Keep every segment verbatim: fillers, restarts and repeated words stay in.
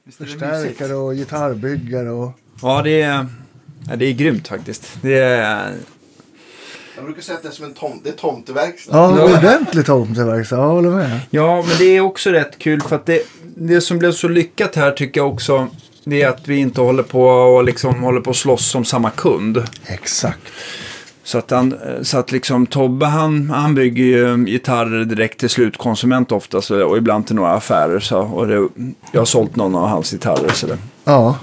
förstärkare och gitarrbyggare och... Ja, det är, ja, det är grymt faktiskt. Det är... Jag brukar säga att det är som en tom, det är tomteverkstad. Ja, ordentligt tomteverkstad, jag håller med. Ja, men det är också rätt kul för att det, det som blev så lyckat här tycker jag också, det är att vi inte håller på och liksom håller på att slåss som samma kund. Exakt. Så att, han, så att liksom Tobbe han, han bygger ju gitarrer direkt till slutkonsument oftast och ibland till några affärer. Så, och det, jag har sålt någon av hans gitarrer. Så det. Ja.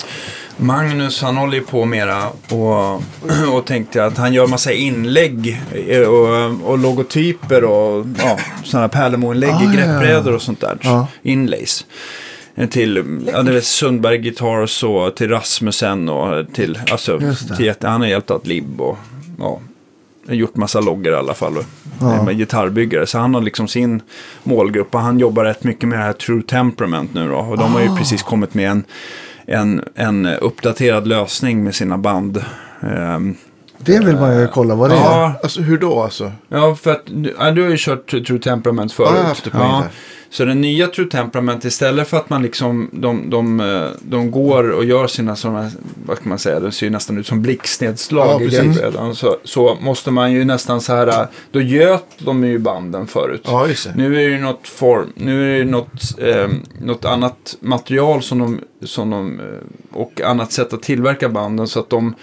Magnus han håller ju på mera och, och tänkte att han gör massa inlägg och, och logotyper och ja, sådana pärlemoinlägg ah, i greppbrädor och sånt där. Ja. Inlays. Till ja, det är Sundberg Guitars och till Rasmussen och till, alltså, till han har hjälpt att Lib och ja, har gjort massa loggar i alla fall och, ja. Med gitarrbyggare. Så han har liksom sin målgrupp och han jobbar rätt mycket med det här True Temperament nu då. Och de ah. har ju precis kommit med en En, en uppdaterad lösning med sina band. Um, det vill man ju kolla vad det ja, är. Alltså hur då alltså? Ja, för att ja, du har ju kört True Temperament förut. Ja, jag har haft det på ja. Så den nya True Temperament, istället för att man liksom de, de, de går och gör sina sådana, vad kan man säga, det ser ju nästan ut som blixtnedslag ja, i greppbrädan. Så, så måste man ju nästan så här, då göt de ju banden förut. Ja, just det. Nu är det ju något form, nu är det något, eh, något annat material som de, som de, och annat sätt att tillverka banden så att de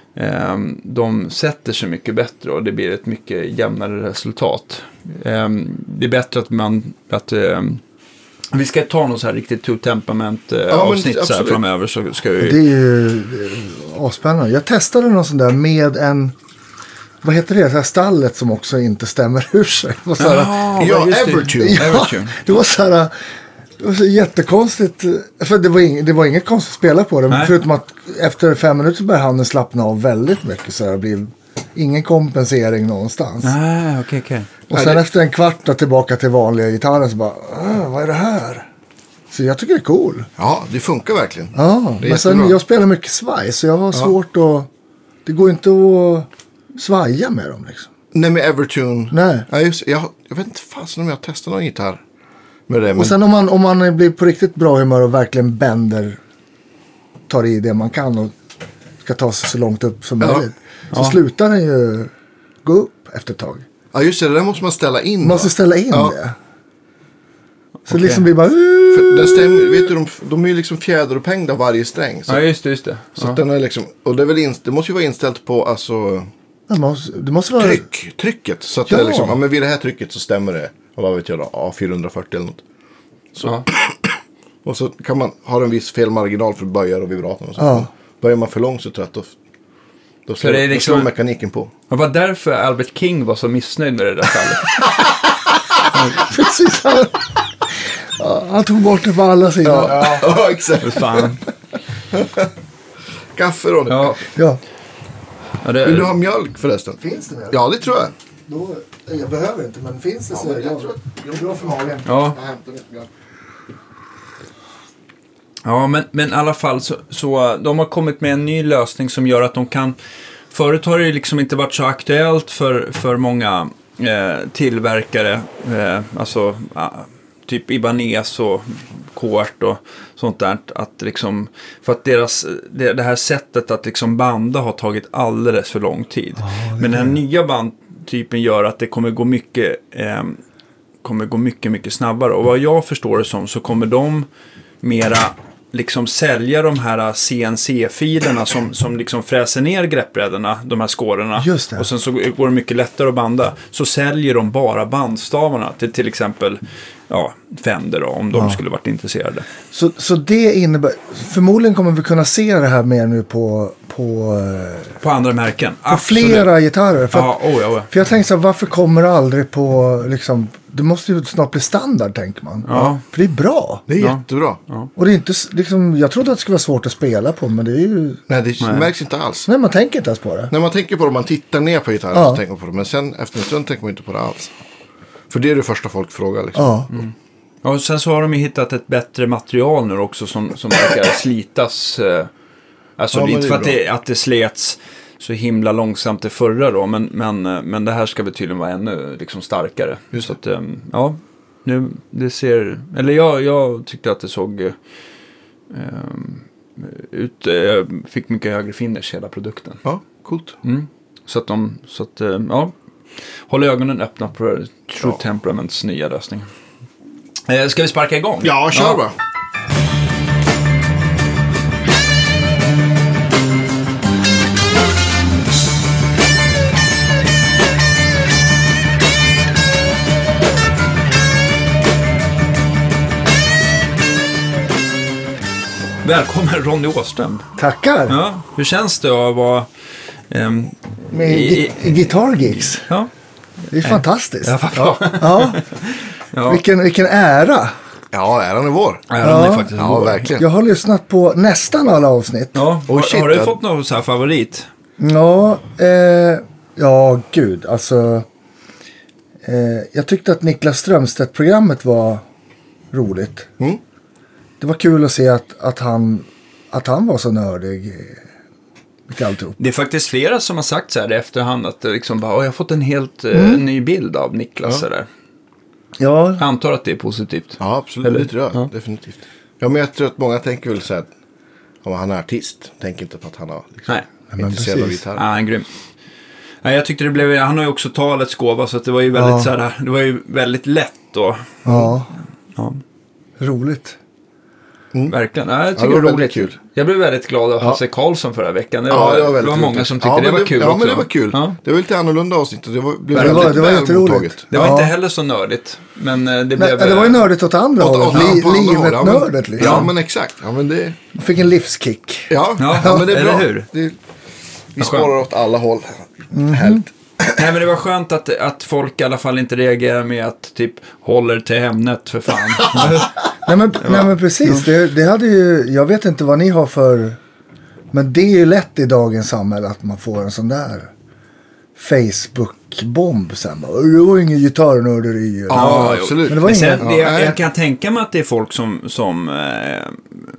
Um, de sätter sig mycket bättre och det blir ett mycket jämnare resultat. Um, det är bättre att man att, um, vi ska ta något så här riktigt True Temperament uh, ja, avsnitt så här framöver så ska vi... Det är ju avspännande. Jag testade någon sån där med en, vad heter det, så här stallet som också inte stämmer ur sig. Det var så här, ja, ja, Evertune. Ja, Evertune. Det var så här, det var så jättekonstigt. För det var, ing, det var inget konstigt att spela på det. Nej. Förutom att efter fem minuter började handen slappna av väldigt mycket. Så det blev ingen kompensering någonstans. Ah, okay, okay. Och sen det... efter en kvart då, tillbaka till vanliga gitarren så bara, vad är det här? Så jag tycker det är cool. Ja, det funkar verkligen. Ja, men sen jag spelar mycket svaj. Så jag har ja. svårt att, det går inte att svaja med dem liksom. Nej, med Evertune. Nej. Ja, just, jag, jag vet inte fasen om jag har testat någon gitarr. Med det, men... Och sen om man, om man blir på riktigt bra humör och verkligen bänder, tar i det man kan och ska ta sig så långt upp som möjligt. Ja. Så ja. slutar den ju gå upp efter ett tag. Ja just det, det där måste man ställa in. Man måste ställa in ja. det. Så okay. liksom blir bara... För den stäm, vet du, de, de är ju liksom fjäderupphängda varje sträng. Så, ja just det, just det. Så ja. den är liksom, och det, är väl inst, det måste ju vara inställt på alltså... Det måste, det måste vara... Tryck, trycket. Så att ja. det är liksom, ja men vid det här trycket så stämmer det. Och vad vet jag då, ja, fyrahundrafyrtio eller något. Så. Ja. Och så kan man ha en viss felmarginal för böjar och vibraton och så. Ja. Böjer man för långt så trött då, då slår, det är liksom, då slår mekaniken på. Det var därför Albert King var så missnöjd med det där fallet. Precis. Ja, han tog bort det på alla sidor. Ja, ja exakt. Fan. Kaffe då. Ja. ja. ja det... Vill du ha mjölk förresten? Finns det mjölk? Ja, det tror jag. Då, jag behöver inte, men finns det ja, så är det jag tror att det är bra för magen. Ja. Jag hämtar lite mjölk. Ja, men, men i alla fall så, så de har kommit med en ny lösning som gör att de kan... Förut har det liksom inte varit så aktuellt för, för många eh, tillverkare, eh, alltså ah, typ Ibanez och Kort och sånt där, att liksom, för att deras, det, det här sättet att liksom banda har tagit alldeles för lång tid. Oh, men den här nya bandtypen gör att det kommer gå mycket, eh, kommer gå mycket, mycket snabbare. Och vad jag förstår det som så kommer de mera liksom sälja de här C N C-filerna som, som liksom fräser ner greppbrädorna, de här skårorna. Just det. Och sen så går det mycket lättare att banda. Så säljer de bara bandstavarna till till exempel ja, Fender då, om de ja. skulle varit intresserade. Så, så det innebär, förmodligen kommer vi kunna se det här mer nu på på, på andra märken. På Absolut. flera gitarrer. För, ja, oh, ja, oh. för jag tänkte så här, varför kommer det aldrig på liksom, det måste ju snart bli standard, tänker man. Ja. För det är bra. Det är ja. jättebra. Ja. Och det är inte, liksom, jag trodde att det skulle vara svårt att spela på, men det är ju... Nej, det Nej. märks inte alls. Nej, man tänker inte ens på det. När man tänker på det, man tittar ner på gitarren ja. så tänker man på det. Men sen efter en stund tänker man inte på det alls. För det är det första folk frågar liksom. Ja. Mm. Och sen så har de ju hittat ett bättre material nu också som, som verkar slitas. Eh, alltså ja, det är inte för att det, att det slets så himla långsamt det förra då. Men, men, men det här ska väl tydligen vara ännu liksom starkare. Just så att, ja, nu det ser... Eller jag, jag tyckte att det såg ut, uh, fick mycket högre finish hela produkten. Ja, coolt. Mm. Så att de, så att, uh, ja, håll ögonen öppna på True ja. Temperaments nya lösning. Uh, ska vi sparka igång? Ja, kör ja. bara. Välkommen Ronny Åström. Tackar. Ja, hur känns det att vara... Um, Med i, i Guitar Geeks. Ja. Det är fantastiskt. Ja, ja. ja. ja. Vilken, vilken ära. Ja, äran är vår. Äran ja. är faktiskt ja, vår. verkligen. Jag har lyssnat på nästan alla avsnitt. Ja, oh, shit, har du jag... fått någon så här favorit? Ja, eh, ja gud. Alltså, eh, jag tyckte att Niklas Strömstedt-programmet var roligt. Mm. Det var kul att se att, att, han, att han var så nördig. Alltihop. Det är faktiskt flera som har sagt så här i efterhand att det liksom bara, jag har fått en helt mm. uh, ny bild av Niklas. Ja. Där. Ja. Jag antar att det är positivt. Ja, absolut. Eller? Det tror jag. Ja. Definitivt. Ja, men jag tror att många tänker väl så här att om han är artist. Tänker inte på att han har liksom, Nej. intresserad av gitarr. Ja, han är grym. Ja, jag tyckte det blev, han har ju också talets gåva så att det var ju väldigt ja. så här, det var ju väldigt lätt då. Ja. Ja. Roligt. Mm. Verkligen. Ja, jag tycker ja, det var det roligt. Kul. Jag blev väldigt glad av Hasse ja. Karlsson förra veckan. Det var, ja, det var, det var många som tyckte ja, det var det, kul ja, också. men det var kul. Ja. Det var lite annorlunda avsnitt. Det var, blev det var, det var jätteroligt. Det var ja. inte heller så nördigt. Men det, blev, Nej, det var ju nördigt åt andra åt, hållet. åt, Li, åt livet ja, nördigt liksom. Ja, men exakt. Ja, men det... Man fick en livskick. Ja, ja, ja men det är eller bra. Hur? Det, vi spårar åt alla håll. Mm-hmm. Härligt. Nej, men det var skönt att, att folk i alla fall inte reagerar med att typ håller till ämnet för fan. nej, men, nej men precis, det, det hade ju, jag vet inte vad ni har för, men det är ju lätt i dagens samhälle att man får en sån där Facebook-bomb sen. Det var ingen gitarrnörderi. Ja, ja, absolut. Men det var men ingen, sen, det, jag, jag kan tänka mig att det är folk som, som eh,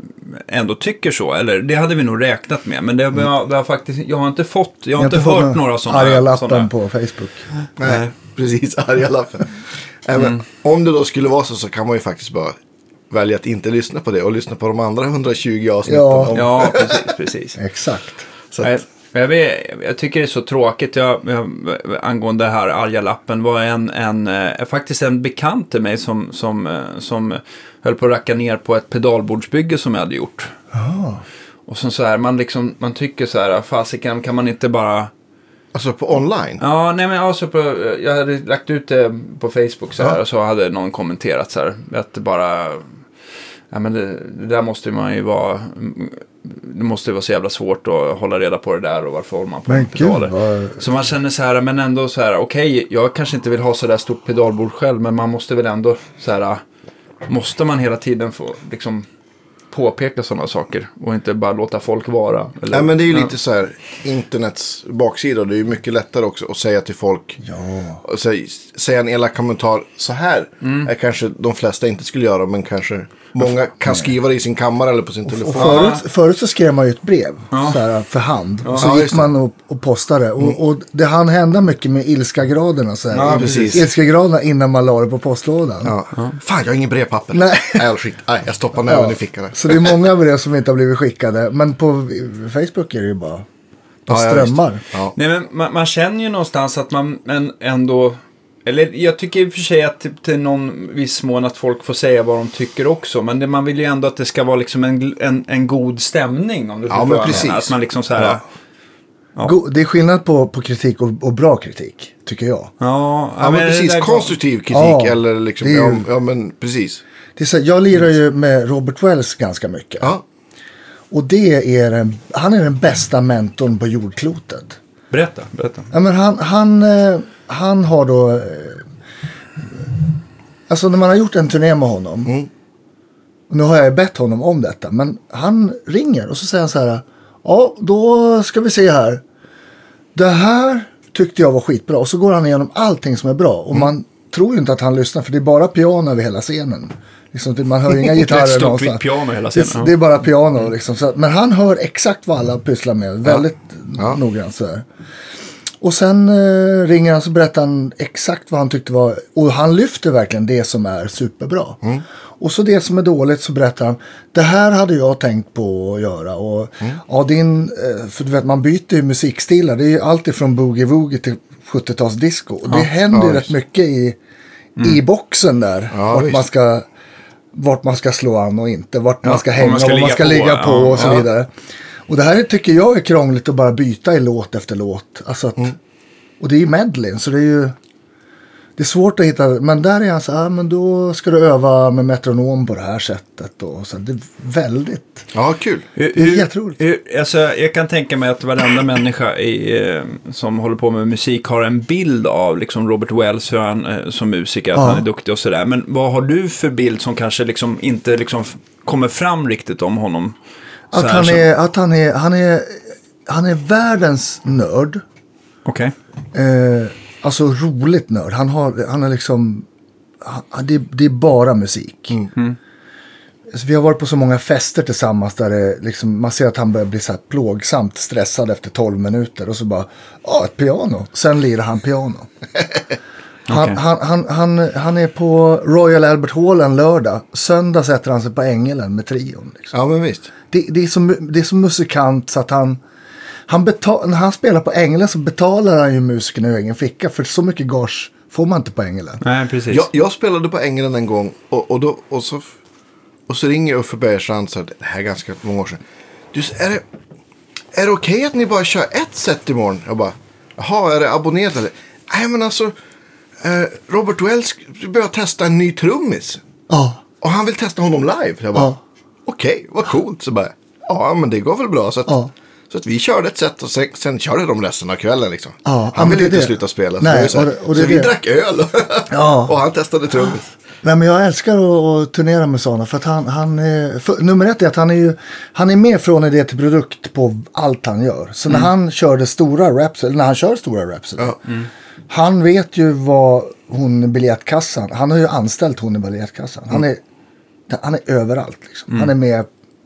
ändå tycker så, eller det hade vi nog räknat med, men det, mm. jag, jag, faktiskt, jag har inte fått, jag har jag inte, inte hört några sådana. Arga lappen såna. På Facebook. Nej, Nej. precis, arga lappen. mm. Men, om det då skulle vara så så kan man ju faktiskt bara välja att inte lyssna på det och lyssna på de andra hundratjugo avsnitten. Ja, om... ja precis, precis. Exakt. Så att... jag, jag, vet, jag tycker det är så tråkigt jag, jag, angående det här arga lappen var en, en, en, faktiskt en bekant till mig som, som, som höll på att racka ner på ett pedalbordsbygge som jag hade gjort. Oh. Och så, så här, man, liksom, man tycker så här, fasiken kan man inte bara... Alltså på online? Ja, nej men alltså på, jag hade lagt ut det på Facebook så här, ja. Och så hade någon kommenterat så här, att det bara... Ja, men det, det där måste man ju vara... Det måste ju vara så jävla svårt att hålla reda på det där och varför håller man på med pedaler. Vad... Så man känner så här, men ändå så här, okej, okay, jag kanske inte vill ha så där stort pedalbord själv, men man måste väl ändå så här, måste man hela tiden få liksom påpeka sådana saker och inte bara låta folk vara. Eller? Ja, men det är ju ja. lite så här internets baksida. Det är ju mycket lättare också att säga till folk. Ja. Och säga, säga en elak kommentar så här. Mm. Är kanske de flesta inte skulle göra, men kanske många kan skriva det i sin kammare eller på sin telefon. Och förut, förut så skrev man ju ett brev ja. så här, för hand. Ja. Så ja, gick man och, och postade. Och, mm. och det hann hända mycket med ilska-graderna. Så här, ja, precis. Ilska-graderna innan man la det på postlådan. Ja. Ja. Fan, jag har ingen brevpapper. Nej. Nej, skit. Nej, jag stoppar näven ja. i fickan. Så det är många brev som inte har blivit skickade. Men på Facebook är det ju bara på ja, strömmar. Ja. Nej, men man, man känner ju någonstans att man men ändå... Eller jag tycker i och för sig att till, till någon viss mån att folk får säga vad de tycker också. Men det, man vill ju ändå att det ska vara liksom en, en, en god stämning. Om du ja, men precis. Att man liksom så här... Ja. Ja. God, det är skillnad på, på kritik och, och bra kritik, tycker jag. Ja, ja, ja men precis. Konstruktiv kritik. Ja, eller liksom, ju, ja, ja, men precis. Det är så här, jag lirar ju med Robert Wells ganska mycket. Ja. Och det är en, han är den bästa mentorn på jordklotet. Berätta, berätta. Ja, men han, han, han har då... Alltså när man har gjort en turné med honom. Mm. Och nu har jag bett honom om detta. Men han ringer och så säger han så här. Ja, då ska vi se här. Det här tyckte jag var skitbra. Och så går han igenom allting som är bra. Och mm. man tror ju inte att han lyssnar. För det är bara piano över hela scenen. Liksom, man hör inga gitarrer någonstans. Piano hela scenen. Det, det är bara piano. Liksom. Så, men han hör exakt vad alla pysslar med. Väldigt ja. noggrant så här. Och sen eh, ringer han så berättar han exakt vad han tyckte var. Och han lyfter verkligen det som är superbra. Mm. Och så det som är dåligt så berättar han, det här hade jag tänkt på att göra. Och mm. ja, din, för du vet, man byter ju musikstilar. Det är ju allt ifrån boogie-woogie till sjuttiotalsdisco. Och det ja, händer ju ja, rätt mycket i, mm. i boxen där. Ja, vart, man ska, vart man ska slå an och inte. Vart ja, man ska hänga och vad man ska på, ligga på ja, och så ja. vidare. Och det här tycker jag är krångligt att bara byta i låt efter låt. Alltså att, mm. och det är ju medley, så det är ju... Det är svårt att hitta, men där är han så här, men då ska du öva med metronom på det här sättet. Och så. Det är väldigt... Ja, kul. Det är jätteroligt. Hur, alltså, jag kan tänka mig att varenda människa i, eh, som håller på med musik har en bild av liksom Robert Wells hur han, eh, som musiker, att ja. han är duktig och sådär. Men vad har du för bild som kanske liksom inte liksom kommer fram riktigt om honom? Att han, är, att han är, han är, han är världens nörd. Okej. Okay. Eh, Alltså roligt nörd. Han har, han är liksom, han, det, det är bara musik. Mm. Mm. Så vi har varit på så många fester tillsammans där det liksom, man ser att han börjar bli så här plågsamt stressad efter tolv minuter. Och så bara, ja, ett piano. Sen lirar han piano. han, okay. han, han, han, han är på Royal Albert Hall en lördag. Söndag sätter han sig på Ängelen med trion. Liksom. Ja, men visst. Det, det, är som, det är som musikant så att han... Han betal, när han spelar på Ängelen så betalar han ju musiken i egen ficka. För så mycket gage får man inte på Ängelen. Nej, precis. Jag, jag spelade på Ängelen en gång. Och, och, då, och, så, och så ringer Uffe Bergstrand. Så det här är ganska många år sedan. Du, är det, är det okej okay att ni bara kör ett set imorgon? Jag bara, jaha, är det abonnerat eller? Nej, men alltså, eh, Robert Wells börjar testa en ny trummis. Ja. Och han vill testa honom live. Jag bara, ja. okej, okay, vad coolt. Så bara, ja, men det går väl bra. Så att... Ja. Så att vi körde ett set och sen, sen körde de resten av kvällen liksom. Ja, han ville inte det. sluta spela. Nej, så och det, och det så det. vi drack öl ja. och han testade trummis. Nej, men jag älskar att, att turnera med sådana. För att han, han är, för, nummer ett är att han är ju, han är med från idé till produkt på allt han gör. Så mm. när han körde stora raps, eller när han kör stora raps. Ja. Mm. Han vet ju vad hon i biljettkassan, han har ju anställt hon i biljettkassan. Han är, mm. han är överallt liksom. Mm. Han är med.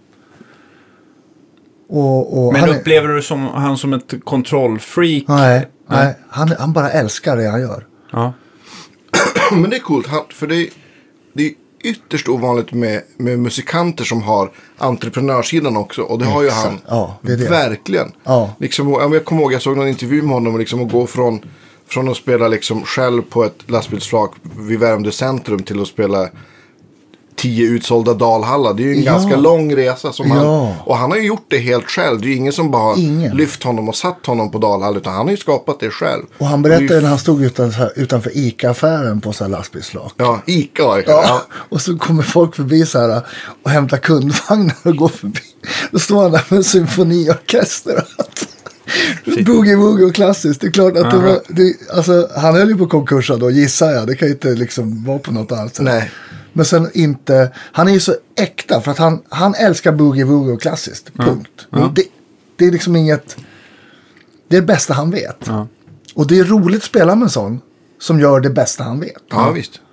Och, och men han upplever är, du som, han som ett kontrollfreak? Nej, nej. Han, han bara älskar det han gör. Ja. Men det är coolt, för det är, det är ytterst ovanligt med, med musikanter som har entreprenörssidan också. Och det har ju han ja, det är det. Verkligen. Ja. Liksom, jag kommer ihåg, jag såg någon intervju med honom liksom, och gå från, från att spela liksom, själv på ett lastbilsflak vid Värmdö centrum till att spela tio utsålda Dalhalla. Det är ju en ja. ganska lång resa. Som ja. han, och han har ju gjort det helt själv. Det är ju ingen som bara har ingen. lyft honom och satt honom på Dalhalla. Utan han har ju skapat det själv. Och han berättade ju... när han stod utanför, utanför Ica-affären på så här lastbilsflak. Ja, Ica var det. Ja. Ja. Och så kommer folk förbi så här och hämtar kundvagnar och går förbi. Då står han där med en symfoniorkester. Boogie Woogie och klassiskt. Det är klart att uh-huh. det var, det, alltså, han höll ju på konkursa då, gissar jag. Det kan ju inte liksom vara på något annat sätt. Nej. Men sen inte, han är ju så äkta för att han, han älskar Boogie Woogie och klassiskt, punkt. Mm. Det, det är liksom inget, det är det bästa han vet. Mm. Och det är roligt att spela med en sån som gör det bästa han vet. Ja, mm. visst.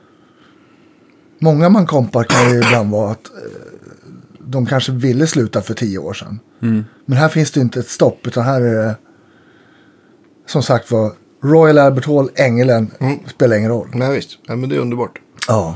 Många man kompar kan ju ibland vara att eh, de kanske ville sluta för tio år sedan. Mm. Men här finns det inte ett stopp, utan här är det som sagt var Royal Albert Hall, Ängelen, mm. spelar ingen roll. Nej, visst. Ja, men det är underbart. Ja.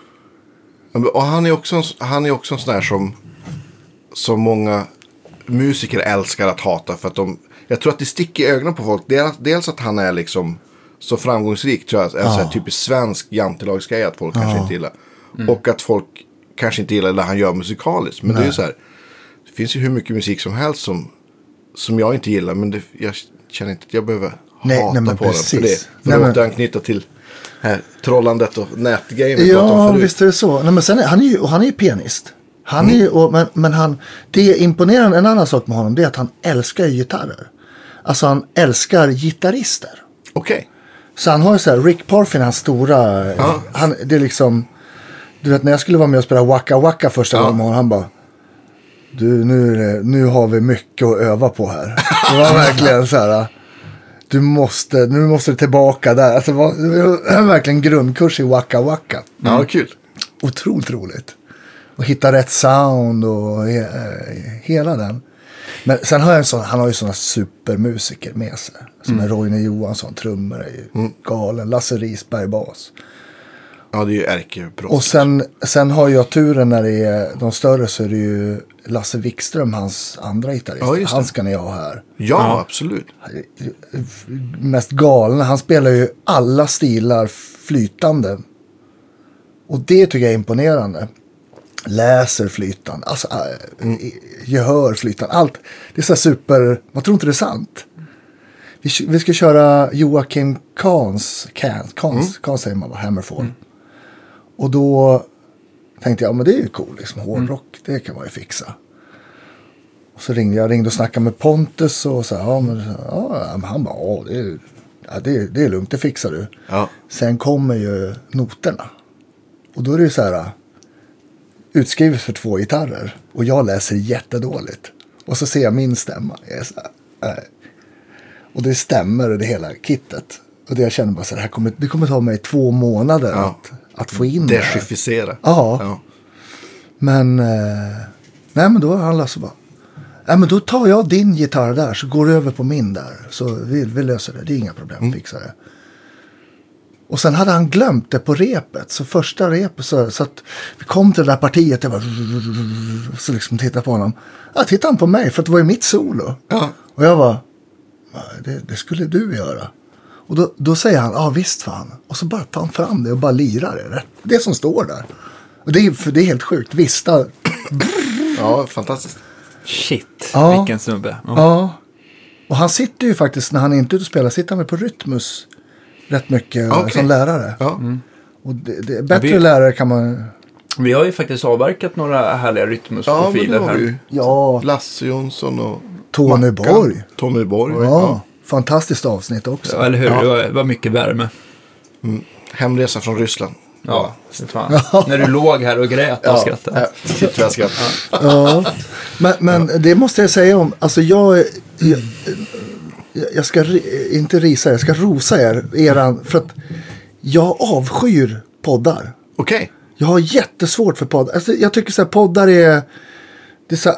Och han är också, han är också en sån där som, som många musiker älskar att hata. För att de, jag tror att det sticker i ögonen på folk. Dels, dels att han är liksom så framgångsrik, tror jag. Är ja. så här typiskt svensk jantelagsgrej att folk ja. kanske inte gillar. Mm. Och att folk kanske inte gillar det han gör musikaliskt. Men Nej. det är ju så här, det finns ju hur mycket musik som helst som, som jag inte gillar. Men det, jag känner inte att jag behöver nej, hata nej, på precis. den. För det, för nej, att men... anknyta till här, trollandet och nätgamet. Ja, visst är det så. Nej, men sen är, han är ju, han är ju pianist. Han mm. är ju, och, men, men han, det är imponerande. En annan sak med honom, det är att han älskar gitarrer. Alltså han älskar gitarrister. Okej. Okay. Så han har ju så här, Rick Parfin, hans stora, ja. han, det är liksom, du vet när jag skulle vara med och spela Waka Waka första ja. gången, han bara, du nu, nu har vi mycket att öva på här. Det var verkligen så här, du måste, nu måste du tillbaka där. Alltså, det var verkligen grundkurs i Waka Waka. Mm. Ja, kul. Otroligt roligt. Och hitta rätt sound och he, hela den. Men sen har jag en sån, han har ju såna supermusiker med sig. Som mm. är Roine Johansson, trummor är ju mm. galen. Lasse Risberg, bas. Ja, det är ju ärkeproffs. Och sen, sen har jag turen när det är de större så är det ju Lasse Wikström, hans andra gitarrist. Ja, han ska ni ha här. Ja, Ja. absolut. Mest galna. Han spelar ju alla stilar flytande. Och det tycker jag är imponerande. Läser flytande. Alltså, mm. gehör flytande. Allt. Det är så här super... Man tror inte det är sant. Vi, vi ska köra Joakim Kahns, Kahns, Kahns, mm. Kahns säger man bara, Hammerfall. Mm. Och då tänkte jag, ja men det är ju cool, liksom, hårdrock, mm. det kan man ju fixa. Och så ringde jag, ringde och snackade med Pontus och så, ja men, ja, han bara, ja det är, ja, det är, det är lugnt, det fixar du. Ja. Sen kommer ju noterna. Och då är det ju så här, utskrivet för två gitarrer. Och jag läser jättedåligt. Och så ser jag min stämma. Jag är så här, äh. Och det stämmer det hela kittet. Och det jag känner bara så här, det, här kommer, det kommer ta mig två månader ja. att, att få in det. Dechiffisera. Ja. ja. Men, eh, nej men då han så bara, nej men då tar jag din gitarr där så går du över på min där. Så vi, vi löser det, det är inga problem, mm. fixar det. Och sen hade han glömt det på repet. Så första repet så, så att vi kom till det där partiet. Jag bara, så liksom tittade på honom. Ja, tittade han på mig för att det var ju mitt solo. Ja. Och jag bara, det, det skulle du göra. Och då, då säger han, ja visst fan. Och så bara tar han fram det och bara lirar det. Det som står där. Och det är, för det är helt sjukt. Vista. Ja, fantastiskt. Shit, ja. vilken snubbe. Ja. ja. Och han sitter ju faktiskt, när han är inte ute och spelar, sitter han med på Rytmus rätt mycket okay. som lärare. Ja. Mm. Och det, det, bättre ja, vi, lärare kan man... Vi har ju faktiskt avverkat några härliga Rytmus-profiler ja, här. Ja, Lasse Jonsson och Tony Borg. Tony Borg. Ja, ja. Fantastiskt avsnitt också. Ja, eller hur? Ja. Det, var, det var mycket värme. Mm. Hemresa från Ryssland. Ja, det fan. Ja. När du låg här och grät och ja. skrattade. Ja, jag skrattade. Ja. Men, men ja. det måste jag säga om, alltså jag... jag Jag ska inte risa, jag ska rosa er, eran, för att jag avskyr poddar. Okej. Okay. Jag har jättesvårt för poddar. Alltså, jag tycker så här, poddar är, det är så här,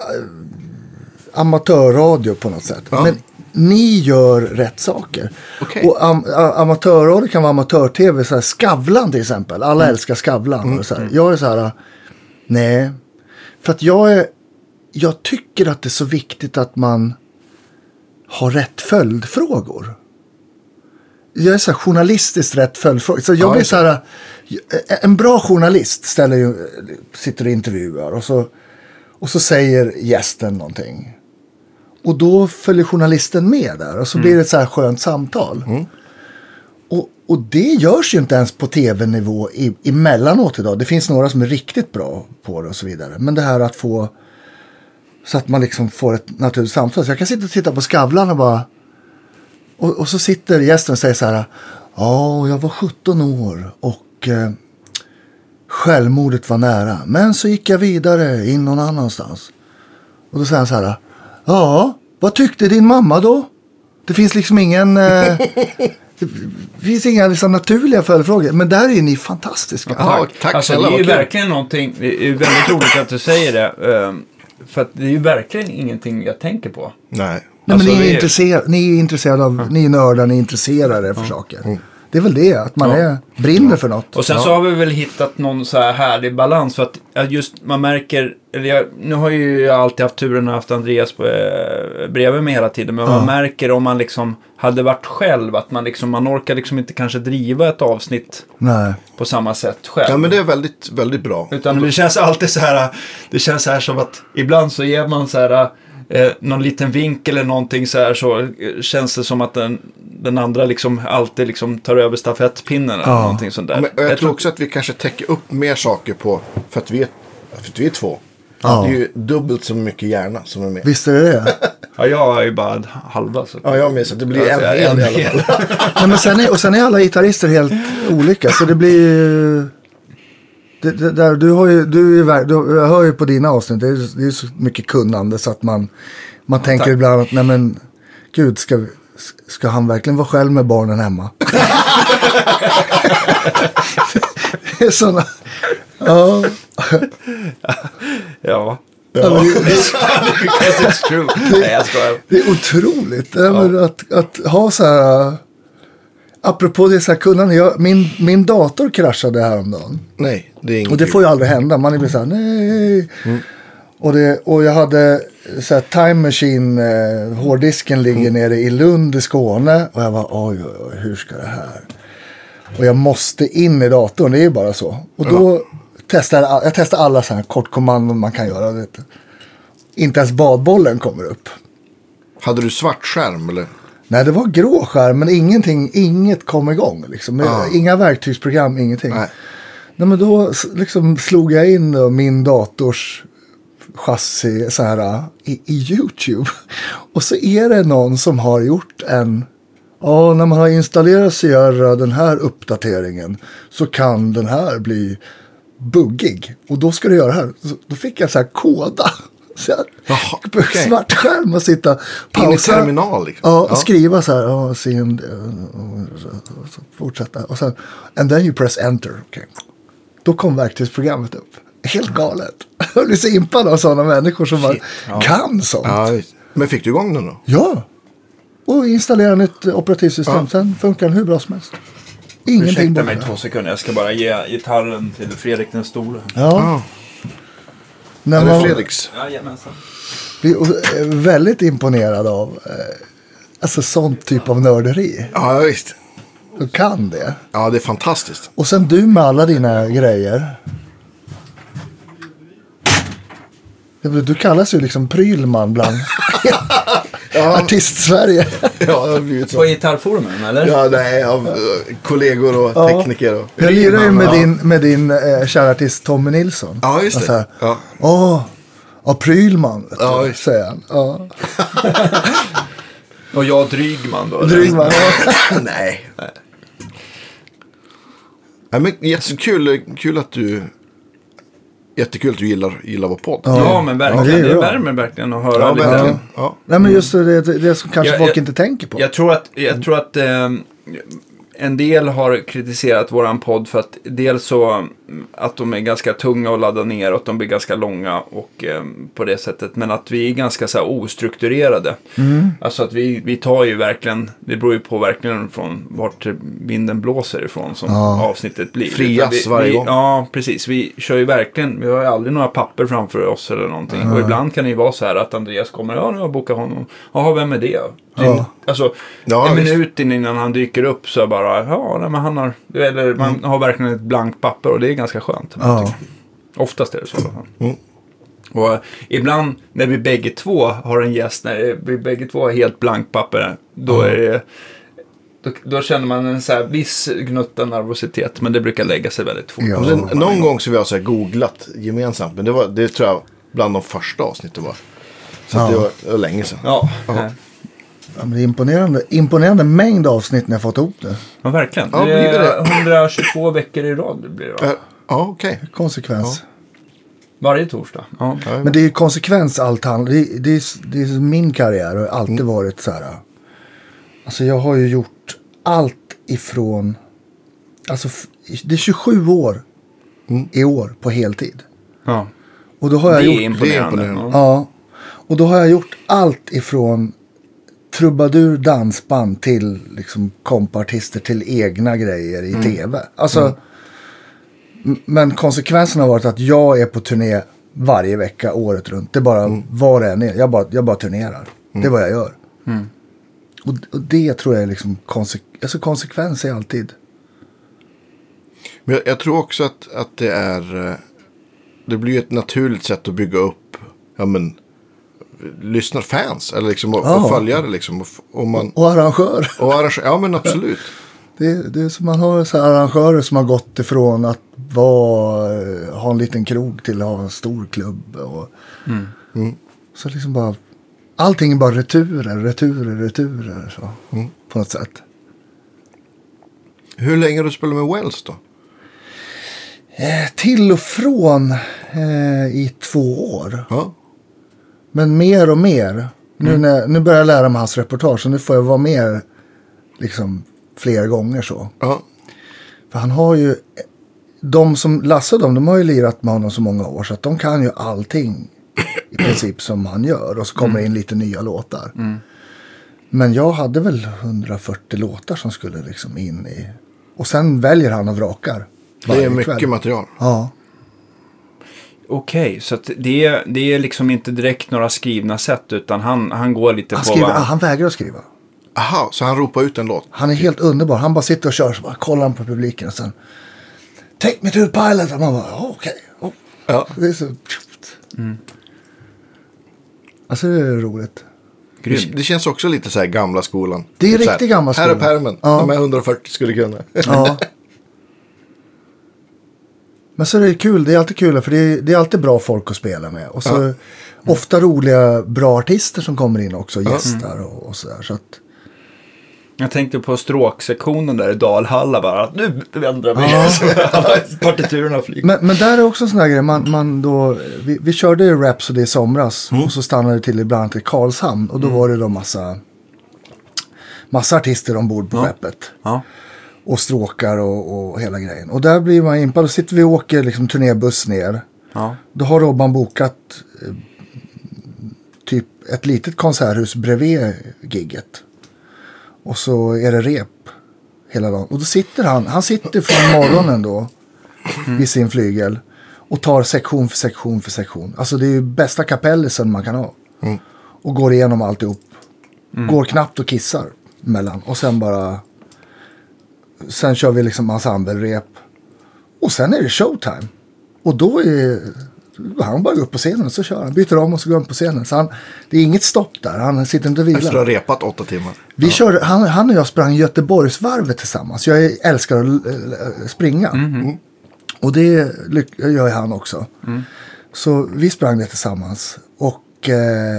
amatörradio på något sätt. Ja. Men ni gör rätt saker. Okay. Och am, amatörradio kan vara amatör-tv, så här, Skavlan till exempel. Alla mm. älskar Skavlan. Mm. Och så här. Jag är så här, nej. För att jag är, jag tycker att det är så viktigt att man har rätt följdfrågor. Jag är så här journalistiskt rätt följdfrågor. Så jag ja, blir så här, en bra journalist ställer ju, sitter och intervjuar och så, och så säger gästen någonting. Och då följer journalisten med där och så mm. blir det ett så här skönt samtal. Mm. Och, och det görs ju inte ens på tv-nivå i, emellanåt idag. Det finns några som är riktigt bra på det och så vidare. Men det här att få, så att man liksom får ett naturligt samtal. Så jag kan sitta och titta på Skavlan och bara... Och, och så sitter gästen och säger så här... Ja, jag var sjutton år och eh, självmordet var nära. Men så gick jag vidare in någon annanstans. Och då säger han så här... Ja, vad tyckte din mamma då? Det finns liksom ingen... Eh, det finns inga liksom naturliga följdfrågor. Men där är ni fantastiska. Ja, tack. tack alltså, det är ju verkligen någonting... Det är väldigt roligt att du säger det. Um, För att det är ju verkligen ingenting jag tänker på. Nej. Nej alltså, men ni är, är... Intresserade, ni är intresserade av, mm. ni är nördar, ni är intresserade för mm. saker. Mm. Det är väl det, att man ja. är, brinner ja. för något. Och sen ja. så har vi väl hittat någon så här härlig balans. För att just man märker, eller jag, nu har ju jag alltid haft turen att haft Andreas på, eh, bredvid mig hela tiden. Men ja. man märker om man liksom hade varit själv, att man liksom, man orkar liksom inte kanske driva ett avsnitt Nej. på samma sätt själv. Ja, men det är väldigt, väldigt bra. Utan det känns alltid så här, det känns så här som att ibland så ger man så här... Eh, någon liten vink eller någonting så här, så eh, känns det som att den, den andra liksom alltid liksom tar över stafettpinnen eller ja. någonting sånt där. Men jag, jag tror också att vi kanske täcker upp mer saker på för att vi är, för att vi är två. Ja. Det är ju dubbelt så mycket hjärna som är med. Visst är det det? Ja, jag är ju bara halva. Så. Ja, jag med, så det blir en hel i alla fall. Nej, men sen är, och sen är alla gitarrister helt olika, så det blir... Det, det, där, du har ju, du är, du, jag hör ju på dina avsnitt, det är, det är så mycket kunnande så att man, man ja, tänker tack. ibland att nej men, gud, ska, ska han verkligen vara själv med barnen hemma? Det är sådana, ja. Ja. Ja, men det, det, it's true. Det, Nej, jag skojar. Det är otroligt ja. att, att ha så här... apropå det så här kunnande, jag, min, min dator kraschade häromdagen. Nej, det är inget. Och det får ju aldrig hända. Man är så här, nej. Mm. Och, det, och jag hade så här, Time Machine, eh, hårddisken ligger mm. nere i Lund i Skåne. Och jag var, oj, oj, oj, hur ska det här? Och jag måste in i datorn, det är ju bara så. Och då ja. testade jag testade alla så här kortkommandon man kan göra. Vet du. Inte ens badbollen kommer upp. Hade du svart skärm eller? Nej, det var grå skärm, men ingenting, inget kom igång. Liksom. Ah. Inga verktygsprogram, ingenting. Nej. Nej, men då liksom slog jag in då, min dators chassi så här, i, i YouTube. Och så är det någon som har gjort en... Ja, när man har installerat Sierra, den här uppdateringen, så kan den här bli buggig. Och då ska du göra det här. Så, då fick jag så här koda. Så jag, Jaha, okay. Svart skärm och sitta pausa. In i terminal liksom. Ja, och ja. skriva så här. Ja, sen, och så, och så fortsätta. Och sen, and then you press enter. Okay. Då kom verktygsprogrammet upp. Helt galet. Jag blir så impad av sådana människor som man ja. kan sånt. Ja, men fick du igång den då? Ja. Och installera nytt operativsystem. Ja. Sen funkar den hur bra som helst. Ingenting. Ursäkta mig två sekunder. Jag ska bara ge gitarren till Fredrik den store. Ja. ja. När man, är det Fredriks? Jajamensan. Blir väldigt imponerad av eh, alltså sånt typ av nörderi. Ja, visst. Du kan det. Ja, det är fantastiskt. Och sen du med alla dina grejer. Du kallas ju liksom prylman bland ja. Artist-Sverige. Ja, det har blivit så. På gitarrforumen, eller? Ja, nej, av uh, kollegor och ja. tekniker. Och jag lirar ju med ja. din, med din uh, kära artist Tommy Nilsson. Ja, just det. Åh, ja. oh, ja, prylman, ja, säger han. Ja. Och jag Drygman då? Drygman, ja. nej. nej. Nej, men jättekul kul att du... Jättekul att du gillar, gillar vår podd. Ja, ja men verkligen. Ja, det, det värmer verkligen att höra ja, lite. Verkligen. Ja. Nej, men just det, det, det som kanske jag, folk jag, inte tänker på. Jag tror att, jag tror att eh, en del har kritiserat våran podd för att dels så att de är ganska tunga att ladda ner och att de blir ganska långa och eh, på det sättet. Men att vi är ganska så här ostrukturerade. Mm. Alltså att vi, vi tar ju verkligen, det beror ju på verkligen från vart vinden blåser ifrån som ja. avsnittet blir. Frias vi, varje vi, gång. Ja, precis. Vi kör ju verkligen, vi har ju aldrig några papper framför oss eller någonting. Mm. Och ibland kan det ju vara så här att Andreas kommer, ja nu har jag bokat honom. Jaha, vem är det? Ja. Alltså, ja, en visst. minut innan han dyker upp så bara, ja, nej, men han har, eller man mm. har verkligen ett blankt papper och det är ganska skönt. Ja. Oftast är det så. Mm. Och uh, ibland när vi bägge två har en gäst, när vi bägge två har helt blankt papper, då mm. är det, då, då känner man en så här viss gnutta nervositet, men det brukar lägga sig väldigt fort. Ja. Sen, någon gång så vi har så här googlat gemensamt, men det var, det tror jag bland de första avsnitten var. Så ja. det, var, det var länge sedan. Ja. Ja. Ja, men det är imponerande, imponerande mängd avsnitt när jag fått ihop det. Ja, verkligen. Ja, det är etthundratjugotvå veckor i rad det blir det. Ja, okej. Okay. Konsekvens. Ja. Varje torsdag. Ja. Men det är ju konsekvens allt handlar. Det, det, är, det är min karriär och har alltid mm. varit så här. Alltså jag har ju gjort allt ifrån, alltså det är tjugosju år mm. i år på heltid. Ja. Och då har jag det gjort, är imponerande. Det är imponerande. Ja. Och då har jag gjort allt ifrån trubadur, dansband till liksom kompartister till egna grejer i mm. tv. Alltså, mm. m- men konsekvensen har varit att jag är på turné varje vecka året runt. Det är bara mm. var det än är. Jag bara, jag bara turnerar. Mm. Det är vad jag gör. Mm. Och, och det tror jag är liksom konse- alltså konsekvens är alltid. Men jag, jag tror också att, att det är det blir ett naturligt sätt att bygga upp ja men lyssnar fans eller liksom och, ja. och följare liksom och, och man och arrangör. Och arrangör. Ja men absolut. Det, det är som man har så här arrangörer som har gått ifrån att vara, ha en liten krog till att ha en stor klubb och mm. Mm. så liksom bara allting är bara returer, returer, returer så mm. på något sätt. Hur länge har du spelat med Wells då? Eh, till och från eh, i två år. Ja. Men mer och mer. Mm. Nu, när, nu börjar jag lära mig hans reportage och nu får jag vara med liksom flera gånger så. Ja. För han har ju, de som Lasse och dem, de har ju lirat med honom så många år så att de kan ju allting i princip som han gör. Och så kommer mm. in lite nya låtar. Mm. Men jag hade väl hundrafyrtio låtar som skulle liksom in i... Och sen väljer han och vrakar. Det är mycket kväll. material. Ja. Okej, okay, så att det, är, det är liksom inte direkt några skrivna sätt utan han, han går lite han på... Skriver, vad... Han vägrar att skriva. Aha, så han ropar ut en låt? Han är helt underbar. Han bara sitter och kör så bara kollar han på publiken och sen... Take me to the pilot. Och man bara, oh, okej. Okay. Oh. Ja. Det är så... Mm. Alltså det är roligt. Det, det känns också lite så här gamla skolan. Det är så riktigt gamla skolan. Här är pärmen. Ja. De här hundrafyrtio skulle kunna. Ja. Men så är det kul. Det är alltid kul för det är, det är alltid bra folk att spela med. Och så ja. ofta roliga, bra artister som kommer in också. Gästar mm. och, och sådär. Så att... Jag tänkte på stråksektionen där i Dalhalla bara. Nu vänder vi. Ja. Partiturerna flyger. Men, men där är också en sån här grej. Man, man då, vi, vi körde ju Rhapsody i somras. Mm. Och så stannade det till ibland till Karlshamn. Och då mm. var det då massa, massa artister ombord på ja. skeppet. Ja. Och stråkar och, och hela grejen. Och där blir man impad. Då sitter vi och åker liksom turnébuss ner. Ja. Då har Robban bokat eh, typ ett litet konserthus bredvid gigget. Och så är det rep hela dagen. Och då sitter han, han sitter från morgonen då mm. vid sin flygel och tar sektion för sektion för sektion. Alltså det är ju bästa kapellisen man kan ha. Mm. Och går igenom alltihop. Mm. Går knappt och kissar mellan. Och sen bara, sen kör vi liksom ensemble-rep. Och sen är det showtime. Och då är han bara går upp på scenen och så kör han. Byter om och så går han på scenen. Så han, det är inget stopp där. Han sitter inte och vilar. Efter att ha repat åtta timmar. Vi ja. körde, han, han och jag sprang Göteborgsvarvet tillsammans. Jag älskar att springa. Mm-hmm. Och det gör han också. Mm. Så vi sprang det tillsammans. Och eh,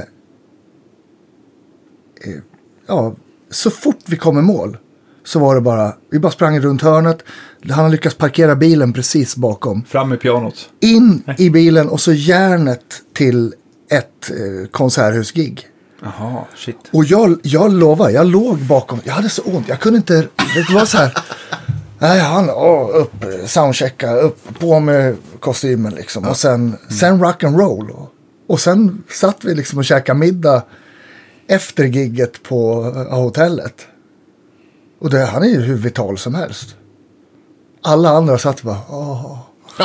ja, så fort vi kom i mål så var det bara, vi bara sprang runt hörnet. Han har lyckats parkera bilen precis bakom. Fram med pianot. In i bilen och så järnet till ett eh, konserthusgig. Jaha, shit. Och jag, jag lovar, jag låg bakom. Jag hade så ont, jag kunde inte, det var så här. Nej, han, åh, upp, soundchecka, upp, på med kostymen liksom. Ja. Och sen, mm. sen rock and roll. Och, och sen satt vi liksom och käkade middag efter gigget på uh, hotellet. Och det, han är ju hur vital som helst. Alla andra satt bara, åh.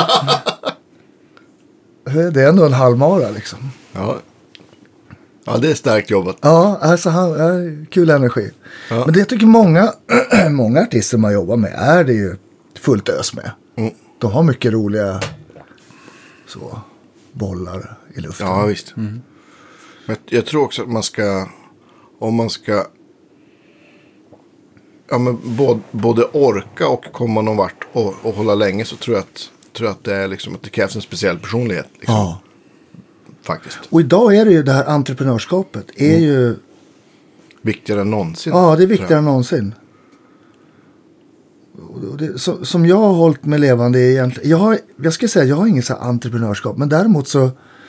Det är ändå en halvmara liksom. Ja. Ja, det är starkt jobbat. Ja, alltså han, ja, kul energi. Ja. Men det jag tycker många, många artister man jobbar med är det ju fullt ös med. Mm. De har mycket roliga så, bollar i luften. Ja, visst. Mm. Men jag tror också att man ska, om man ska ja, men både, både orka och komma någon vart och, och hålla länge, så tror jag att, tror jag att det är liksom att det krävs en speciell personlighet. Liksom. Ja. Faktiskt. Och idag är det ju det här entreprenörskapet är mm. ju viktigare än någonsin. Ja, det är viktigare än någonsin. Och det, så, som jag har hållit mig levande är egentligen, jag har, jag ska säga jag har ingen så här entreprenörskap, men däremot så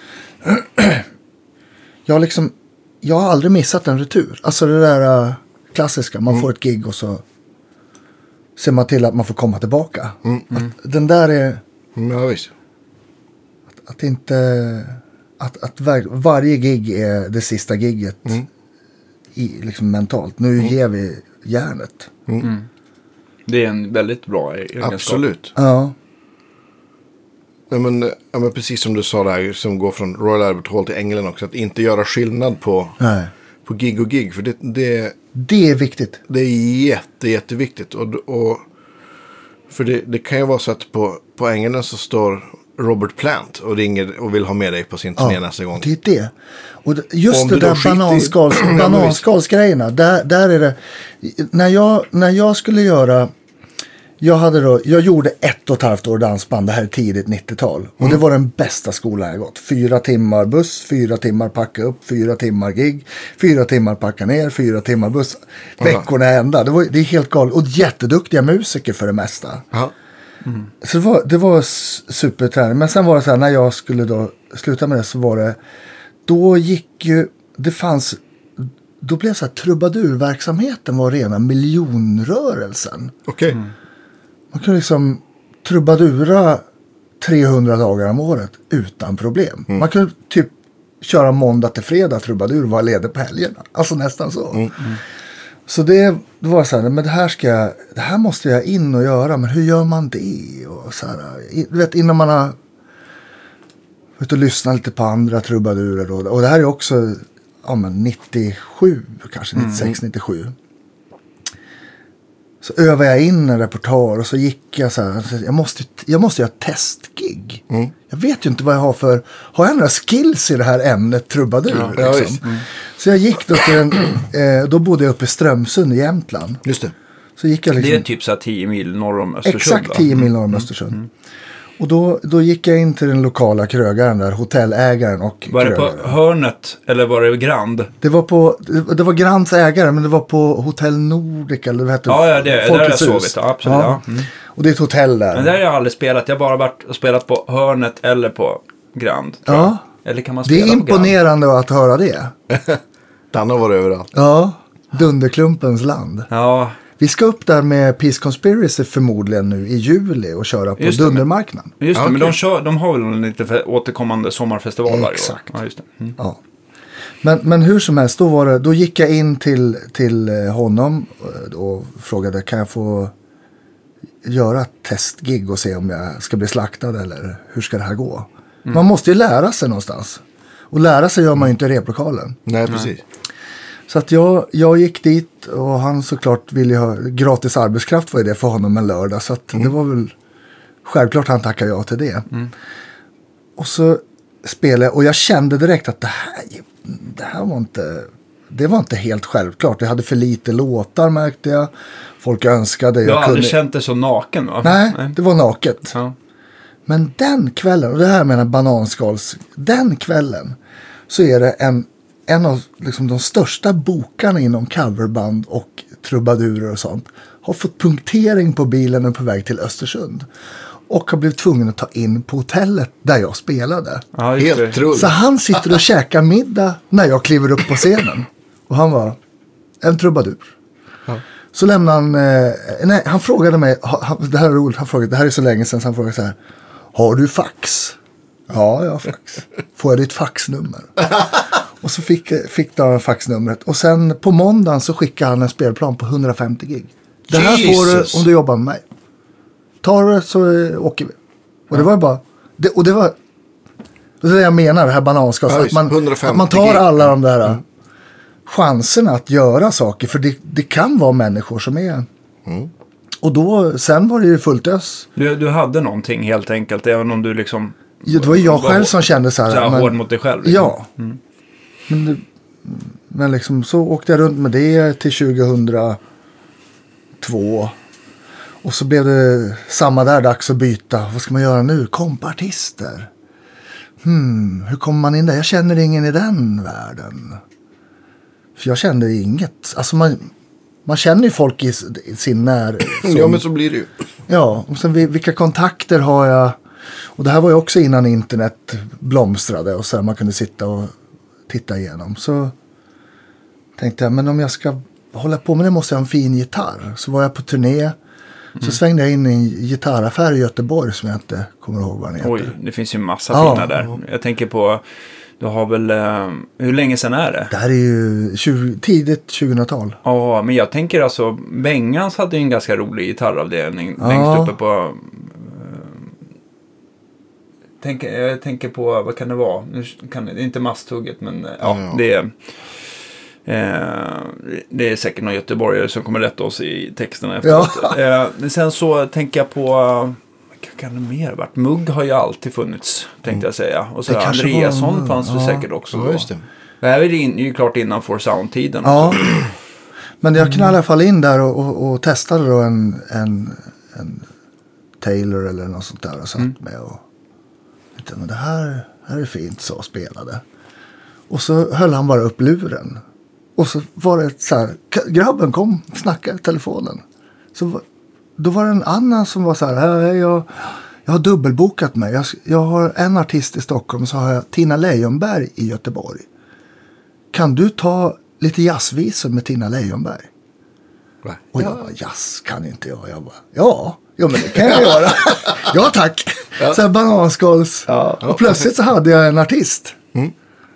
jag har liksom jag har aldrig missat en retur. Alltså det där uh, klassiska, man mm. får ett gig och så ser man till att man får komma tillbaka. Mm. Att, den där är ja, visst. Att, att inte Att, att var, varje gig är det sista gigget mm. i, liksom mentalt. Nu mm. ger vi järnet. Mm. Mm. Det är en väldigt bra egenskap. Absolut. Ja. Ja, men, ja, men precis som du sa där, som går från Royal Albert Hall till England också. Att inte göra skillnad på, på gig och gig. För det, det, det är viktigt. Det är jätte, jätteviktigt. Och, och, för det, det kan ju vara så att på, på England så står Robert Plant och ringer och vill ha med dig på sin turné ja, nästa gång. Det är det. Och just det där bananskals, bananskalsgrejerna, där, där är det. När jag, när jag skulle göra, jag, hade då, jag gjorde ett och ett halvt år dansband, det här är tidigt nittiotal. Och mm. det var den bästa skolan jag gått. Fyra timmar buss, fyra timmar packa upp, fyra timmar gig, fyra timmar packa ner, fyra timmar buss. Veckorna ända. Det, var, det är helt galet. Och jätteduktiga musiker för det mesta. Ja. Mm. Så det var, det var superträning. Men sen var det så här, när jag skulle då sluta med det så var det, då gick ju, det fanns, då blev så här, trubadurverksamheten var rena miljonrörelsen. Okej. Okay. Mm. Man kunde liksom trubadura trehundra dagar om året utan problem. Mm. Man kunde typ köra måndag till fredag trubadur och vara ledig på helgerna. Alltså nästan så. Mm. Mm. Så det, det var så här, men det här ska jag, det här måste jag in och göra, men hur gör man det? Och så här, du vet, innan man har ut och lyssnat lite på andra trubadurer och, och det här är också ja, men nittiosju, kanske nittiosex, mm. nittiosju. Så övade jag in en repertoar och så gick jag så här, jag måste, jag måste göra testgig. Mm. Jag vet ju inte vad jag har för, har jag några skills i det här ämnet trubadur? Ja, liksom. mm. Så jag gick då till en, eh, då bodde jag uppe i Strömsund i Jämtland. Just det. Så gick jag liksom, det är typ så här tio mil norr om Östersund. Exakt tio mil norr om Östersund. Mm. Och då, då gick jag in till den lokala krögaren där, hotellägaren och var krögaren. Det på Hörnet eller var det Grand? Det var på, det, det var Grands ägare, men det var på Hotell Nordic eller vad heter det? Ja, ja, det, där har jag sovit, ja, absolut. Ja. Ja. Mm. Och det är ett hotell där. Men där har jag aldrig spelat, jag har bara varit och spelat på Hörnet eller på Grand. Ja. Eller kan man spela det är imponerande att höra det. Den har varit överallt. Ja, Dunderklumpens land. Ja. Vi ska upp där med Peace Conspiracy förmodligen nu i juli och köra på just det, Dundermarknaden. Men, just det, ja, men okay. de, kör, de har väl en lite återkommande sommarfestival varje år. Exakt. Ja, just det. Mm. Ja. Men, men hur som helst, då, var det, då gick jag in till, till honom och frågade, kan jag få göra ett testgig och se om jag ska bli slaktad eller hur ska det här gå? Mm. Man måste ju lära sig någonstans. Och lära sig gör man ju inte i replokalen. Nej, precis. Så att jag, jag gick dit och han såklart ville ha gratis arbetskraft, var ju det för honom en lördag. Så att mm. det var väl självklart han tackade ja till det. Mm. Och så spelade jag och jag kände direkt att det här, det här var inte, det var inte helt självklart. Jag hade för lite låtar märkte jag. Folk önskade. Jag, jag har aldrig kunde... känt det så naken va? Nej, Nej. det var naket. Ja. Men den kvällen, och det här menar bananskals, den kvällen så är det en En av liksom, de största bokarna inom coverband och trubadurer och sånt har fått punktering på bilen och på väg till Östersund. Och har blivit tvungen att ta in på hotellet där jag spelade. Ja, helt trull. Så han sitter och käkar middag när jag kliver upp på scenen. Och han var en trubadur. Ja. Så lämnade han, eh, nej han frågade mig, han, det här är roligt, han frågade, det här är så länge sedan, så han frågade så här, har du fax? Ja, jag har fax. Får jag ditt faxnummer? Och så fick, fick han faxnumret. Och sen på måndagen så skickade han en spelplan på hundrafemtio gig. Det här Jesus. Får du om du jobbar med mig. Tar du det så åker vi. Och ja. det var bara... Det, och det var... Det är det jag menar, det här bananskal. Ja, att man, att man tar alla de där mm. chanserna att göra saker. För det, det kan vara människor som är... Mm. Och då, sen var det ju fullt ös. Du, du hade någonting helt enkelt, även om du liksom... Ja, det var ju jag var själv som kände så här... Så här men, hård mot dig själv. Liksom. Ja. Mm. Men, det, men liksom så åkte jag runt med det till tjugohundratvå. Och så blev det samma där dags att byta. Vad ska man göra nu? Kompartister. Hmm, hur kommer man in där? Jag känner ingen i den världen. För jag kände inget. Alltså man, man känner ju folk i, i sin när. Som, ja, men så blir det ju. Ja, och sen vilka kontakter har jag? Och det här var ju också innan internet blomstrade och så här, man kunde sitta och titta igenom. Så tänkte jag, men om jag ska hålla på med det måste jag ha en fin gitarr. Så var jag på turné. Mm. Så svängde jag in i en gitarraffär i Göteborg som jag inte kommer ihåg vad den heter. Oj, det finns ju massa ja. fina där. Jag tänker på, du har väl, uh, hur länge sedan är det? Det här är ju tjugo, tidigt tjugohundratal. Ja, men jag tänker alltså, Bengans hade ju en ganska rolig gitarravdelning ja. längst uppe på... Uh, tänk, jag tänker på, vad kan det vara? Nu kan, det är inte masthugget, men ja, ja. det är... Eh, det är säkert någon göteborgare som kommer rätta oss i texterna efteråt. Ja. Eh, sen så tänker jag på, vad kan det mer varit? Mugg har ju alltid funnits, tänkte jag säga. Och så Andreasson var... fanns ja. det säkert också. Ja, just det. Det här är ju klart innan For Sound-tiden. Ja, men jag knallade i alla fall in där och, och, och testade då en, en, en Taylor eller något sånt där och satt mm. med och men det här, här är fint så spelade. Och så höll han bara upp luren. Och så var det så här, grabben kom, snackade i telefonen. Så var, då var det en annan som var så här, jag, jag har dubbelbokat mig. Jag, jag har en artist i Stockholm, så har jag Tina Lejonberg i Göteborg. Kan du ta lite jazzvisor med Tina Lejonberg? Va? Och jag bara, jazz kan inte jag. Jag bara, ja, ja men det kan jag göra. Ja tack. Ja. Så här bananskals. Ja. Och plötsligt så hade jag en artist. Mm.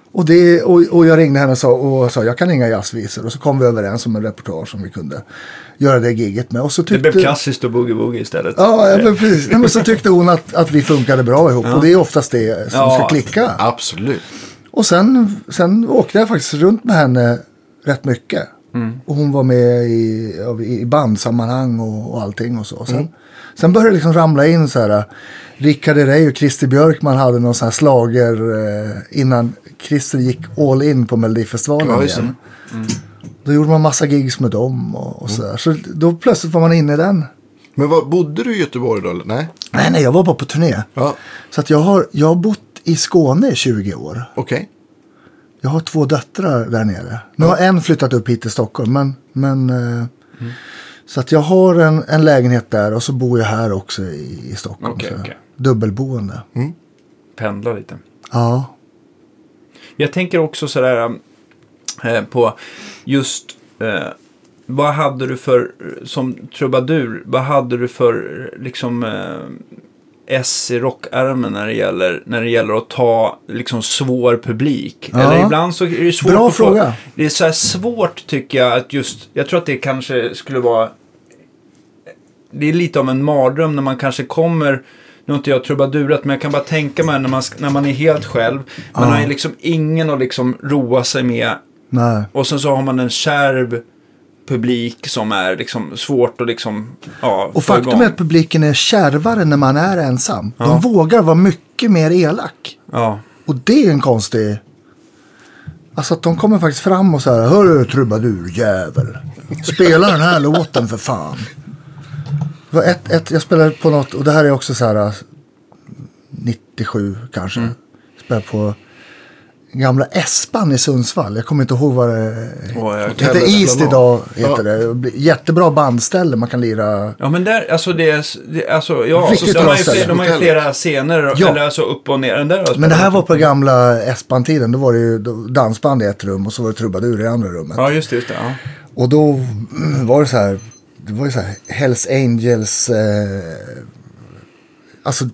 Och, det, och, och jag ringde henne och sa, och sa jag kan inga jazzvisor. Och så kom vi överens om en repertoar som vi kunde göra det giget med. Och så tyckte, det blev klassiskt och boogie-woogie istället. Ja, ja precis. Ja, men så tyckte hon att, att vi funkade bra ihop. Ja. Och det är oftast det som ja, ska klicka. Absolut. Och sen, sen åkte jag faktiskt runt med henne rätt mycket. Mm. Och hon var med i, i bandsammanhang och, och allting och så. Sen, mm. sen började det liksom ramla in så här. Rickard Herrey och Christer Björkman hade någon sån här slager eh, innan Christer gick all in på Melodifestivalen ja, igen. Mm. Då gjorde man massa gigs med dem och, och så där. Så då plötsligt var man inne i den. Men vad, bodde du i Göteborg då? Eller? Nej? nej, nej, jag var bara på turné. Ja. Så att jag har, jag har bott i Skåne i tjugo år. Okej. Okay. Jag har två döttrar där nere. Nu har en flyttat upp hit till Stockholm. Men, men, mm. Så att jag har en, en lägenhet där. Och så bor jag här också i, i Stockholm. Okay, okay. Dubbelboende. Mm. Pendla lite. Ja. Jag tänker också sådär eh, på just... Eh, vad hade du för... Som trubadur. Vad hade du för liksom... Eh, S i rockärmen när det gäller när det gäller att ta liksom svår publik. Ja. Eller ibland så är det svårt. Bra att fråga. Få, det är så här svårt tycker jag att just jag tror att det kanske skulle vara det är lite av en mardröm när man kanske kommer nu har inte jag trubadurat men jag kan bara tänka mig när man när man är helt själv man ja. har liksom ingen att liksom roa sig med. Nej. Och sen så har man en kärv publik som är liksom svårt att liksom ja, och faktum igång. Är att publiken är kärvare när man är ensam. Ja. De vågar vara mycket mer elak. Ja. Och det är en konstig... Alltså att de kommer faktiskt fram och så här, hörru trubadur jävel. Spela den här låten för fan. Det var ett, ett, jag spelade på något, och det här är också så här nittiosju kanske. Mm. Spelade på gamla Espan i Sundsvall. Jag kommer inte ihåg vad det oh, heter. East idag heter ja. det. Jättebra bandställe man kan lira. Ja men där, alltså det är, det, alltså, ja, så de, har ju flera, de har ju flera scener, ja. eller alltså upp och ner. Den där men det här var på gamla Espan-tiden. Då var det ju dansband i ett rum och så var det trubadur i det andra rummet. Ja just det, just det ja. Och då var det så här, det var ju så här Hells Angels eh, alltså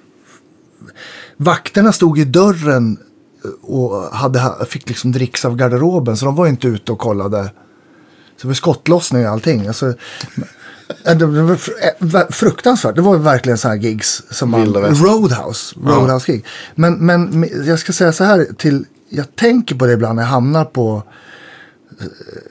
vakterna stod i dörren och hade, fick liksom dricks av garderoben så de var inte ute och kollade så det var skottlossning och allting alltså, det var fruktansvärt det var verkligen så här gigs som man, Roadhouse Roadhouse gig men, men jag ska säga så här till jag tänker på det ibland när jag hamnar på eh,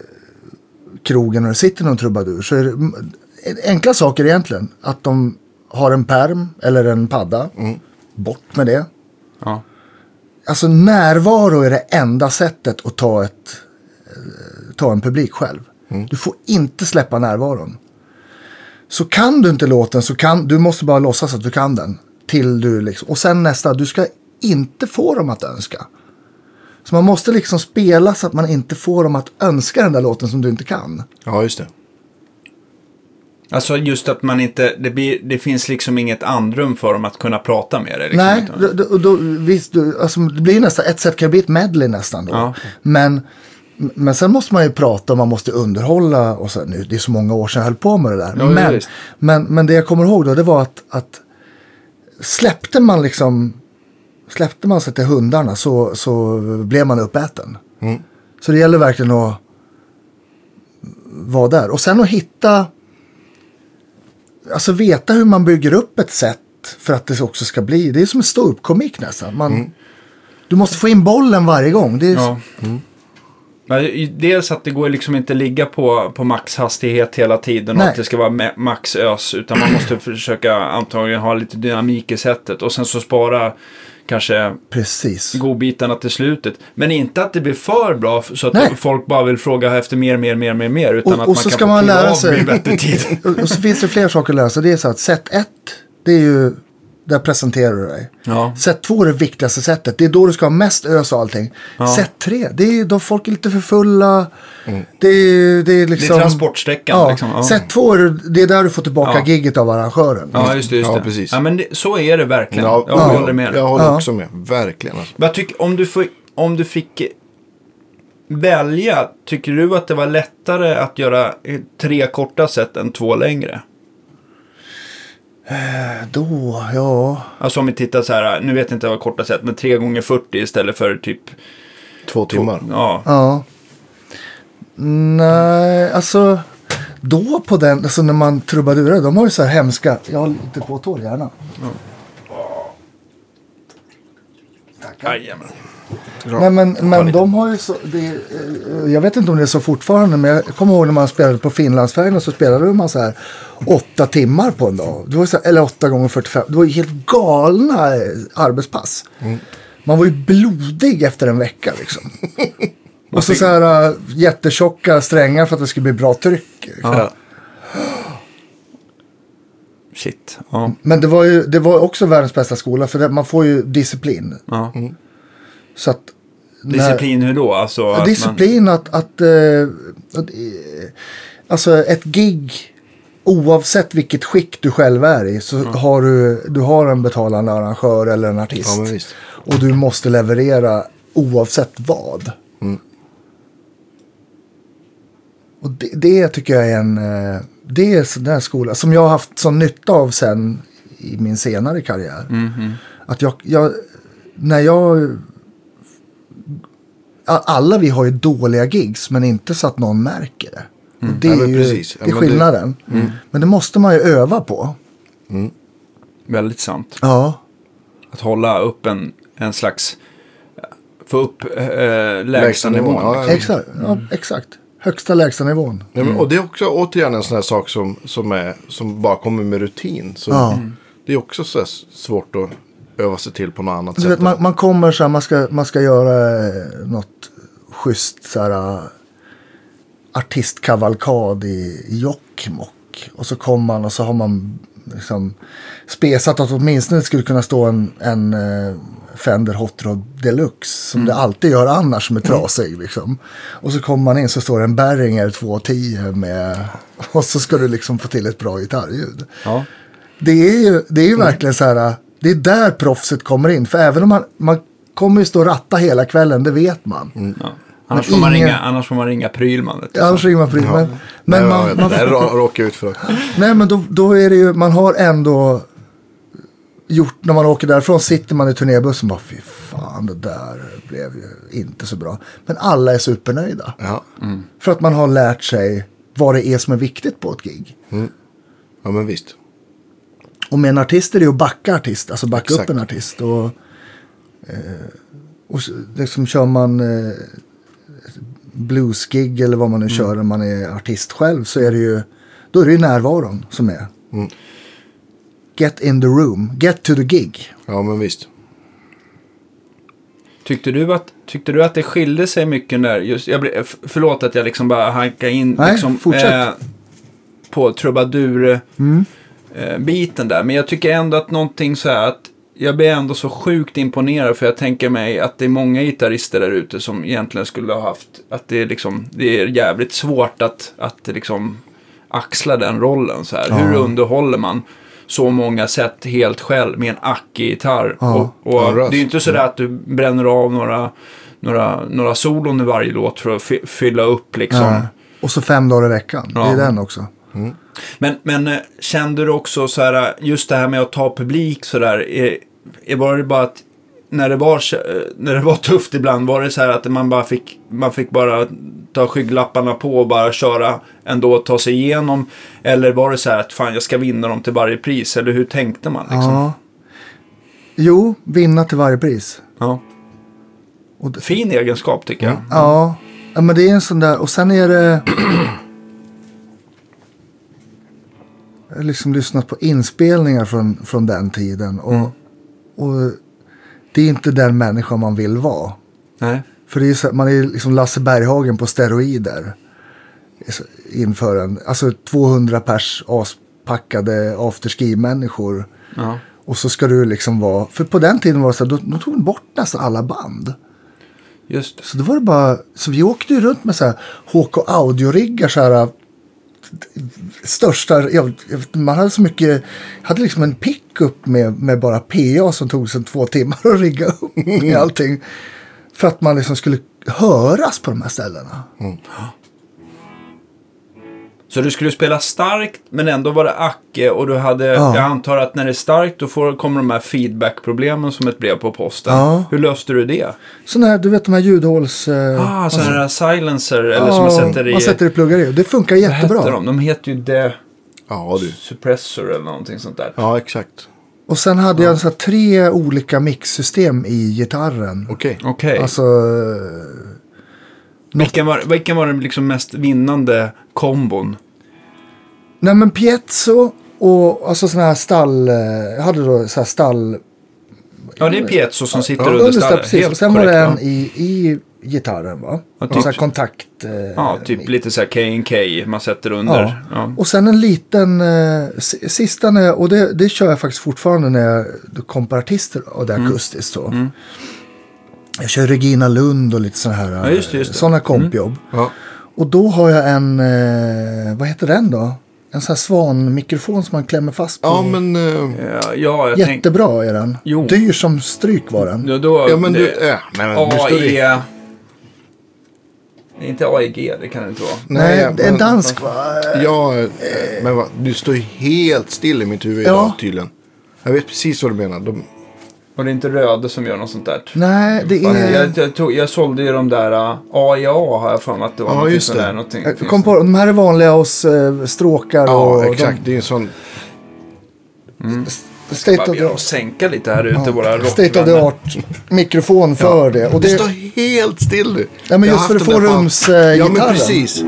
krogen och det sitter någon trubadur så är det enkla saker egentligen att de har en perm eller en padda mm. bort med det ja. Alltså närvaro är det enda sättet att ta, ett, ta en publik själv. Mm. Du får inte släppa närvaron. Så kan du inte låten så kan du måste bara låtsas att du kan den. Till du liksom, och sen nästa, du ska inte få dem att önska. Så man måste liksom spela så att man inte får dem att önska den där låten som du inte kan. Ja, just det. Alltså just att man inte, det, blir, det finns liksom inget andrum för dem att kunna prata med det. Liksom. Nej, då, då, då, visst, då, alltså, det blir nästan, ett sätt kan bli ett medley nästan då. Ja. Men, men sen måste man ju prata och man måste underhålla. Och så, nu, det är så många år sedan jag höll på med det där. Ja, men, det men, men det jag kommer ihåg då, det var att, att släppte man liksom, släppte man sig till hundarna så, så blev man uppäten. Mm. Så det gäller verkligen att vara där. Och sen att hitta... Alltså veta hur man bygger upp ett sätt för att det också ska bli. Det är som en ståuppkomik nästan. Man, mm. Du måste få in bollen varje gång. Det är ja. mm. Dels att det går liksom inte ligga på, på maxhastighet hela tiden och Nej. att det ska vara maxös. Utan man måste försöka antagligen ha lite dynamik i sättet. Och sen så spara kanske Precis. godbitarna till slutet. Men inte att det blir för bra så att Nej. folk bara vill fråga efter mer, mer, mer, mer, mer. Utan och, att och man så kan ska få man lära sig. bättre tid. och, och så finns det fler saker att lära sig. Det är så att sätt ett, det är ju där presenterar du dig. Ja. Sätt två är det viktigaste sättet. Det är då du ska ha mest ös och allting. Ja. Sätt tre, det är då folk är lite för fulla. Mm. Det, är, det är liksom... Det är transportsträckan. Ja. Liksom. Ja. Sätt två, är det, det är där du får tillbaka ja. gigget av arrangören. Ja, just det. Just det. Ja, precis. Ja, men det, så är det verkligen. Ja, jag ja, håller med. Jag håller ja. också med. Verkligen. Alltså. Jag tycker, om, du får, om du fick välja, tycker du att det var lättare att göra tre korta set än två längre? Då, ja. Alltså om vi tittar så här, nu vet jag inte vad korta sätt, men tre gånger fyrtio istället för typ Två timmar. Ja. Ja. Nej, alltså då på den, alltså när man trubadurar, de har ju så här hemska, jag har lite på tår gärna. Ja. Jajamän. Nej, men, men de har ju så, det, eh, jag vet inte om det är så fortfarande, men jag kommer ihåg när man spelade på Finlandsfärjan så spelade man så här åtta timmar på en dag. Det var så här, eller åtta gånger fyrtiofem. Det var ju helt galna eh, arbetspass. Mm. Man var ju blodig efter en vecka liksom. Och så, så här uh, jättetjocka strängar för att det skulle bli bra tryck. Liksom. Ja. Shit. Ja. Men det var ju det var också världens bästa skola, för det, man får ju disciplin. Ja. Mm. Så att disciplin hur då? Alltså att disciplin man... att, att, uh, att uh, alltså ett gig, oavsett vilket skick du själv är i, så mm. har du, du har en betalande arrangör eller en artist. Ja, men visst. Och du måste leverera oavsett vad. Mm. Och det, det tycker jag är en uh, det är sån där skola som jag har haft sån nytta av sen i min senare karriär. Mm-hmm. Att jag, jag när jag alla vi har ju dåliga gigs, men inte så att någon märker det. Mm. Och det är ja, ju precis. det är skillnaden. Ja, men, det... Mm. men det måste man ju öva på. Mm. Väldigt sant. Ja. Att hålla upp en, en slags få upp äh, lägsta nivån. Ja, ja. Exakt, ja, exakt. Högsta lägsta nivån. Ja, men, och det är också återigen en sån här sak som, som, är, som bara kommer med rutin. Så ja. Mm. Det är också så svårt att öva sig till på något annat du sätt. Vet, man, man kommer så här, man ska, man ska göra något schysst så här artistkavalkad i Jokkmokk. Och så kommer man och så har man liksom spesat att åtminstone skulle kunna stå en, en Fender Hot Rod Deluxe som mm. det alltid gör annars, som är trasig liksom. Och så kommer man in så står det en Behringer två tio med, och så ska du liksom få till ett bra gitarrljud. Ja. Det är ju, det är ju mm. verkligen så här, det är där proffset kommer in, för även om man, man kommer ju stå och ratta hela kvällen, det vet man. Mm. Ja. Annars, får man ringa, annars får man ringa Prylman. Ja, annars ringer man Prylman. Ja. Men nej, man, man, man, det är råkar ut för. Nej, men då, då är det ju, man har ändå gjort, när man åker därifrån sitter man i turnébussen och bara, fy fan, det där blev ju inte så bra. Men alla är supernöjda. Ja. Mm. För att man har lärt sig vad det är som är viktigt på ett gig. Mm. Ja, men visst. Och med en artist är det ju att backa artist, alltså backa Exakt. upp en artist. Och, eh, och liksom kör man eh, bluesgig eller vad man nu mm. kör när man är artist själv, så är det ju, då är det ju närvaron som är. Mm. Get in the room. Get to the gig. Ja, men visst. Tyckte du att, tyckte du att det skilde sig mycket där? Just, jag, förlåt att jag liksom bara hankar in. Nej, liksom, fortsätt. Eh, på trubadur mm. eh, biten där. Men jag tycker ändå att någonting så här att jag blir ändå så sjukt imponerad, för jag tänker mig att det är många gitarrister där ute som egentligen skulle ha haft, att det är liksom, det är jävligt svårt att, att liksom axla den rollen så här. Ja. Hur underhåller man så många sätt helt själv med en ack-gitarr? Ja. Och, och ja, det är ju inte så där att du bränner av några, några, några solon i varje låt för att f- fylla upp liksom. Ja. Och så fem dagar i veckan. Ja. Det är den också. Mm. Men, men kände du också så här, just det här med att ta publik så där, är, är, var det bara att när det var, när det var tufft ibland, var det så här att man bara fick, man fick bara ta skygglapparna på och bara köra ändå och ta sig igenom, eller var det så här att fan, jag ska vinna dem till varje pris, eller hur tänkte man liksom? Ja. Jo, vinna till varje pris. Ja. Och det, fin egenskap tycker jag. Ja. Ja, men det är en sån där, och sen är det jag har liksom lyssnat på inspelningar från, från den tiden och, mm. och det är inte den människa man vill vara. Nej. För det är så, man är liksom Lasse Berghagen på steroider inför en, alltså tvåhundra pers aspackade afterski-människor. Ja. Och så ska du liksom vara, för på den tiden var det så här, då, då tog de bort nästan alla band. Just det. Så då var det bara, så vi åkte ju runt med så här H K Audio-riggar så här, största, jag, man hade så mycket, hade liksom en pick-up med, med bara P A som tog sedan två timmar att rigga upp med allting, för att man liksom skulle höras på de här ställena. Mm. Så du skulle spela starkt, men ändå var det acke och du hade, Ja. jag antar att när det är starkt då får, kommer de här feedback-problemen som ett brev på posten. Ja. Hur löste du det? Sådana här, du vet de här ljudhåls... Eh, Ah, sådana här silencer, eller ja, som man sätter i... man sätter i pluggar i. Det funkar Vad jättebra. heter de? De heter ju The Ja, du. Suppressor eller någonting sånt där. Ja, exakt. Och sen hade jag så här, tre olika mixsystem i gitarren. Okej. Okej. Alltså... Vilken var, vilken var den liksom mest vinnande kombon? Nej men piezo och alltså sådana här stall... eh, Jag hade då så här stall... Ja, det är piezo som sitter Ja, under underställ, stallet. precis. Helt Och sen var korrekt, det va? en i, i gitarren va? Ja, Ja, typ. så här kontakt... eh, Ja, typ lite så här K and K man sätter under. Ja. Ja. Och sen en liten, eh, s- sista när jag, och det, det kör jag faktiskt fortfarande när jag kompar artister och det är akustiskt så. Mm. Jag kör Regina Lund och lite sådana här, Ja, just det, just det. sådana kompjobb. Ja. Och då har jag en, eh, vad heter den då? En sån här svanmikrofon som man klämmer fast på. Ja, men... eh, Ja, ja, jag tänkte... Jättebra är den. Jo. Dyr som stryk var den. Ja, då, Ja, men det, du... Äh, nej, men nu A står det... E... Det är inte A E G, det kan det inte vara. Nej, Nej, det är en men- dansk va? Ja, eh, men vad, du står ju helt still i mitt huvud Ja. idag tydligen. Jag vet precis vad du menar. De, Och det är inte Röde som gör något sånt där. Nej, det Fan, är... jag, jag, tog, jag sålde ju de där uh, A I A har jag för mig att det var Ja, någonting just sånt det. där. Någonting, Jag kom på, de här är vanliga hos eh, stråkar ja, och... exakt. Det är en sån... De, state Bara of ber dem the, sänka lite här ute, våra state of the art mikrofon för det. Och Det det står helt still nu. Ja, men Jag just har för haft att få den där rums, fan- eh, Ja, men gitarren. precis.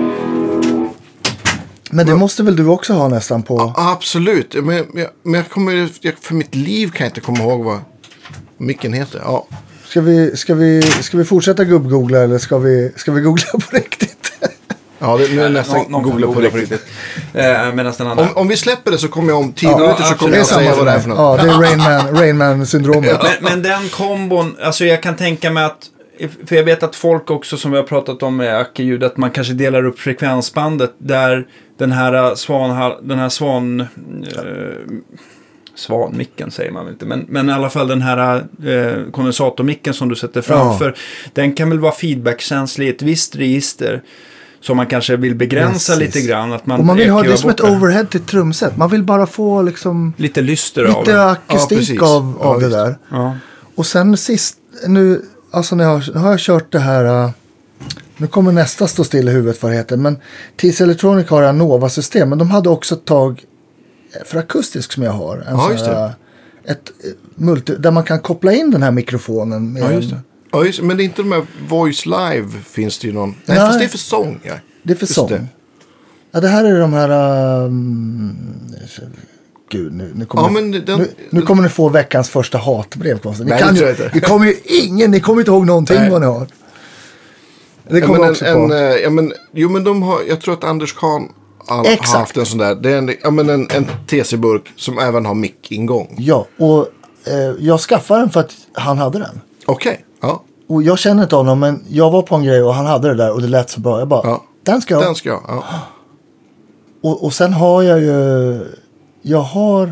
men det måste väl du också ha nästan på... Ja, absolut. Men, jag, men jag kommer, jag, för mitt liv kan jag inte komma ihåg vad micken heter. Ja. Ska vi, ska vi, ska vi fortsätta gubb-googla eller ska vi, ska vi googla på riktigt? Ja, det, nu är det nästan Någon- någon får googla på googla riktigt. Eh, Medan den andra... Om, om vi släpper det så kommer jag om tio Ja, minuter så kommer absolut. jag Det är säga samma vad det är för för mig. något. Ja, det är Rain Man, Rain Man-syndromet. Men, men den kombon, alltså jag kan tänka mig att, för jag vet att folk också som vi har pratat om med Acke-ljud, att man kanske delar upp frekvensbandet där den här svan, den här svan, eh, svanmicken säger man inte, men, men i alla fall den här eh, kondensatormicken som du sätter framför, den kan väl vara feedbackkänslig i ett visst register. Så man kanske vill begränsa Precis. lite grann. Att man Och man vill ha det ekivar som ett bort overhead till trumset. Man vill bara få liksom lite lyster av lite det. akustik precis. av, Ja, av det visst. där. Ja. Och sen sist, nu, alltså när jag, har- nu har jag kört det här, uh, nu kommer nästa stå still i huvudet vad det heter, men T C Electronic har en Nova-system, men de hade också ett tag för akustisk som jag har. En Ja, sån just det. här, ett eh, multi, där man kan koppla in den här mikrofonen. Med Ja, just det. en- Ja, just, men det är inte de här Voice Live finns det ju någon. Nej, Nej. fast det är för sång. Ja. Det är för Just sång. det. Ja, det här är de här... Um, gud, nu, nu, kommer Ja, ni, men den- nu, nu kommer ni få veckans första hatbrev. Ni, Nej, kan det ju, tror jag inte. ni kommer ju ingen, ni kommer inte ihåg någonting Nej. vad ni har. Det Ja, kommer men jag också en, en, på. eh, ja, men, jo, men de har, jag tror att Anders Kahn har Exakt. haft en sån där. Det är en, ja, men en, en T C-burk som även har mick-ingång. Ja, och eh, jag skaffade den för att han hade den. Okej, ja. Och jag känner inte honom, men jag var på en grej och han hade det där och det lät så bra. Jag bara, Ja. den ska jag ha. Den ska jag. Ja. Och, och sen har jag ju, jag har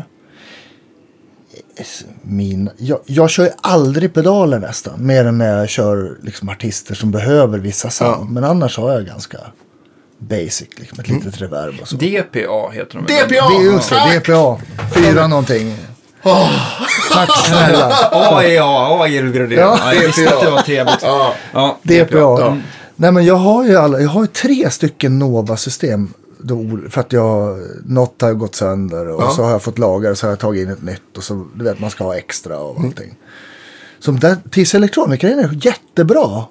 min, jag, jag kör ju aldrig pedaler nästan. Mer än när jag kör liksom artister som behöver vissa sound. Ja. Men annars har jag ganska basic, liksom ett litet reverb och så. D P A heter de. D P A! Det är just det, D P A. Fyra någonting. Tack snälla. A E A, A är det. Ja. Jag visste att det var trevligt. Ja. Ja, D P A. Ja. Nej men jag har ju alla, jag har ju tre stycken Nova-system. Då, för att jag, något har gått sönder och Ja. så har jag fått lagar och så har jag tagit in ett nytt och så du vet man ska ha extra och allting. Så där, T C Electronic är jättebra.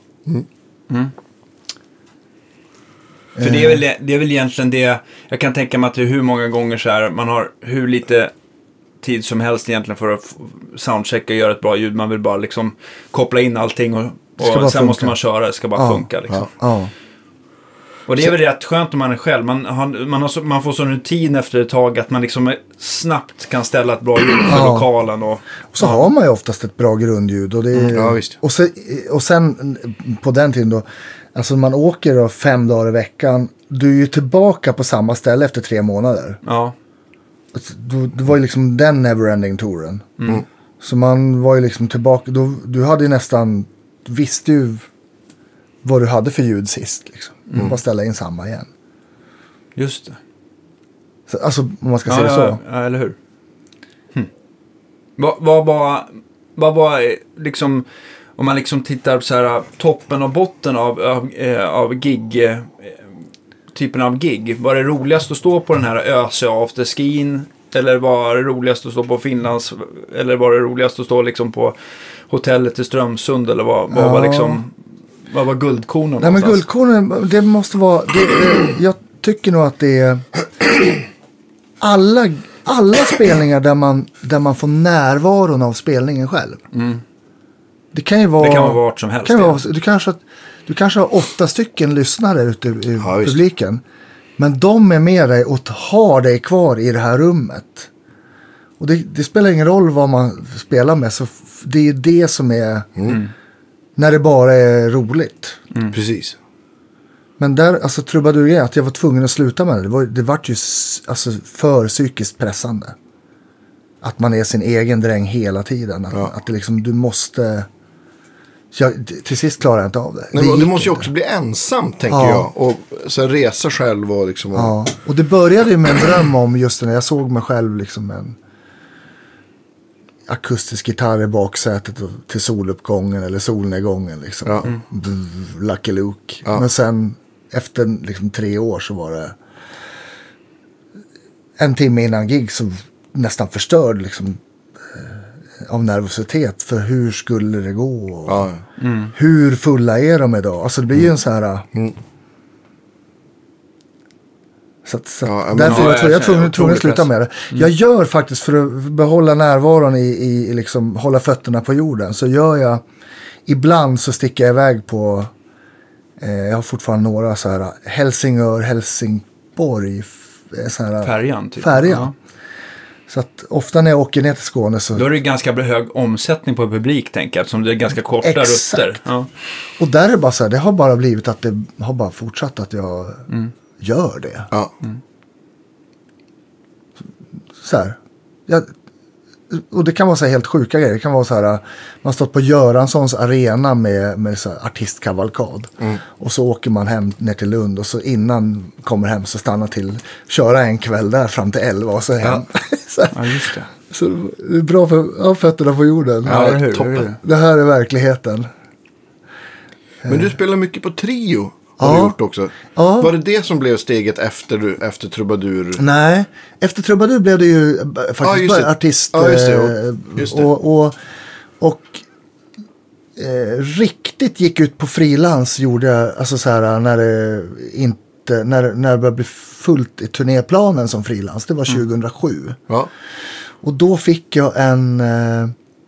För det är, väl, det är väl egentligen det, jag kan tänka mig att det är hur många gånger så här, man har hur lite tid som helst egentligen för att f- soundchecka och göra ett bra ljud. Man vill bara liksom koppla in allting och, Ska och bara sen funka. måste man köra, det ska bara Ja, funka liksom. Ja. Och det är väl rätt skönt om man är själv. Man, har, man, har så, man får sån rutin efter ett tag att man liksom snabbt kan ställa ett bra ljud för Ja. lokalen. Och, Och så har man ju oftast ett bra grundljud. Och, det är, Ja, visst. och, så, och sen på den tiden då, alltså man åker då fem dagar i veckan. Du är ju tillbaka på samma ställe efter tre månader. ja. Alltså, du, det var ju liksom den neverending touren. Mm. Så man var ju liksom tillbaka. Då, du hade ju nästan, du visste ju vad du hade för ljud sist. Liksom. Mm. Bara ställa in samma igen. Just det. Så, alltså om man ska Ja, säga ja, så. ja, eller hur? Hm. Vad vad var, vad var liksom, om man liksom tittar på så här toppen och botten av, av, eh, av gig, eh, typen av gig. Var det roligast att stå på den här Öse afterskin? Eller var det roligast att stå på Finlands? Eller var det roligast att stå liksom på hotellet i Strömsund? Eller vad, vad Ja. var liksom, vad var guldkornen Nej, men någonstans? guldkornen, det måste vara, det, det, jag tycker nog att det är alla, alla spelningar där man, där man får närvaron av spelningen själv. Mm. Det kan ju vara, Det kan vara vart som helst. kan ju vara du, kanske, du kanske har åtta stycken lyssnare ute i, i Ja, just. publiken. Men de är med dig och har dig kvar i det här rummet. Och det, det spelar ingen roll vad man spelar med. Så f- det är det som är Mm. när det bara är roligt. Mm. Precis. Men där, alltså trubadur, att jag var tvungen att sluta med det. Det var, det var ju s- alltså, för psykiskt pressande. Att man är sin egen dräng hela tiden. Att, Ja. att det liksom, du måste... Jag, till sist klarar jag inte av det. Nej, det men gick du måste ju inte. också bli ensam, tänker Ja. jag. Och sen resa själv och liksom... Ja, och det började ju med en dröm om just det när jag såg mig själv liksom med en akustisk gitarr i baksätet och till soluppgången eller solnedgången liksom. Ja. Mm. Brr, Lucky Luke. Ja. Men sen efter liksom tre år så var det en timme innan gig så nästan förstörd liksom eh, av nervositet för hur skulle det gå och Ja. hur fulla är de idag? Alltså det blir ju en så här... Mm. Så, att, så Ja, att men- därför ja, jag, jag, jag jag känner tvungen, tvungen att otrolig sluta press. med det. Jag gör faktiskt för att behålla närvaron i, i, i liksom, hålla fötterna på jorden. Så gör jag, ibland så sticker jag iväg på, eh, jag har fortfarande några så här, Helsingör, Helsingborg, f- så här, Färjan typ. Färjan. Ja. Så att ofta när jag åker ner till Skåne så... Då är det ganska hög omsättning på publik, tänker jag, eftersom det är ganska korta Exakt. rutter. Ja. Och där är det bara så här, det har bara blivit att det har bara fortsatt att jag gör det. Ja. Så här. Jag, och det kan vara så här helt sjuka grejer. Det kan vara så här, man har stått på Göranssons arena med, med så här artistkavalkad. Mm. Och så åker man hem ner till Lund och så innan kommer hem så stannar till, köra en kväll där fram till elva och så hem. så, här. Ja, just det. Så det är bra för ja, fötterna på jorden. Ja, eller hur? toppen. Eller hur? Det här är verkligheten. Men du spelar mycket på trio. Har Ja. du gjort också. Ja. Var det det som blev steget efter, du- efter Trubadur? Nej, efter Trubadur blev det ju eh, Ja, faktiskt just det. bara artist. Ja, just det. Och- eh, just det. Och, och, och eh, riktigt gick ut på frilans gjorde jag, alltså så här när det inte, när, när det började bli fullt i turnéplanen som frilans. Det var tjugohundrasju. Ja. Och då fick jag en eh,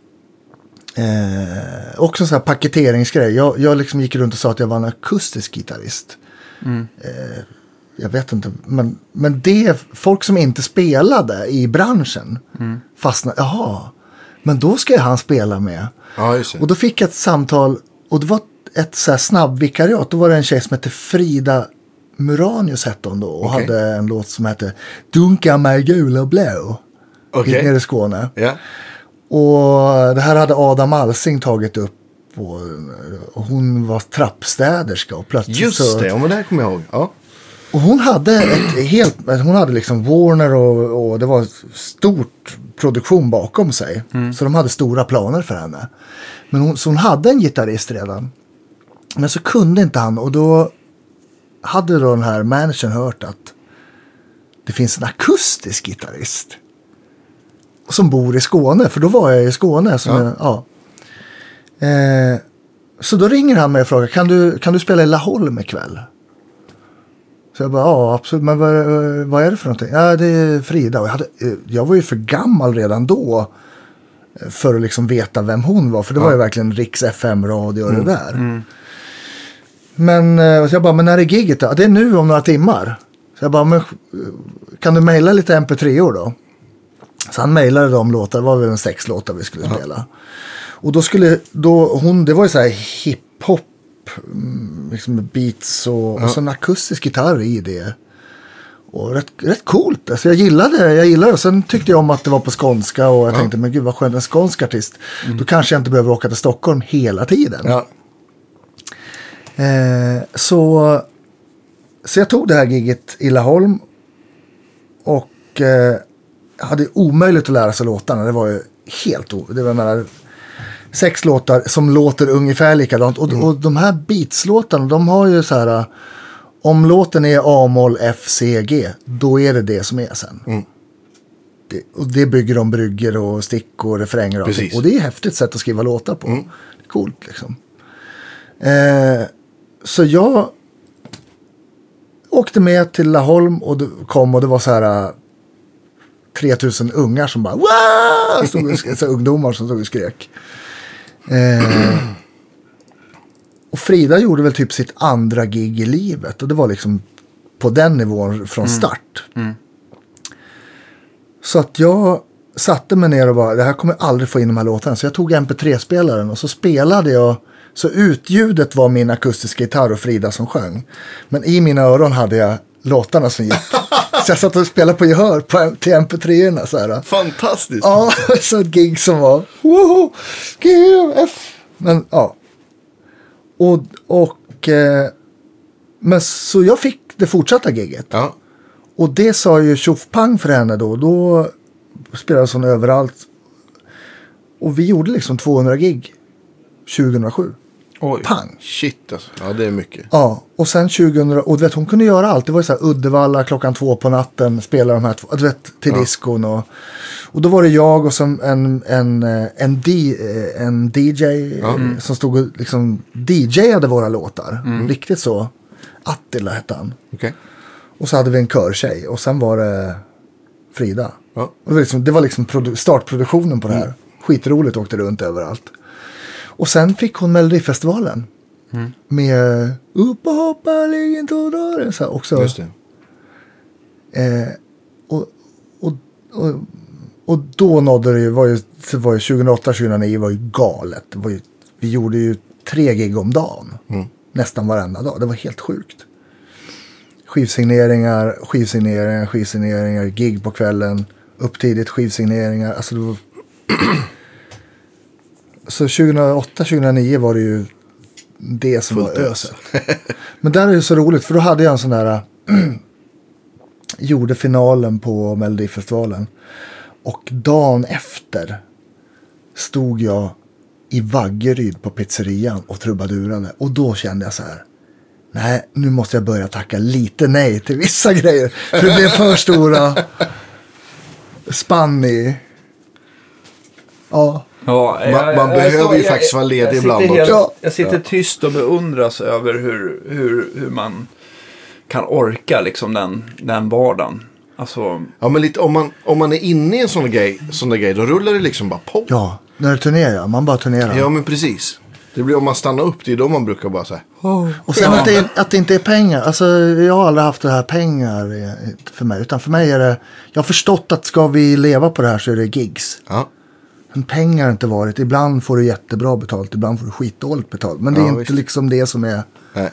eh, också en sån här paketeringsgrej. Jag, jag liksom gick runt och sa att jag var en akustisk gitarrist. Eh, jag vet inte. Men, men det, folk som inte spelade i branschen fastnade. Jaha, men då ska han spela med. Ja, just det. Och då fick jag ett samtal. Och det var ett så här snabbvikariat. Då var det en tjej som hette Frida Muranius hette hon då. Och Okej. hade en låt som hette Dunka mig gul och blå. Okej. Nere i Skåne. Ja. Och det här hade Adam Alsing tagit upp. Och, och hon var trappstäderska. Och plötsligt Just så, det, ja, men det här kommer jag ihåg. Ja. och hon hade ett helt, hon hade liksom Warner och, och det var stort produktion bakom sig. Så de hade stora planer för henne. Men hon, så hon hade en gitarrist redan. Men så kunde inte han och då hade då den här managern hört att det finns en akustisk gitarrist. Som bor i Skåne, för då var jag i Skåne. Som Ja. jag, ja. Eh, så då ringer han mig och frågar, kan du, kan du spela i Laholm ikväll? Så jag bara, ja absolut, men vad, vad är det för någonting? Ja, det är Frida. Och jag, hade, jag var ju för gammal redan då för att liksom veta vem hon var. För det var ju verkligen Riks F M-radio och det där. Men så jag bara, men när är giget då? Det är nu om några timmar. Så jag bara, men kan du mejla lite M P tre-or då? Så han mejlade de låtar, det var väl en sex låtar vi skulle spela. Och då skulle, då hon, det var ju så här hiphop, mm, liksom med beats och, och så en akustisk gitarr i det. Och rätt, rätt coolt, alltså jag gillade jag gillade det. Och sen tyckte jag om att det var på skånska och jag tänkte, men gud vad skönt, en skånsk artist. Då kanske jag inte behöver åka till Stockholm hela tiden. Ja. Eh, så så jag tog det här giget i Laholm. Och eh, hade omöjligt att lära sig låtarna. Det var ju helt o... Det var menar, sex låtar som låter ungefär likadant. Och, mm. och de här beatslåtarna, de har ju så här... Om låten är A-moll, F, C, G, då är det det som är sen. Mm. Det, och det bygger de brygger och stick och refränger och allting. Och det är ett häftigt sätt att skriva låtar på. Mm. Det är coolt liksom. Eh, så jag åkte med till Laholm och kom och det var så här tre tusen ungar som bara wow! Stod och skrek, så ungdomar som stod och skrek. Eh, och Frida gjorde väl typ sitt andra gig i livet och det var liksom på den nivån från start. Mm. Mm. Så att jag satte mig ner och bara, det här kommer jag aldrig få in de här låtarna. Så jag tog M P tre-spelaren och så spelade jag, så utljudet var min akustiska gitarr och Frida som sjöng. Men i mina öron hade jag låtarna som gick. Så jag satt och spelade på gehör på, till M P tre-erna så här. Fantastiskt. Ja, så ett gig som var woho, G F. Men ja. Och, och eh, men så jag fick det fortsatta giget. Ja. Och det sa ju tjoffpang för henne då. Då spelade hon överallt. Och vi gjorde liksom tvåhundra gig tjugohundrasju. Oj. Pang. Shit alltså. Ja, det är mycket. Ja, och sen tjugohundra. Och du vet, hon kunde göra allt. Det var ju så här Uddevalla klockan två på natten. Spela de här två, du vet, till ja. diskon. Och, och då var det jag och som en, en, en, D, en D J ja. mm. som stod och liksom D Jade våra låtar. Mm. Riktigt så. Attila hette han. Okej. Okay. Och så hade vi en körtjej. Och sen var det Frida. Ja. Och det var liksom, det var liksom produ- startproduktionen på det här. Mm. Skitroligt, åkte runt överallt. Och sen fick hon Melodifestivalen. Mm. Med upp och hoppa, ligg inte och dra det. Så också. Just det. Eh, och, och, och, och då nådde det ju, var ju, var ju tjugohundraåtta tjugohundranio var ju galet. Det var ju, vi gjorde ju tre gig om dagen. Mm. Nästan varenda dag. Det var helt sjukt. Skivsigneringar, skivsigneringar, skivsigneringar, gig på kvällen, upp tidigt, skivsigneringar. Alltså det var... Så tjugohundraåtta tjugohundranio var det ju det som Fullt var öset. Men där är det så roligt, för då hade jag en sån där gjorde finalen på Melodifestivalen. Och dagen efter stod jag i Vaggeryd på pizzerian och trubadurade. Och då kände jag så här: nej, nu måste jag börja tacka lite nej till vissa grejer. För det blev för stora spann i... Ja. Ja, jag, man, man jag, behöver jag, ju jag, faktiskt vara ledig ibland helt, också. Ja. Jag sitter tyst och beundras över hur, hur, hur man kan orka liksom den, den vardagen. Alltså... Ja, men lite, om, man, om man är inne i en sån grej, sån där grej, då rullar det liksom bara på. Ja, när det turnerar, man bara turnerar. Ja, men precis. Det blir om man stannar upp, det är då man brukar bara säga. Oh. Och sen ja. att, det, att det inte är pengar. Alltså, jag har aldrig haft det här pengar för mig. Utan för mig är det, jag har förstått att ska vi leva på det här så är det gigs. Ja. Men pengar har inte varit. Ibland får du jättebra betalt, ibland får du skitdåligt betalt. Men det är ja, inte visst. Liksom det som är... Nej.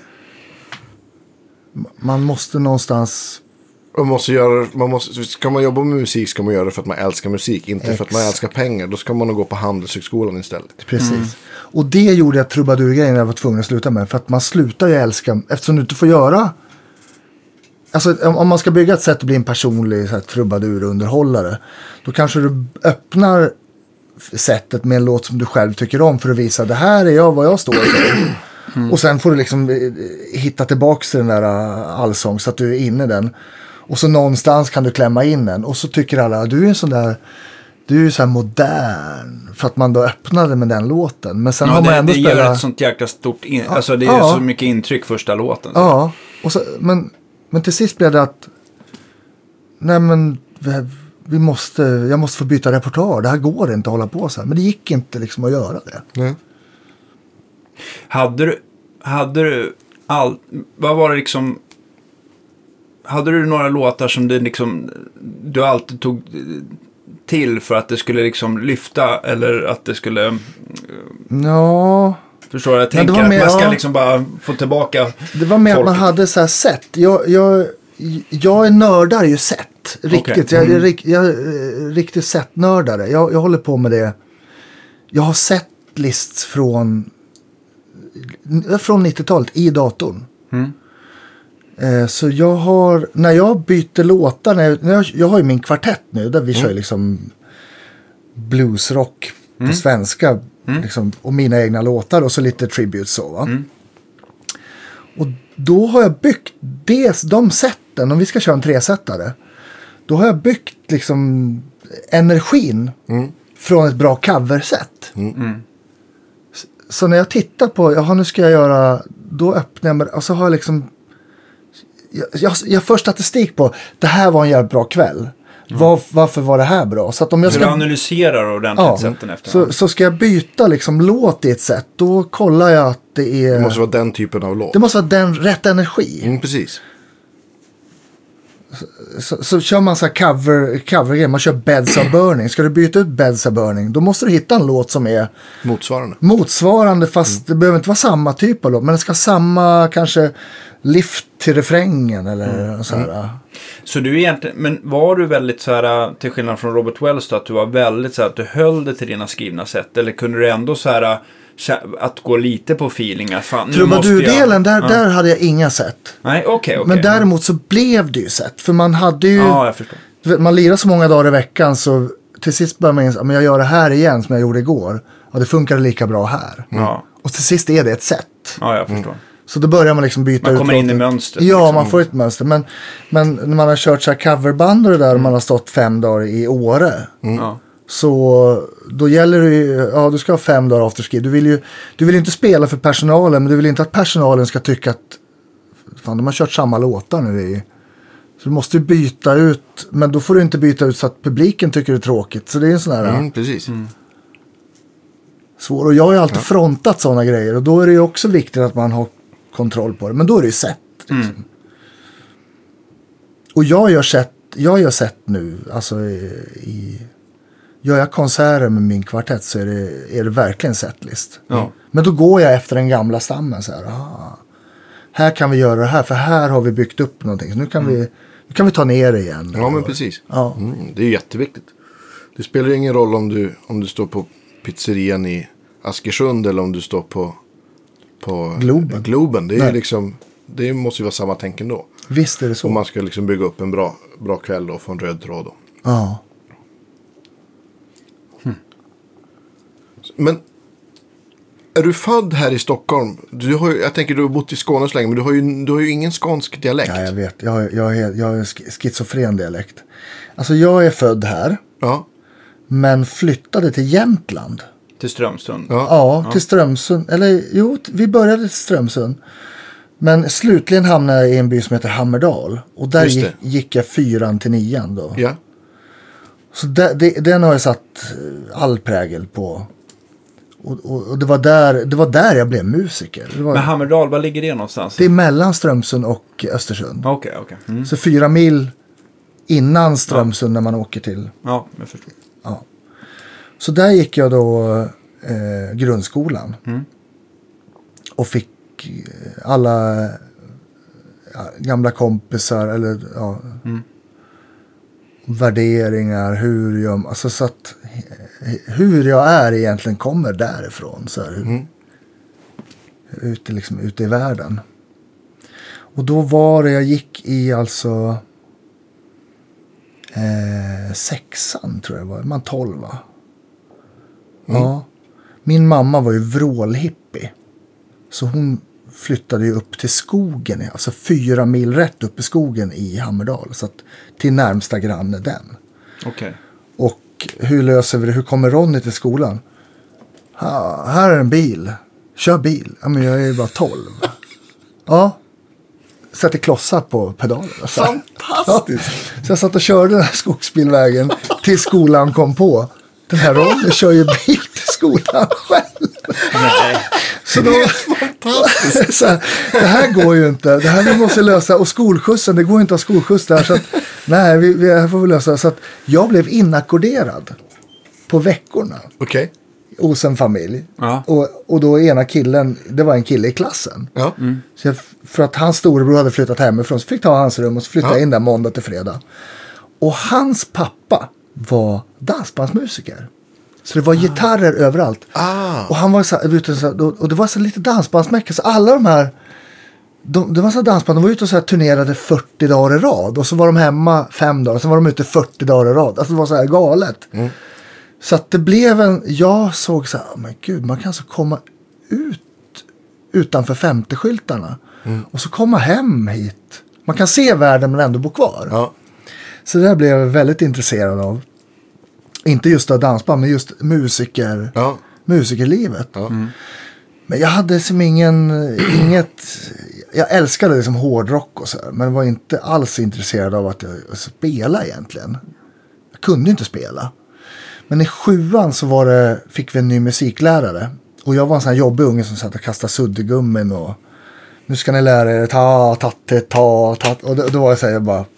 Man måste någonstans... Man måste göra, man måste, ska man jobba med musik ska man göra det för att man älskar musik. Inte Ex. för att man älskar pengar. Då ska man nog gå på Handelshögskolan istället. Precis. Mm. Och det gjorde jag trubadurgrejen när jag var tvungen att sluta med. För att man slutar ju älska, eftersom du inte får göra... Alltså om man ska bygga ett sätt att bli en personlig så här, trubadurunderhållare. Då kanske du öppnar sättet med en låt som du själv tycker om. För att visa, det här är jag, vad jag står för. Mm. Och sen får du liksom hitta tillbaka till den där allsång så att du är inne i den. Och så någonstans kan du klämma in den. Och så tycker alla, du är en sån där... Du är ju så här modern. För att man då öppnade med den låten. Men sen ja, har man det, ändå det spelat... gör ett sånt jäkla stort... In... Ja, alltså det är ja. så mycket intryck första låten. Så. Ja. Och så, men, men till sist blev det att... Nej men... Vi, vi måste... Jag måste få byta repertoar. Det här går inte att hålla på så här. Men det gick inte liksom att göra det. Mm. Hade du... Hade du... All, vad var det liksom... Hade du några låtar som du liksom... Du alltid tog... till för att det skulle liksom lyfta eller att det skulle ja förstår jag tänker att man ska ja, liksom bara få tillbaka det var mer folket. Att man hade så här sett jag, jag, jag är nördare ju sett riktigt okay. mm. jag, jag, jag är riktigt sett nördare jag, jag håller på med det jag har sett lists från från nittiotalet i datorn mm. Eh, så jag har, när jag byter låtar, när jag, när jag, jag har ju min kvartett nu där vi mm. kör liksom bluesrock på mm. svenska mm. liksom, och mina egna låtar och så lite tributes så va. Mm. Och då har jag byggt des, de sätten, om vi ska köra en tresättare, då har jag byggt liksom energin mm. från ett bra coverset. Mm. Mm. Så, så när jag tittar på, jaha nu ska jag göra, då öppnar jag, med, och så har jag liksom jag, jag, jag får statistik på, det här var en jävligt bra kväll. Mm. Var, varför var det här bra? Så att om jag ska, du analyserar ordentligt ja, sätten efter. Så, så ska jag byta liksom låt i ett sätt, då kollar jag att det är... Det måste vara den typen av låt. Det måste vara den rätt energi. Mm, precis. Så, så, så kör man så här cover, cover man kör Beds of Burning. Ska du byta ut Beds of Burning, då måste du hitta en låt som är motsvarande. Motsvarande, fast mm. det behöver inte vara samma typ av låt, men det ska ha samma kanske lift till refrängen eller mm. så här. Mm. Så du egentligen, men var du väldigt så här, till skillnad från Robert Wells då, att du var väldigt så här, att du höll det till dina skrivna sätt, eller kunde du ändå så här att gå lite på feelingar? Fan, Trubadur-delen, där, ja. där hade jag inga sätt. Nej, okej, okay, okej. Okay. Men däremot så blev det ju sätt. För man hade ju... Ja, jag förstår. Man lirar så många dagar i veckan så till sist börjar man inse, men jag gör det här igen som jag gjorde igår. Och det funkar lika bra här. Mm. Ja. Och till sist är det ett sätt. Ja, jag förstår. Mm. Så då börjar man liksom byta ut. Man kommer in i mönstret. Ja, liksom. Man får ett mönster. Men, men när man har kört så här coverband och det där mm. och man har stått fem dagar i Åre. Mm. Ja. Så då gäller det ju, ja du ska ha fem dagar afterski. Du vill ju du vill inte spela för personalen, men du vill inte att personalen ska tycka att fan de har kört samma låtar nu i. Så du måste ju byta ut, men då får du inte byta ut så att publiken tycker det är tråkigt. Så det är en sån här mm, precis. Mm. svår. Och jag har ju alltid ja. frontat sådana grejer och då är det ju också viktigt att man har kontroll på det. Men då är det ju sett. Liksom. Mm. Och jag gör sett, jag gör sett nu, alltså i, i gör jag konserter med min kvartett så är det, är det verkligen setlist. Ja. Men då går jag efter den gamla stammen så här. Ah, här kan vi göra det här, för här har vi byggt upp någonting. Så nu kan, mm. vi, nu kan vi ta ner det igen. Ja, men precis. Ja. Mm, det är jätteviktigt. Det spelar ingen roll om du, om du står på pizzerian i Askersund eller om du står på, på Globen. Globen. Det, är ju liksom, det måste ju vara samma tänk ändå. Visst är det så. Om man ska liksom bygga upp en bra, bra kväll och få en röd tråd då. Ja. Men är du född här i Stockholm? Du har, jag tänker du har bott i Skåne så länge, men du har ju, du har ju ingen skånsk dialekt. Ja, jag vet. Jag har, jag har, jag har schizofren dialekt. Alltså jag är född här. Ja. Men flyttade till Jämtland. Till Strömsund? Ja, ja, till Strömsund. Eller jo, vi började till Strömsund. Men slutligen hamnade jag i en by som heter Hammerdal. Och där gick, gick jag fyran till nian då. Ja. Så det, det, den har jag satt all prägel på. Och, och, och det, var där, det var där jag blev musiker. Det var, men Hammerdal, var ligger det någonstans? Det är mellan Strömsund och Östersund. Okej, okay, okej. Okay. Mm. Så fyra mil innan Strömsund ja. När man åker till. Ja, jag förstår. Ja. Så där gick jag då eh, grundskolan. Mm. Och fick alla ja, gamla kompisar eller ja, mm. värderingar, hur jag, alltså så att hur jag är egentligen kommer därifrån så här, mm. ute liksom ute i världen. Och då var det jag gick i alltså eh, sexan tror jag var, man tolv va? Mm. Ja. Min mamma var ju vrålhippie. Så hon flyttade ju upp till skogen, alltså fyra mil rätt upp i skogen i Hammerdal. Så att till närmsta granne den. Okej. Okay. Och hur löser vi det? Hur kommer Ronny till skolan? Ha, här är en bil. Kör bil. Ja, men jag är ju bara tolv. Ja. Sätter klossar på pedalen. Fantastiskt. Ja. Så jag satt och körde den här skogsbilvägen till skolan kom på. Den här Ronny kör ju bil till skolan själv. Nej. Så då, så här, det här går ju inte. Det här vi måste lösa. Och skolskjutsen, det går inte att ha skolskjuts där. Så att, nej, vi, vi får vi lösa. Så att jag blev inackorderad på veckorna. Okej. Okay. Hos en familj. Ja. Och, och då ena killen, det var en kille i klassen. Ja. Mm. Så jag, för att hans storebror hade flyttat hemifrån så fick ta hans rum och så flyttade jag in där måndag till fredag. Och hans pappa var dansbandsmusiker. Så det var ah. gitarrer överallt. Ah. Och han var så här, och det var så lite dansbandsmäckar. Så alla de här De, det var så dansband, de var ute och så här turnerade fyrtio dagar i rad. Och så var de hemma fem dagar, sen var de ute fyrtio dagar i rad. Alltså det var så här galet. Mm. Så att det blev en, jag såg så här, oh men gud, man kan alltså komma ut utanför femtio-skyltarna. Mm. Och så komma hem hit. Man kan se världen men ändå bo kvar. Ja. Så det där blev jag väldigt intresserad av. Inte just av dansband, men just musiker, ja. musikerlivet. Ja. Mm. Men jag hade som ingen, inget, jag älskade liksom hårdrock och så här, men var inte alls intresserad av att jag spela egentligen. Jag kunde inte spela. Men i sjuan så var det, fick vi en ny musiklärare. Och jag var en sån här jobbig unge som satt och kastade suddgummin och nu ska ni lära er ta, tatte, ta, ta. Och då, då var jag så här, jag bara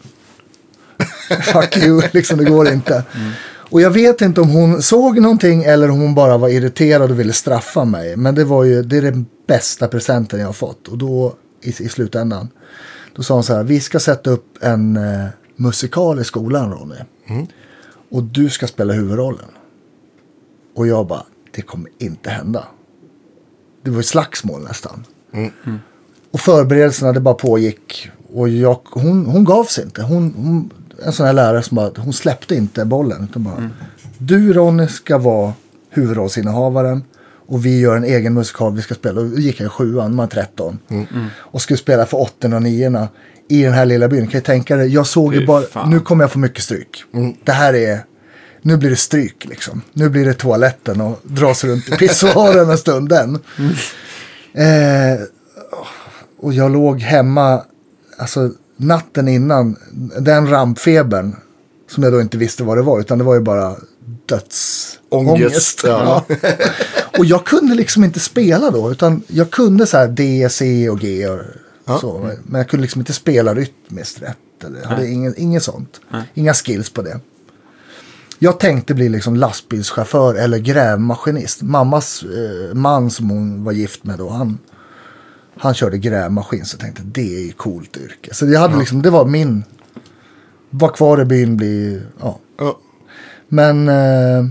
fuck you, liksom det går inte. Mm. Och jag vet inte om hon såg någonting eller om hon bara var irriterad och ville straffa mig. Men det var ju, det är den bästa presenten jag har fått. Och då i, i slutändan, då sa hon så här, vi ska sätta upp en eh, musikal i skolan, Ronny. Mm. Och du ska spela huvudrollen. Och jag bara, det kommer inte hända. Det var ju slagsmål nästan. Mm. Mm. Och förberedelserna, det bara pågick. Och jag, hon, hon gav sig inte. Hon, hon, en sån här lärare som bara, hon släppte inte bollen. Utan bara, mm. du Ronny ska vara huvudrollsinnehavaren. Och vi gör en egen musikal vi ska spela. Och då gick jag i sjuan, man tretton. Mm. Mm. Och skulle spela för åttan och niorna i den här lilla byn. Kan jag tänka dig, jag såg ju bara, fan. Nu kommer jag få mycket stryk. Mm. Det här är, nu blir det stryk liksom. Nu blir det toaletten och dras runt i pissoaren en stund den. Mm. Eh, och jag låg hemma, alltså natten innan, den rampfebern som jag då inte visste vad det var, utan det var ju bara dödsångest. Ja. Ja. Och jag kunde liksom inte spela då, utan jag kunde så här D, C och G och ja. så, men jag kunde liksom inte spela rytmiskt rätt. Eller, jag hade ingen, inget sånt. Nej. Inga skills på det. Jag tänkte bli liksom lastbilschaufför eller grävmaskinist. Mammas eh, man som hon var gift med då, han, han körde grävmaskin, så jag tänkte det är ju coolt yrke. Så jag hade ja. liksom, det var min, var kvar i byn, bli, ja. ja. Men eh,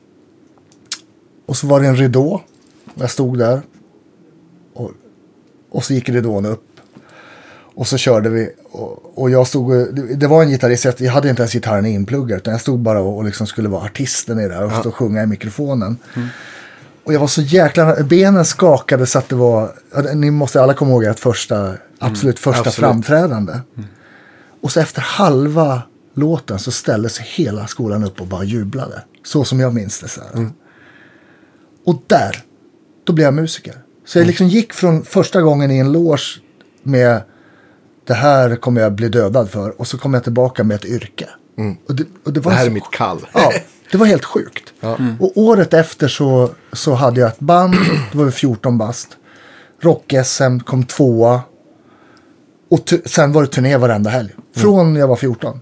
och så var det en ridå. Jag stod där och, och så gick ridån upp. Och så körde vi och, och jag stod, det, det var en gitarrist, jag hade inte ens gitarren inpluggad, utan jag stod bara och, och liksom skulle vara artisten i det här och ja. stå och sjunga i mikrofonen. Mm. Och jag var så jäkla, benen skakade så att det var, ni måste alla komma ihåg att första, absolut första mm, absolut. framträdande. Mm. Och så efter halva låten så ställde sig hela skolan upp och bara jublade. Så som jag minns det så här. Mm. Och där, då blev jag musiker. Så jag liksom gick från första gången i en loge med det här kommer jag bli dödad för. Och så kom jag tillbaka med ett yrke. Mm. Och det, och det, var det här så, är mitt kall. Ja, det var helt sjukt. Ja. Mm. Och året efter så, så hade jag ett band. Det var fjorton bast. Rock-S M kom tvåa. Och t- sen var det turné varenda helg. Från mm. jag var fjorton.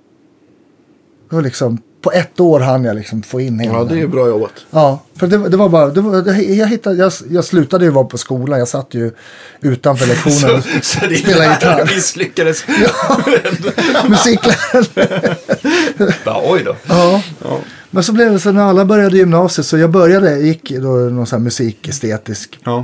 Det var liksom, på ett år hann jag liksom få in hela. Ja, det är ju bra jobbat. Ja, för det, det var bara, det var, det, jag, hittade, jag, jag slutade ju vara på skolan. Jag satt ju utanför lektionen och spelade gitarr. Så misslyckades. Ja, musiklärare. Bara, oj då. Ja. ja, men så blev det så när alla började gymnasiet. Så jag började, gick då någon sån här musikestetisk. Ja.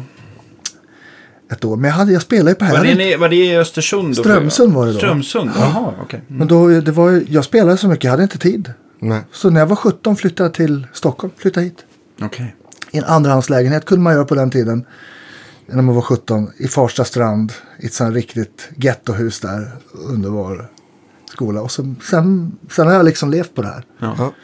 Ett år. Men jag, hade, jag spelade ju på här. Var det, var det i Östersund? Strömsund var det då. Strömsund, jaha, okej. Okay. Mm. Men då, det var ju, jag spelade så mycket, jag hade inte tid. Nej. Så när jag var sjutton flyttade jag till Stockholm, flyttade hit. Okej. Okay. I en andrahandslägenhet kunde man göra på den tiden. När man var sjutton, i Farsta strand. I ett sånt riktigt gettohus där. Underbar skola. Och så, sen, sen har jag liksom levt på det här. Ja. Ja.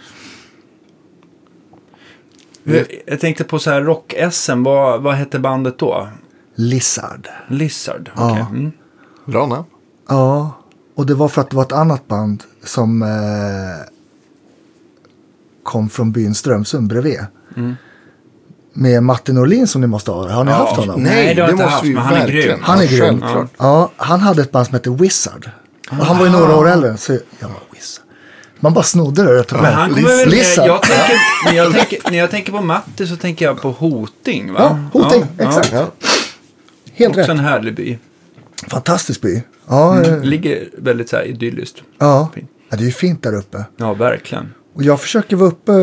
Jag, jag tänkte på så här rock-S M, vad, vad hette bandet då? Lizard. Lizard, okej. Okay. Ja. Mm. Bra namn. Ja, och det var för att det var ett annat band som eh, kom från byn Strömsund bredvid. Mm. Med Martin Norlin som ni måste ha. Har ni ja, haft honom? Nej, det, det måste haft, vi men han är grym. Han är grym. Ja. Ja, han hade ett band som hette Wizard. Och han var ju några år äldre. Så jag var Wizard. Man bara snodde det. Ja, men han kommer väl, jag tänker, när, jag tänker, när jag tänker på Matti så tänker jag på Hoting, va? Ja, Hoting, ja, exakt. Ja. Helt också rätt. En härlig by. Fantastisk by. Ja, mm, ligger väldigt så här idylliskt. Ja. Ja, det är ju fint där uppe. Ja, verkligen. Och jag försöker vara uppe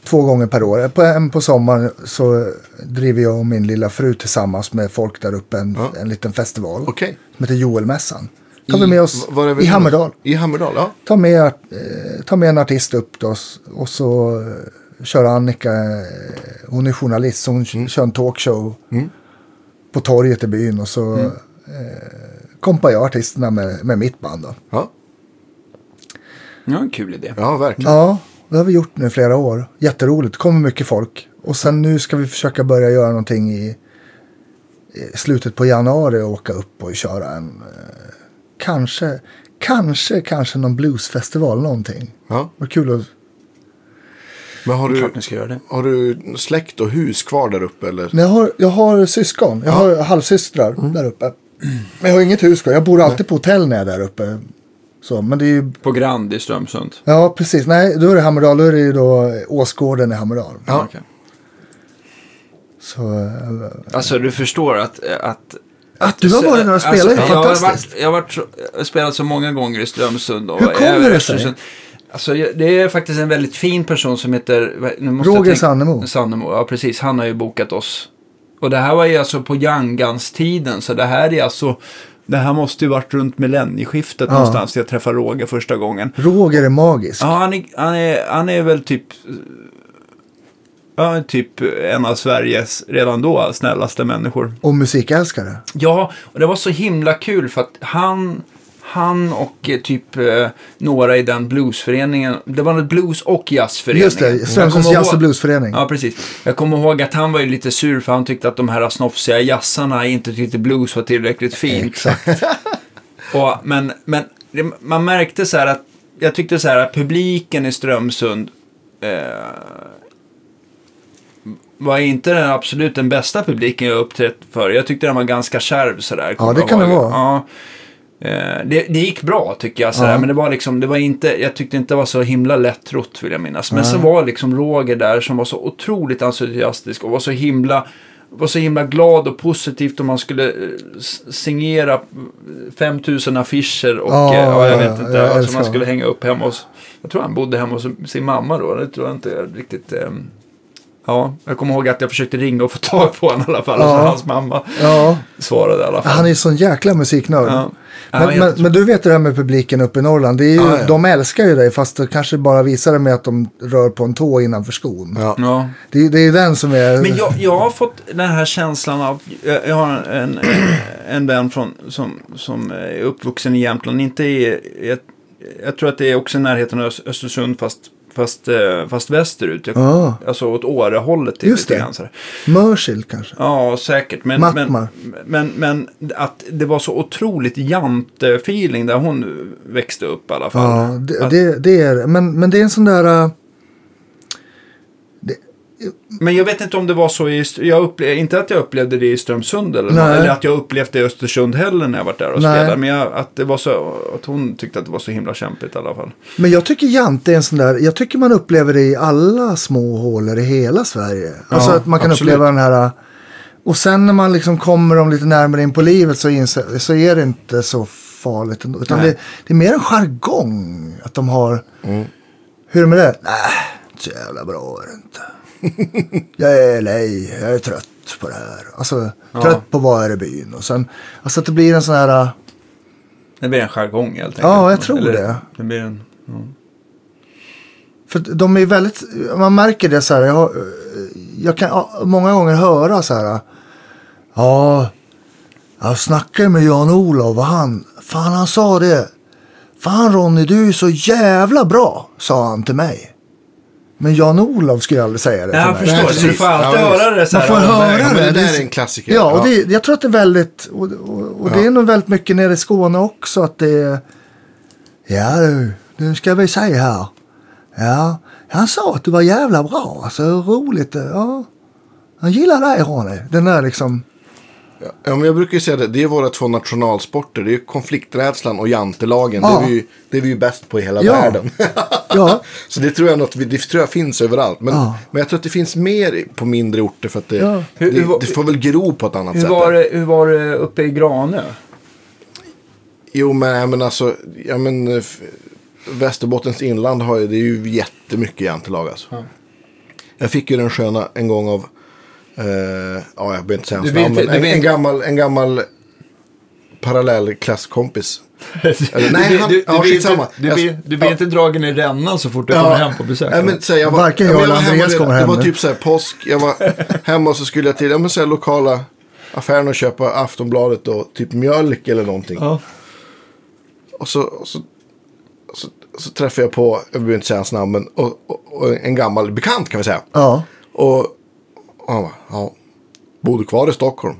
två gånger per år. På, en på sommaren så driver jag och min lilla fru tillsammans med folk där uppe en, ja. en liten festival. Okay. Som heter Joelmässan. Tar vi med oss i Hammerdal. I Hammerdal, ja. Ta med, eh, ta med en artist upp då, och så eh, kör Annika, eh, hon är journalist, så hon mm. kör en talkshow mm. på torget i byn och så mm. eh, kompar jag artisterna med, med mitt band då. Ja. Ja, en kul idé. Ja, verkligen. Ja, det har vi gjort nu i flera år. Jätteroligt, det kommer mycket folk. Och sen nu ska vi försöka börja göra någonting i, i slutet på januari och åka upp och köra en eh, kanske, kanske, kanske någon bluesfestival någonting. Ja. Vad kul att... Men har du, ska göra det. har du släkt och hus kvar där uppe eller? Nej, jag har, jag har syskon, jag ja. har halvsystrar mm. där uppe. Men jag har inget hus kvar, jag bor alltid Nej. på hotell när jag är där uppe. Så, men det är ju... På Grand i Strömsund? Ja, precis. Nej, då är det Hammerdal. Då är det ju då Åsgården i Hammerdal. Ja. Okay. Så... Äh, alltså, du förstår att... Att, att du har varit där och spelat alltså, är fantastiskt. Jag har, varit, jag har varit, spelat så många gånger i Strömsund. Och hur kommer det sig? Alltså, det är faktiskt en väldigt fin person som heter... Nu måste Roger Sannemo. Sannemo, ja precis. Han har ju bokat oss. Och det här var ju alltså på Youngguns-tiden. Så det här är alltså... Det här måste ju varit runt millennieskiftet ja. någonstans. Jag träffade Roger första gången. Roger är magisk. Ja, han är, han är, han är väl typ... Ja, typ en av Sveriges redan då snällaste människor. Och musikälskare. Ja, och det var så himla kul för att han... Han och typ eh, några i den bluesföreningen. Det var en blues- och jazzförening. Just det, Strömsunds jazz- och bluesförening. Ja, precis. Jag kommer ihåg att han var ju lite sur för han tyckte att de här snofsiga jazzarna inte tyckte blues var tillräckligt fint. Exakt. och, men men det, man märkte så här att jag tyckte så här att publiken i Strömsund eh, var inte den absolut den bästa publiken jag uppträtt för. Jag tyckte den var ganska kärv sådär. Ja, det kan det vara. Ja. Det, det gick bra tycker jag sådär, ja. men det var liksom det var inte, jag tyckte inte det var så himla lättrott vill jag minnas, men ja. så var liksom Roger där som var så otroligt entusiastisk och var så himla var så himla glad och positivt om man skulle signera femtusen affischer och ja, ja, jag vet inte, ja, alltså man skulle hänga upp hemma hos, jag tror han bodde hemma hos sin mamma då, det tror jag inte riktigt. Ja, jag kommer ihåg att jag försökte ringa och få tag på honom i alla fall. Ja. Och så hans mamma ja. svarade i alla fall. Han är ju sån jäkla musiknörd. Ja. Men, ja, men, men du vet det här med publiken uppe i Norrland. Det är ju, ja, ja. De älskar ju dig fast det kanske bara visar det med att de rör på en tå innanför skon. Ja. Ja. Det, det är ju den som är... Men jag, jag har fått den här känslan av... Jag, jag har en, en, en vän från, som, som är uppvuxen i Jämtland. Inte i... Jag, jag tror att det är också i närheten av Östersund fast... Fast, fast västerut. Ah. Alltså åt Årehållet. Just det. Mörsil kanske. Ja, säkert. Men, men, men, men att det var så otroligt jante-feeling där hon växte upp i alla fall. Ja, det, att, det, det är men, men det är en sån där... Uh, det, men jag vet inte om det var så i... Jag upplevde, inte att jag upplevde det i Strömsund eller, något, eller att jag upplevde det i Östersund heller när jag var där och Nej. spelade. Men jag, att, det var så, att hon tyckte att det var så himla kämpigt i alla fall. Men jag tycker jante är en sån där... Jag tycker man upplever det i alla små hålor i hela Sverige. Alltså ja, att man kan absolut. uppleva den här... Och sen när man liksom kommer om lite närmare in på livet så, inser, så är det inte så farligt ändå. Utan det, det är mer en jargong att de har... Mm. Hur är det med det? Nej, så jävla bra är det inte. Jag är nej, jag är trött på det här. Alltså, ja. trött på vad är det byn. Och sen, alltså att det blir en sån här... Det blir en jargong helt enkelt. Ja, jag tror Eller, det. Det blir en... Ja. För de är väldigt... Man märker det så här. Jag, har, jag kan många gånger höra så här... Ja, jag snackade med Jan-Olof och han... Fan, han sa det. Fan Ronny, du är så jävla bra, sa han till mig. Men Jan-Olof skulle aldrig säga det. Ja, jag förstår. Nej, så du får alltid ja, höra det så här. Man får höra ja, det. Det där är en klassiker. Ja, och det, jag tror att det är väldigt... Och, och, och ja. det är nog väldigt mycket nere i Skåne också att det är... Ja du, nu ska vi säga här. Ja, han sa att du var jävla bra. Alltså roligt. Ja, han gillar dig, Ronny. Den där liksom... Ja, men jag brukar ju säga det. Det är våra två nationalsporter. Det är ju konflikträdslan och jantelagen. Ja. Det är vi ju, det är vi ju bäst på i hela ja. världen. ja. Så det tror jag något, det tror jag finns överallt. Men, ja. men jag tror att det finns mer på mindre orter för att det, ja. det, det, det får väl gro på ett annat hur sätt. Var det, hur var det uppe i Granö? Jo, men, men alltså, ja, men, Västerbottens inland har ju, det är ju jättemycket jantelag alltså. Ja. Jag fick ju den sköna en gång av eh, ja, jag behöver inte säga hans Du namn, vet- men du en, vet- en gammal en gammal parallell klasskompis. Eller, nej, han, du, du, ja, blir skitsamma. inte, du, Jag- blir, du blir ja. inte dragen i rännan så fort du Ja. kommer hem på besök. Nej, men, så här, jag var, Varken ja, jag men eller var Andreas hemma, kommer det, hem det var nu. typ så här påsk. Jag var hemma och så skulle jag till ja, men, så här, lokala affären och köpa Aftonbladet och typ mjölk eller någonting. Ja. Och så, och så, och så, och så träffade jag på, jag behöver inte säga hans namn, men och, och, och en gammal bekant kan vi säga. Ja. Och, och han bara, ja, bor du kvar i Stockholm?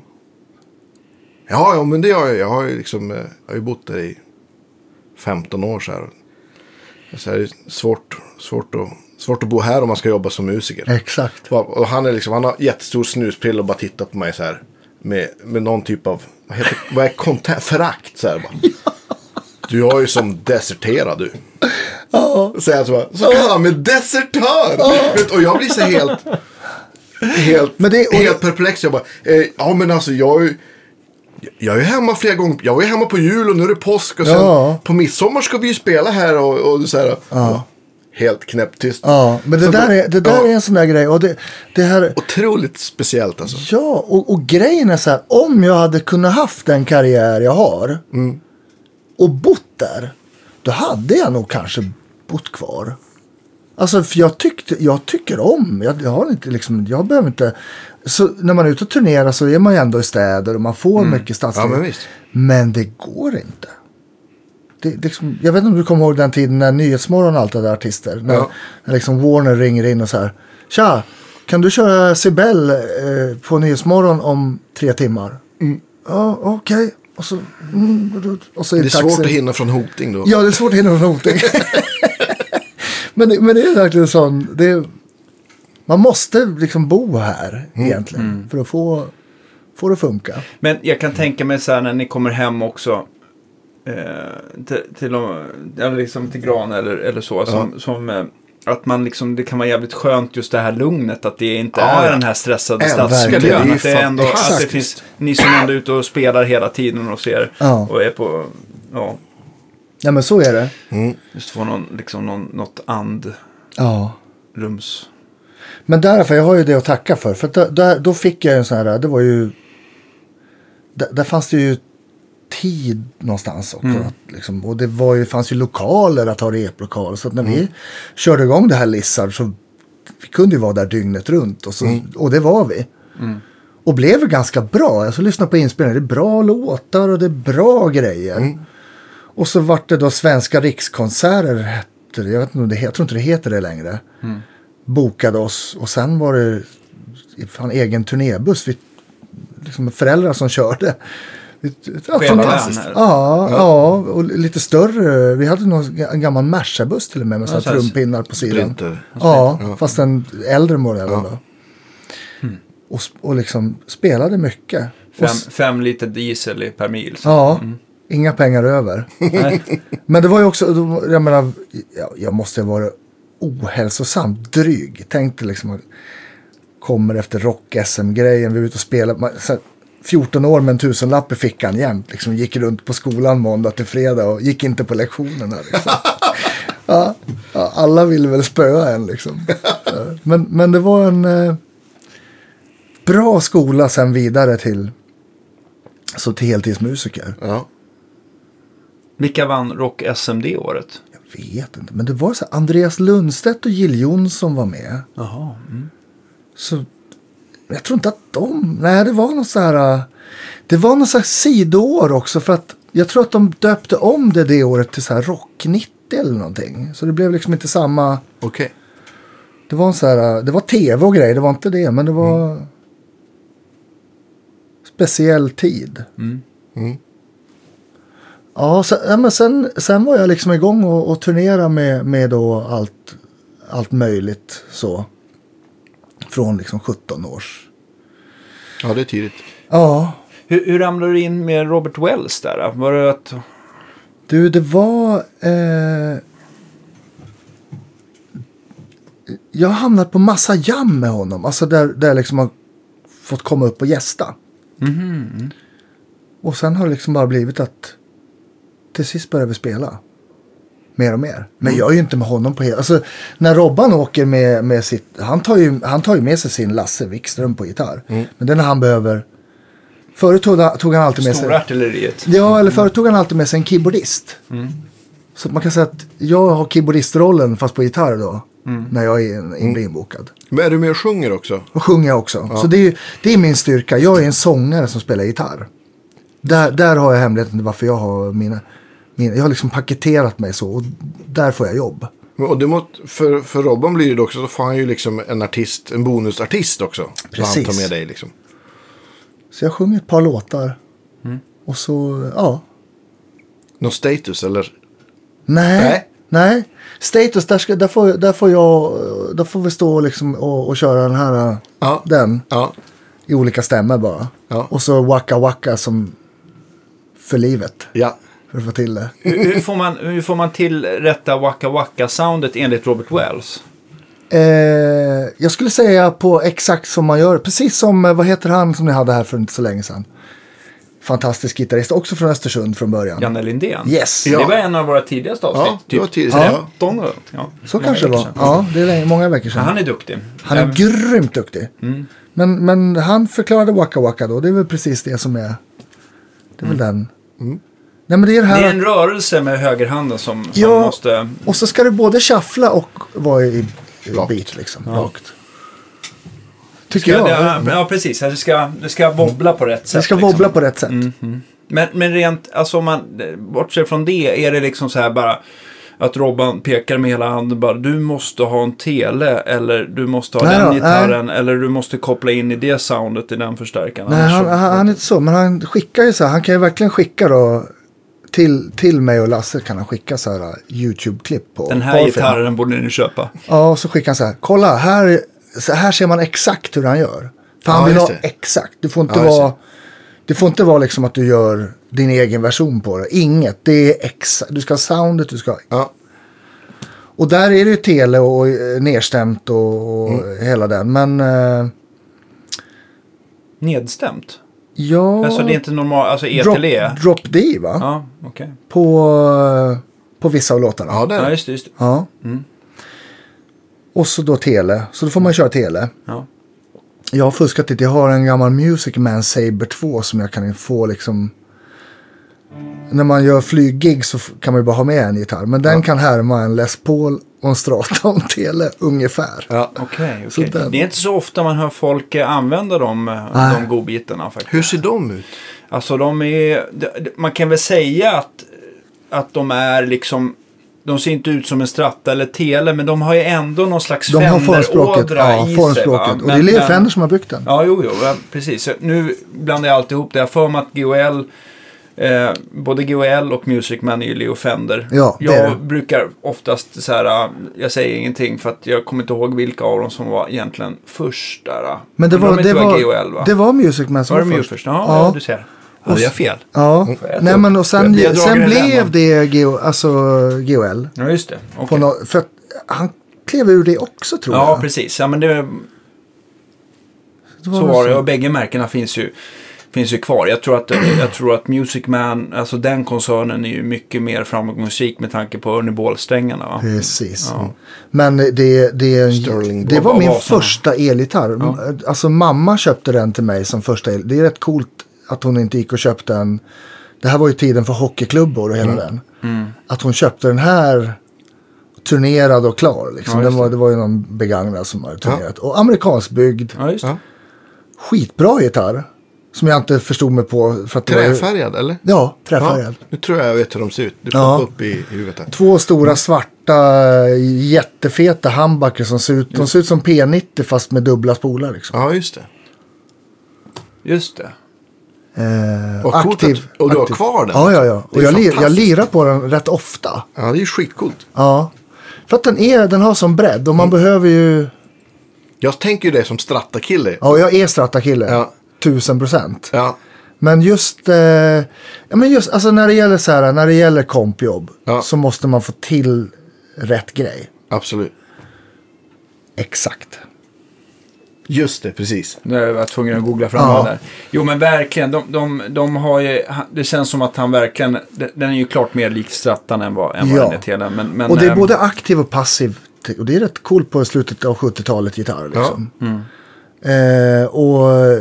Ja, ja, men det har jag. Jag har ju liksom, eh, jag har ju bott där i femton år så här. Så här, det är svårt, svårt, att, svårt att bo här om man ska jobba som musiker. Exakt. Och, och han är liksom, han har jättestor snusprill och bara tittar på mig så här. Med, med någon typ av, vad heter vad är content, förakt så här bara. Du har ju som deserterad du. Ja. Så jag så bara, så kallar han mig desertör. Vet, och jag blir så helt, helt, Men det- och- helt perplex. Jag bara, eh, ja men alltså jag är ju, jag är ju hemma flera gånger. Jag var ju hemma på jul och nu är det påsk. Och sen Ja. på midsommar ska vi ju spela här. Och, och så här. Ja. Helt knäpptyst. Ja, men det Så där, bara, är, det där ja, är en sån där grej. Och det, det här, otroligt speciellt alltså. ja, och, och grejen är så här. Om jag hade kunnat haft den karriär jag har. Mm. Och bott där. Då hade jag nog kanske bott kvar. Alltså för jag, tyckte, jag tycker om. Jag, jag, har inte liksom, jag behöver inte. Så när man är ute och turnerar så är man ju ändå i städer. Och man får mycket stadsliv. Ja, men visst. Men det går inte. Det, liksom, jag vet inte om du kommer ihåg den tiden när Nyhetsmorgon och allt det där artister. När, Ja. när liksom Warner ringer in och så här. Tja, kan du köra Sibel eh, på Nyhetsmorgon om tre timmar? Mm. Ja, okej. Och så, mm, och så Det är taxin. svårt att hinna från Hoting då. Ja, det är svårt att hinna från Hoting. men, det- men det är verkligen sån. Det är, man måste liksom bo här egentligen. För att få, få det att funka. Men jag kan tänka mig så här när ni kommer hem också. Eh, till, till, de- eller liksom till Gran eller, eller så. Som, som, eh, att man liksom, det kan vara jävligt skönt just det här lugnet. Att det inte Ja, är ja. den här stressade Ja, stadsmiljön. verkligen. Det är ju Att det är ändå fan- att det exakt. finns ni som ändå är ute och spelar hela tiden och ser. Ja. Och är på, ja, Ja, men så är det. just få någon, liksom någon, något andrums. Ja. Men därför, jag har ju det att tacka för. För att där, där, då fick jag en sån här, det var ju, där, där fanns det ju tid någonstans också. Mm. Att, liksom, och det var ju, fanns ju lokaler att ha replokal. Så att när vi körde igång det här Lizard så vi kunde ju vara där dygnet runt. Och, så, och det var vi. Och blev ganska bra. Jag så lyssnade på inspelningen. Det är bra låtar och det är bra grejer. Och så vart det då Svenska Rikskonserter hette det. Jag vet inte om det heter, jag tror inte det heter det längre. Bokade oss och sen var det fan egen turnébuss. Vi, liksom föräldrar som körde. Vi- Ja, Själva fantastiskt. den, eller? Ja, ja, och lite större. Vi hade någon, en gammal Merca-buss till och med med Ja, ja, så här trumpinnar på sidan. Sprinter. Ja, fast en äldre modellen Ja. då. Och, sp- och liksom spelade mycket. Och Fem, s- fem liter diesel i per mil. Så. Ja, inga pengar över. Nej. Men det var ju också, då- jag menar, jag, jag måste vara ohälsosamt dryg. Tänkte liksom, att kommer efter rock-S M-grejen, vi var ute och spelade, man, så här, fjorton år med en tusenlapp i fickan jämt. Liksom, gick runt på skolan måndag till fredag och gick inte på lektionerna. Liksom. ja, ja, alla ville väl spöa en liksom. Ja, Men, men det var en eh, bra skola sen vidare till, så till heltidsmusiker. Ja. Vilka vann Rock-S M det året? Jag vet inte, men det var så här, Andreas Lundstedt och Jill Johnson var med. Jaha. Mm. Så jag tror inte att de, nej det var något så här, äh, det var något så här sidoår också för att jag tror att de döpte om det det året till så här Rock nittio eller någonting. Så det blev liksom inte samma, Okej. det var en så här, äh, det var tv och grejer, det var inte det, men det var mm. speciell tid. Mm. Mm. Ja, sen, ja, men sen, sen var jag liksom igång och, och turnera med, med då allt, allt möjligt så. Från liksom sjutton års. Ja, det är tidigt. Ja, Hur, hur ramlade du in med Robert Wells där? Då? Var det att... du det var... Eh, jag har hamnat på massa jam med honom. Alltså där, där jag liksom har fått komma upp och gästa. Mhm. Och sen har det liksom bara blivit att till sist började vi spela. mer och mer. Men jag är ju inte med honom på hela... Alltså, när Robban åker med, med sitt... Han tar, ju, han tar ju med sig sin Lasse Wikström på gitarr. Mm. Men den när han behöver... Förut tog, tog han alltid med sig... Stora artilleriet. Ja, eller förut tog han alltid med sig en keyboardist. Mm. Så man kan säga att jag har keyboardistrollen fast på gitarr då. Mm. När jag är in, in, inbokad. Men är du med och sjunger också? Och sjunger jag också. Ja. Så det är, det är min styrka. Jag är en sångare som spelar gitarr. Där, där har jag hemligheten till varför jag har mina... mina jag har liksom paketerat mig så. Och där får jag jobb. Och det måste, för, för Robban blir det också, så får han ju liksom en artist, en bonusartist också. Precis. Så han tar med dig liksom. Så jag sjunger ett par låtar. Mm. Och så, ja. Någon status eller? Nej. Nej. Nej. Status, där, ska, där, får, där får jag, där får vi stå liksom och, och köra den här, ja. Den. Ja. I olika stämmor bara. Ja. Och så waka waka som för livet. Ja. För att få till det. Hur, hur, får man, hur får man till rätta waka waka soundet enligt Robert Wells? Eh, jag skulle säga på exakt som man gör. Precis som, vad heter han som ni hade här för inte så länge sedan? Fantastisk gitarrist, också från Östersund från början. Janne Lindén. Yes. Ja. Det var en av våra tidigaste avsnitt. Ja, det var tidigt. Ja. Ja. Ja. Så kanske det var. Ja, det är länge, många veckor sedan. Ja, han är duktig. Han är ja. grymt duktig. Mm. Men, men han förklarade waka waka då. Det är väl precis det som är... Det är väl mm. den... Mm. Nej, men det, är det, här det är en rörelse med högerhanden som, som ja, måste... och så ska det både shuffla och vara i, i beat liksom. Ja. Rakt. Tycker ska jag. Det, ja, precis. Det ska, det ska wobbla på rätt sätt. Det ska liksom. wobbla på rätt sätt. Mm, mm. Men, men rent, alltså om man bortser från det, är det liksom så här bara att Robban pekar med hela handen bara, du måste ha en tele eller du måste ha nej, den gitarren nej. Eller du måste koppla in i det soundet i den förstärkaren. Nej, han, han, han är inte så, men han skickar ju så här, han kan ju verkligen skicka då till, till mig och Lasse kan han skicka så här YouTube-klipp på. Den här gitarren borde ni köpa. Ja, och så skickar han så här, kolla här, så här ser man exakt hur han gör. För han ja, vill ha exakt, du får inte ja, vara det får inte vara liksom att du gör din egen version på det. Inget, det är exakt. Du ska ha soundet, du ska... Ja. Och där är det ju tele och nedstämt och, och mm. hela den. Men... Eh, nedstämt? Ja... Alltså det är inte normalt, alltså E-tele? Drop, drop D, va? Ja, okej. Okay. På, på vissa av låtarna. Ja, det är. Ja, just det. Just det. Ja. Mm. Och så då tele. Så då får man köra tele. Ja. Jag har fuskat lite. Jag har en gammal Music Man Saber två som jag kan få liksom... När man gör flyggig så kan man ju bara ha med en gitarr. Men den ja. kan härma en Les Paul och en Strata och en tele ungefär. Ja. Okej, okay, okay. Det är inte så ofta man hör folk använda de, de godbitarna faktiskt. Hur ser de ut? Alltså de är... Man kan väl säga att, att de är liksom... De ser inte ut som en Strata eller tele, men de har ju ändå någon slags Fender-ådra ja, i sig. Va? Och det är Leo Fender som har byggt den. Ja, jo, jo, precis. Nu blandar jag alltihop det. Jag för mig att G O L, eh, både G O L och Music Man är ju Leo Fender. Ja, jag det. brukar oftast så här, jag säger ingenting för att jag kommer inte ihåg vilka av dem som var egentligen först där. Men det var, de det var, G O L, va? det var Music Man som var, var, var först. först. Ja, ja, du ser. Ja, det är fel. Ja, nej men och sen, sen blev det G O, alltså G O L. Ja, just det. Okay. No, för att han klev ur det också, tror ja, jag. Ja, precis. Ja, men det, det var så var det. Och bägge märkena finns ju, finns ju kvar. Jag tror, att, jag tror att Music Man, alltså den koncernen är ju mycket mer framgångsrik med tanke på Ernie Ball-strängarna. Va? Precis. Ja. Men det, det, det var min första elgitarr. Ja. Alltså mamma köpte den till mig som första el. Det är rätt coolt att hon inte gick och köpte en. Det här var ju tiden för hockeyklubbor och hela mm. den. Mm. Att hon köpte den här turnerad och klar. Liksom. Ja, den var, det var ju någon begagnad som hade turnerat. Ja. Och amerikansk byggd. Ja, just det. Skitbra gitarr. Som jag inte förstod mig på. För att träfärgad, var... eller? Ja, träfärgad. Ja, nu tror jag jag vet hur de ser ut. Du får ja. upp i huvudet här. Två stora svarta, jättefeta humbucker som ser ut. De ser ut som P nittio fast med dubbla spolar. Liksom. Ja, just det. Just det. Eh, och aktiv, och du har aktiv. kvar den? Ja, ja, ja. Och jag, lir, jag lirar på den rätt ofta. Ja, det är ju skitcoolt. Ja. För att den, är, den har som bredd och man mm. behöver ju... Jag tänker ju det som Strata-kille. Ja, jag är Strata-kille. Ja. Tusen procent. Ja. Men just, eh, ja, men just alltså när det gäller så här, när det gäller kompjobb ja. så måste man få till rätt grej. Absolut. Exakt. Just det, precis. Nu är jag tvungen att googla fram Ja. det där. Jo, men verkligen. De, de, de har ju, det känns som att han verkligen... Den är ju klart mer lik Strattan än vad, än vad Ja. den är till den. Men, men, Och det är ehm, både aktiv och passiv. Och det är rätt coolt på slutet av sjuttiotalet gitarr liksom. Mm. Eh, och eh,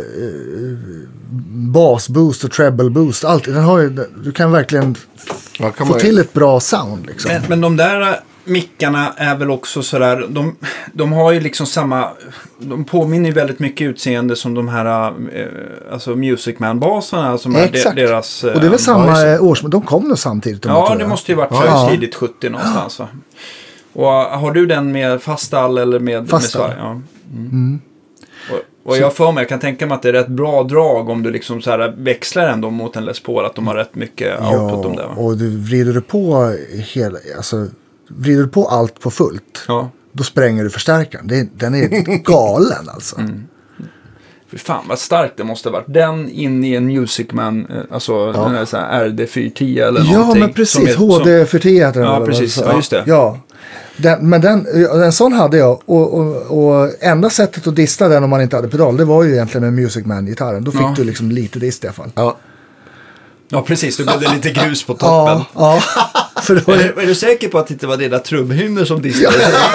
basboost och treble boost. Allt. Den har ju, du kan verkligen Ja, kan få man- till ett bra sound liksom. Men, men de där mickarna är väl också sådär, de, de har ju liksom samma, de påminner ju väldigt mycket utseende som de här eh, alltså Music Man-basarna som är Exakt. de, deras... Eh, Och det är väl samma ja, eh, års, men de kom nog samtidigt. de Ja, tror det jag. måste ju varit Ja. så Ja. tidigt sjuttio någonstans va? Och har du den med fastall eller med, Fastall. med svaj? Ja. Mm. Och, och jag får mig, jag kan tänka mig att det är rätt bra drag om du liksom så här växlar ändå mot en Les Paul, att de har rätt mycket output om det va? och du vrider du på hela, alltså, vrider du på allt på fullt, Ja. då spränger du förstärkaren. Det, den är galen alltså. Mm. Fy fan vad starkt det måste ha varit. Den in i en Music Man, eh, alltså Ja. den här, så här R D fyra tio eller Ja, någonting. men precis. som är- H D för tio heter den. Ja, eller vad precis. så. Ja, just det. Ja. Den, men den, en sån hade jag. Och, och, och enda sättet att dista den om man inte hade pedal, det var ju egentligen med Music Man-gitarren. Då fick Ja. du liksom lite dist i alla fall. Ja. Ja, precis. Då blev det lite grus på toppen. Ja, ja. För då är Är, det, du, är du säker på att det inte var dina trumhymner som distade?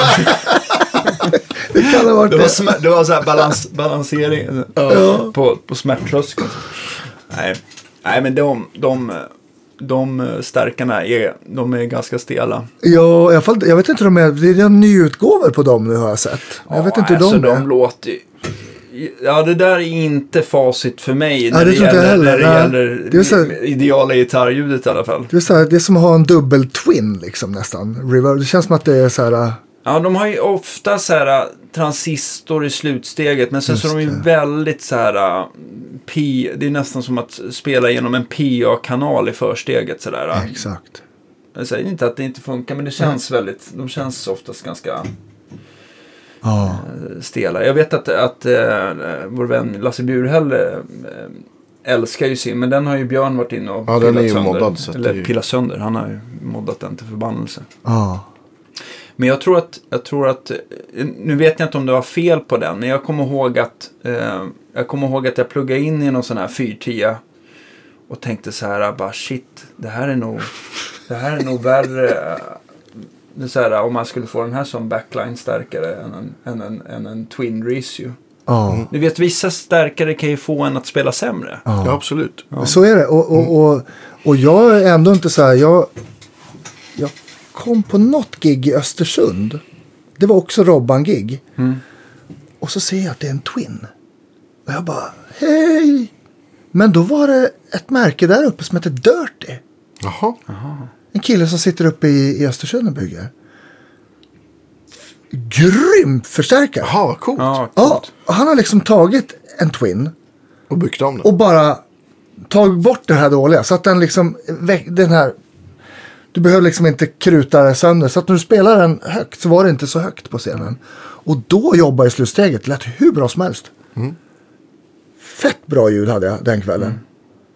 det kan ha varit Det var, det. sm- det var så här balans, balansering Ja. på, på smärttröskeln. Nej. Nej, men de, de, de stärkarna är, de är ganska stela. Ja, i alla fall, jag vet inte om de är, det är nyutgåvor på dem nu har jag sett. Jag vet inte hur alltså, de är. de låter ju- Ja, det där är inte facit för mig Ja, när det det, tror inte jag gäller, heller. när det Nej. gäller Det är så här- ideala gitarrljudet i alla fall. Det är, så här, det är som att ha en dubbel twin liksom nästan. Reverb. Det känns som att det är så här. Ja, de har ju ofta så här uh, transistor i slutsteget, men sen så är de ju det. väldigt så här uh, P, det är nästan som att spela genom en P A-kanal i försteget så där. uh. Exakt. Jag säger inte att det inte funkar, men det känns väldigt, de känns oftast ganska Ja. uh, stela. Jag vet att, att uh, vår vän Lasse Bjurhäll uh, älskar ju sin, men den har ju Björn varit inne och Ja, den är ju sönder. moddad, så att Eller det är ju- pillat sönder, han har ju moddat den till förbannelse. Ja. Men jag tror att, jag tror att, nu vet jag inte om det var fel på den, men jag kommer ihåg att, eh, jag kommer ihåg att jag pluggade in i någon sån här fyra tio och tänkte så här, bara shit, det här är nog, det här är nog värre, eh, det är så här, om man skulle få den här som backline starkare än en, än en, än en Twin Reissue. Ja. Du vet, vissa stärkare kan ju få en att spela sämre. Ja, absolut. Så är det. Och, och, och, och jag är ändå inte så här. Jag, jag kom på något gig i Östersund. Det var också Robban-gig. Mm. Och så ser jag att det är en Twin. Och jag bara, hej! Men då var det ett märke där uppe som heter Dirty. Jaha. En kille som sitter uppe i, i Östersund och bygger. Grym förstärkare. Jaha, vad coolt. Ja, Ja, coolt. och han har liksom tagit en Twin. Och byggt om den. Och bara tagit bort det här dåliga. Så att den liksom, vä- den här, du behöver liksom inte kruta det sönder. Så att när du spelar den högt så var det inte så högt på scenen. Och då jobbar i slutsteget, det lät hur bra som helst. Mm. Fett bra ljud hade jag den kvällen. Mm.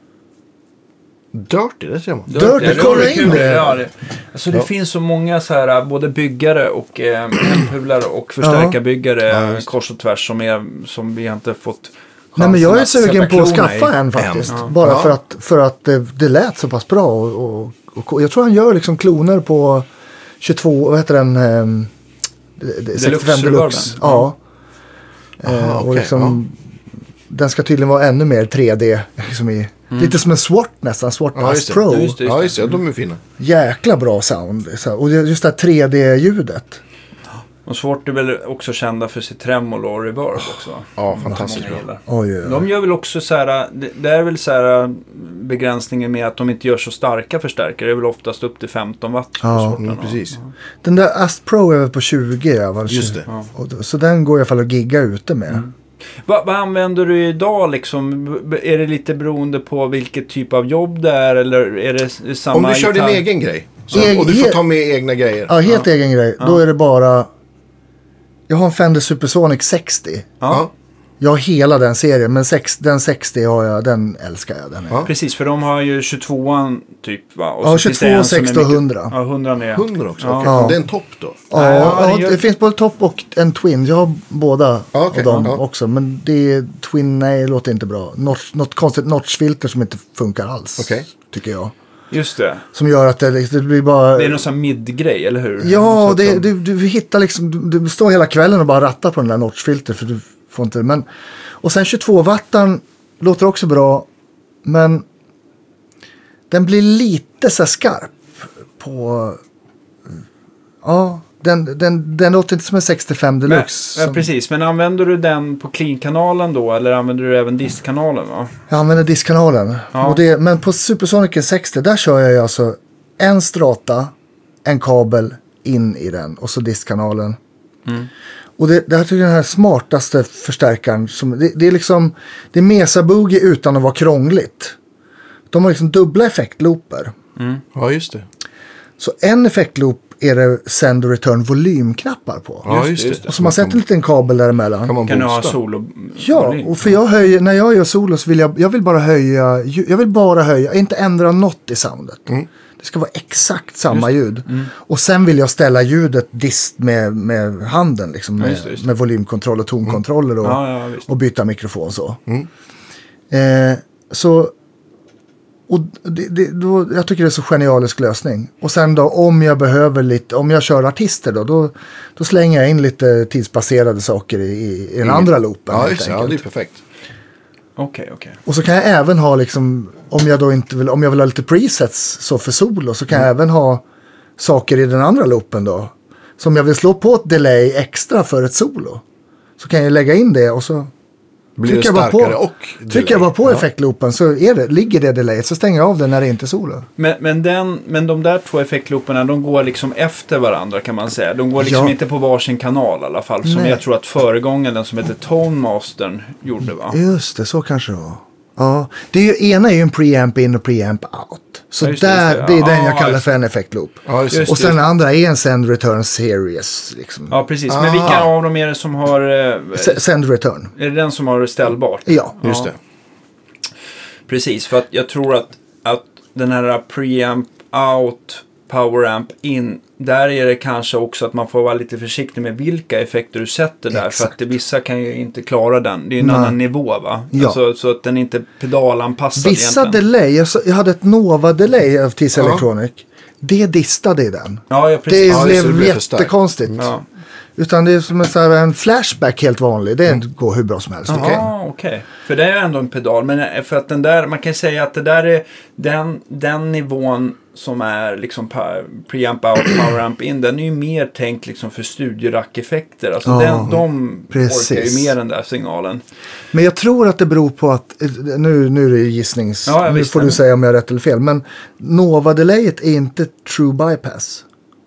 Dirty, det ser man. Dirty, det kolla vore in kul. det. Ja, det. Alltså det Ja. finns så många så här, både byggare och eh, hempulare och förstärkarbyggare Ja, just det. kors och tvärs som, är, som vi inte fått chansen Nej, men jag är att sugen sätta på att klorna skaffa i. en faktiskt. En. Bara Ja. för att, för att det, det lät så pass bra. Och, och, och jag tror han gör liksom kloner på tjugotvå, vad heter den? ehm, det- det- sextiofem Reverben. Deluxe. Ja. Aha, Eh, och okej, liksom, den ska tydligen vara ännu mer tre D. Liksom i, Lite som en Swart nästan. Swart Ja, just Bass det. Pro. Ja, just det. Ja, just det. De är fina. Jäkla bra sound. Så, och just det här tre D-ljudet. Och Svårt är väl också kända för sitt tremolo och reverb också. Ja, fantastiskt Många bra. gillar. Oj, oj, oj. De gör väl också så här, det, det är väl så här begränsningen med att de inte gör så starka förstärkare. Det är väl oftast upp till femton watt. på Ja, Swarten, Mm, och- precis. Den där Ast Pro är väl på tjugo. Ja, var Just det. Ja. Och, då- så den går i alla fall att gigga ute med. Mm. Va, vad använder du idag liksom? B- Är det lite beroende på vilket typ av jobb det är eller är det s- samma Om du kör din gitarr? egen grej. Så, Egen- och du får ta med egna grejer. Ja, helt egen grej. Då är det bara... Jag har en Fender Supersonic sextio. Ja. Jag har hela den serien, men sex, den sextio har jag, den älskar jag. Den är. Ja. Precis, för de har ju tjugotvåan typ, va? Och ja, så tjugotvå, sextio och hundra. Ja, hundra är... hundra också? Ja. Okay. Ja. Det är en topp då? Ja, Nej, ja, ja, det, det det finns både topp och en twin. Jag har båda Ja, okay. av dem Ja. också. Men det är twin, nej, det låter inte bra. Notch, något konstigt notchfilter som inte funkar alls, okay. tycker jag. Just det. Som gör att det, det blir bara... Det är någon sån här mid-grej, eller hur? Ja, det, du, du hittar liksom... Du, du står hela kvällen och bara rattar på den där notchfilter, för du får inte... Men, och sen tjugotvå wattan låter också bra, men den blir lite så skarp på... Ja, den, den, den låter inte som en sextiofem Deluxe. Men, som, ja, precis, men använder du den på clean-kanalen då, eller använder du även diskkanalen, va? jag använder diskkanalen. Ja. Och det, men på Supersonic sextio, där kör jag ju alltså en strata, en kabel in i den och så diskkanalen. Mm. Och det, det här tycker jag är den här smartaste förstärkaren. Som, det, det är liksom, det är Mesa Boogie utan att vara krångligt. De har liksom dubbla effektlooper. Mm. Ja, just det. Så en effektloop är det send och return volymknappar på. Ja, just det. Just det. Och så man sätter en liten kabel däremellan. Kan man Kan du ha boosta? solo? Ja, och för jag höjer, när jag gör solo så vill jag, jag vill bara höja, jag vill bara höja, inte ändra något i soundet. Mm. Det ska vara exakt samma ljud. Mm. Och sen vill jag ställa ljudet dist med, med handen, liksom, med, just det, just det. med volymkontroll och tonkontroller och, Ja, ja, visst. och byta mikrofon så. Mm. Eh, så och det, det, då, jag tycker det är så genialisk lösning. Och sen då, om jag behöver lite, om jag kör artister då, då, då slänger jag in lite tidsbaserade saker i, i den Mm. andra loopen. Ja, helt just det. Ja, enkelt. det är perfekt. Okej, okay, okej. Okay. Och så kan jag även ha liksom, om jag då inte vill, om jag vill ha lite presets så för solo, så kan mm. jag även ha saker i den andra loopen då. Så om jag vill slå på ett delay extra för ett solo, så kan jag lägga in det och så Blir det trycker jag starkare bara på, och delay? trycker jag bara på Ja. effektloopen så är det, ligger det delayet, så stänger jag av den när det inte är solo. Men, men, den, men de där två effektlooparna, de går liksom efter varandra, kan man säga. De går liksom Ja. inte på varsin kanal i alla fall. Som Nej. jag tror att föregångaren, den som heter Tone Mastern, gjorde, va? Just det, så kanske det var. Ja, det är ju, ena är ju en preamp in och preamp out. Så Ja, just det, där, just det. det. är den Ja, jag kallar just för en effektloop. Ja, just det. Just Och sen den andra är en send return series. Liksom. Ja, precis. Men Ah. vilka av dem är det som har... Eh, S- Send return. är det den som har ställbart? Ja. Just det. Precis, för att jag tror att, att den här preamp out, power amp in, där är det kanske också att man får vara lite försiktig med vilka effekter du sätter där. Exakt. För att det, vissa kan ju inte klara den. Det är en Nej. annan nivå, va? Ja. Alltså, så att den inte är pedalanpassad Vissa egentligen. delay, jag, så- jag hade ett Nova delay av T C Ja. Electronic. Det distade i den. Ja, ja, Det precis. Ja, just det, blev det blev för starkt. jättekonstigt. Ja. Utan det är som en, så här, en flashback helt vanlig. Det går hur bra som helst. Jaha, Okej. okej. För det är ju ändå en pedal. Men för att den där, man kan säga att det där är den, den nivån som är liksom pa- preamp out, power amp in. Den är ju mer tänkt liksom för studierack-effekter. Alltså Ja, den, de precis. orkar ju mer den där signalen. Men jag tror att det beror på att, eh, nu, nu är det gissnings, Ja, jag nu visste får du det. säga om jag har rätt eller fel. Men Nova-delayet är inte true bypass.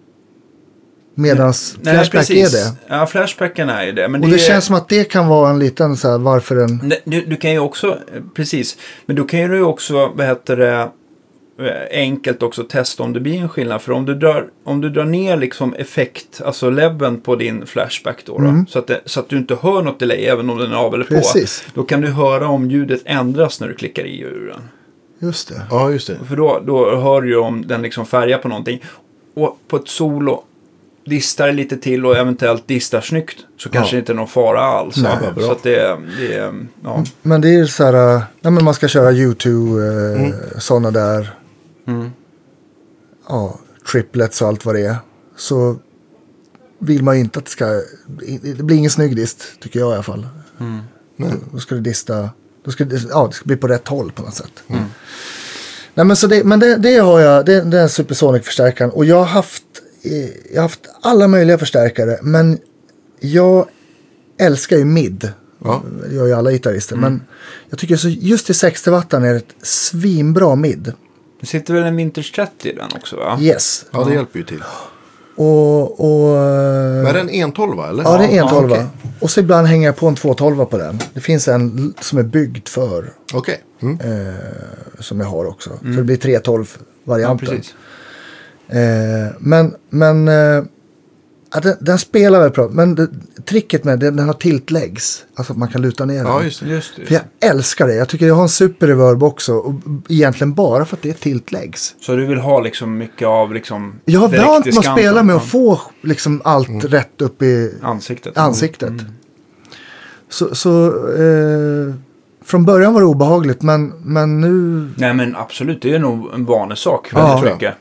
Medan flashback är det. Ja, flashbacken är ju det. Men Och det är, känns som att det kan vara en liten så här, varför en... Nej, Du, du kan ju också, precis, men då kan ju du också, vad heter det, eh, enkelt också testa om det blir en skillnad. För om du drar, om du drar ner liksom effekt, alltså leveln på din flashback då, då så, att det, så att du inte hör något delay även om den är av eller på. Precis. Då kan du höra om ljudet ändras när du klickar i uren. Just det. Ja, just det. För då, då hör du om den liksom färgar på någonting. Och på ett solo distar lite till och eventuellt distar snyggt, så kanske Ja. det inte är någon fara alls. Nej, så bra. så att det, det är, ja. Men det är så här, äh, nej, men man ska köra YouTube, äh, Mm. sådana där, Mm. ja, triplets och allt vad det är. Så vill man ju inte att det ska, det blir ingen snygg dist, tycker jag i alla fall. Mm. Då, då ska det dista, då ska det, ja, det ska bli på rätt håll på något sätt. Mm. Nej, men så det, men det, det har jag, det, det är en Supersonic-förstärkaren. Och jag har haft, eh, jag har haft alla möjliga förstärkare, men jag älskar ju mid. Ja. Det gör ju alla gitarrister. Men jag tycker så just i sextio wattan är det ett svinbra mid. Det sitter väl en Vintage trettio i den också, va? Yes. Ja, det hjälper ju till. Och, och, Men är det en en tolv eller? ja, det är en Ja, tolva. okej. Och så ibland hänger jag på en två tolva på den. Det finns en som är byggd för, Okej. Mm. eh, som jag har också. Så det blir tre tolv Ja, varianten. precis. Eh, men men eh, Ja, den, den spelar väl bra, men det, tricket med den, den har tiltlegs. Alltså att man kan luta ner den. Ja, just det. Just det. För jag älskar det. Jag tycker jag har en super reverb också. Och egentligen bara för att det är tiltlegs. Så du vill ha liksom mycket av liksom... Jag har direkt vant mig att diskanten. spela med att få liksom allt Mm. rätt upp i Ansiktet. ansiktet. Mm. Så, så eh, från början var det obehagligt, men, men nu... Nej men absolut, det är nog en vanesak Ja. väldigt mycket.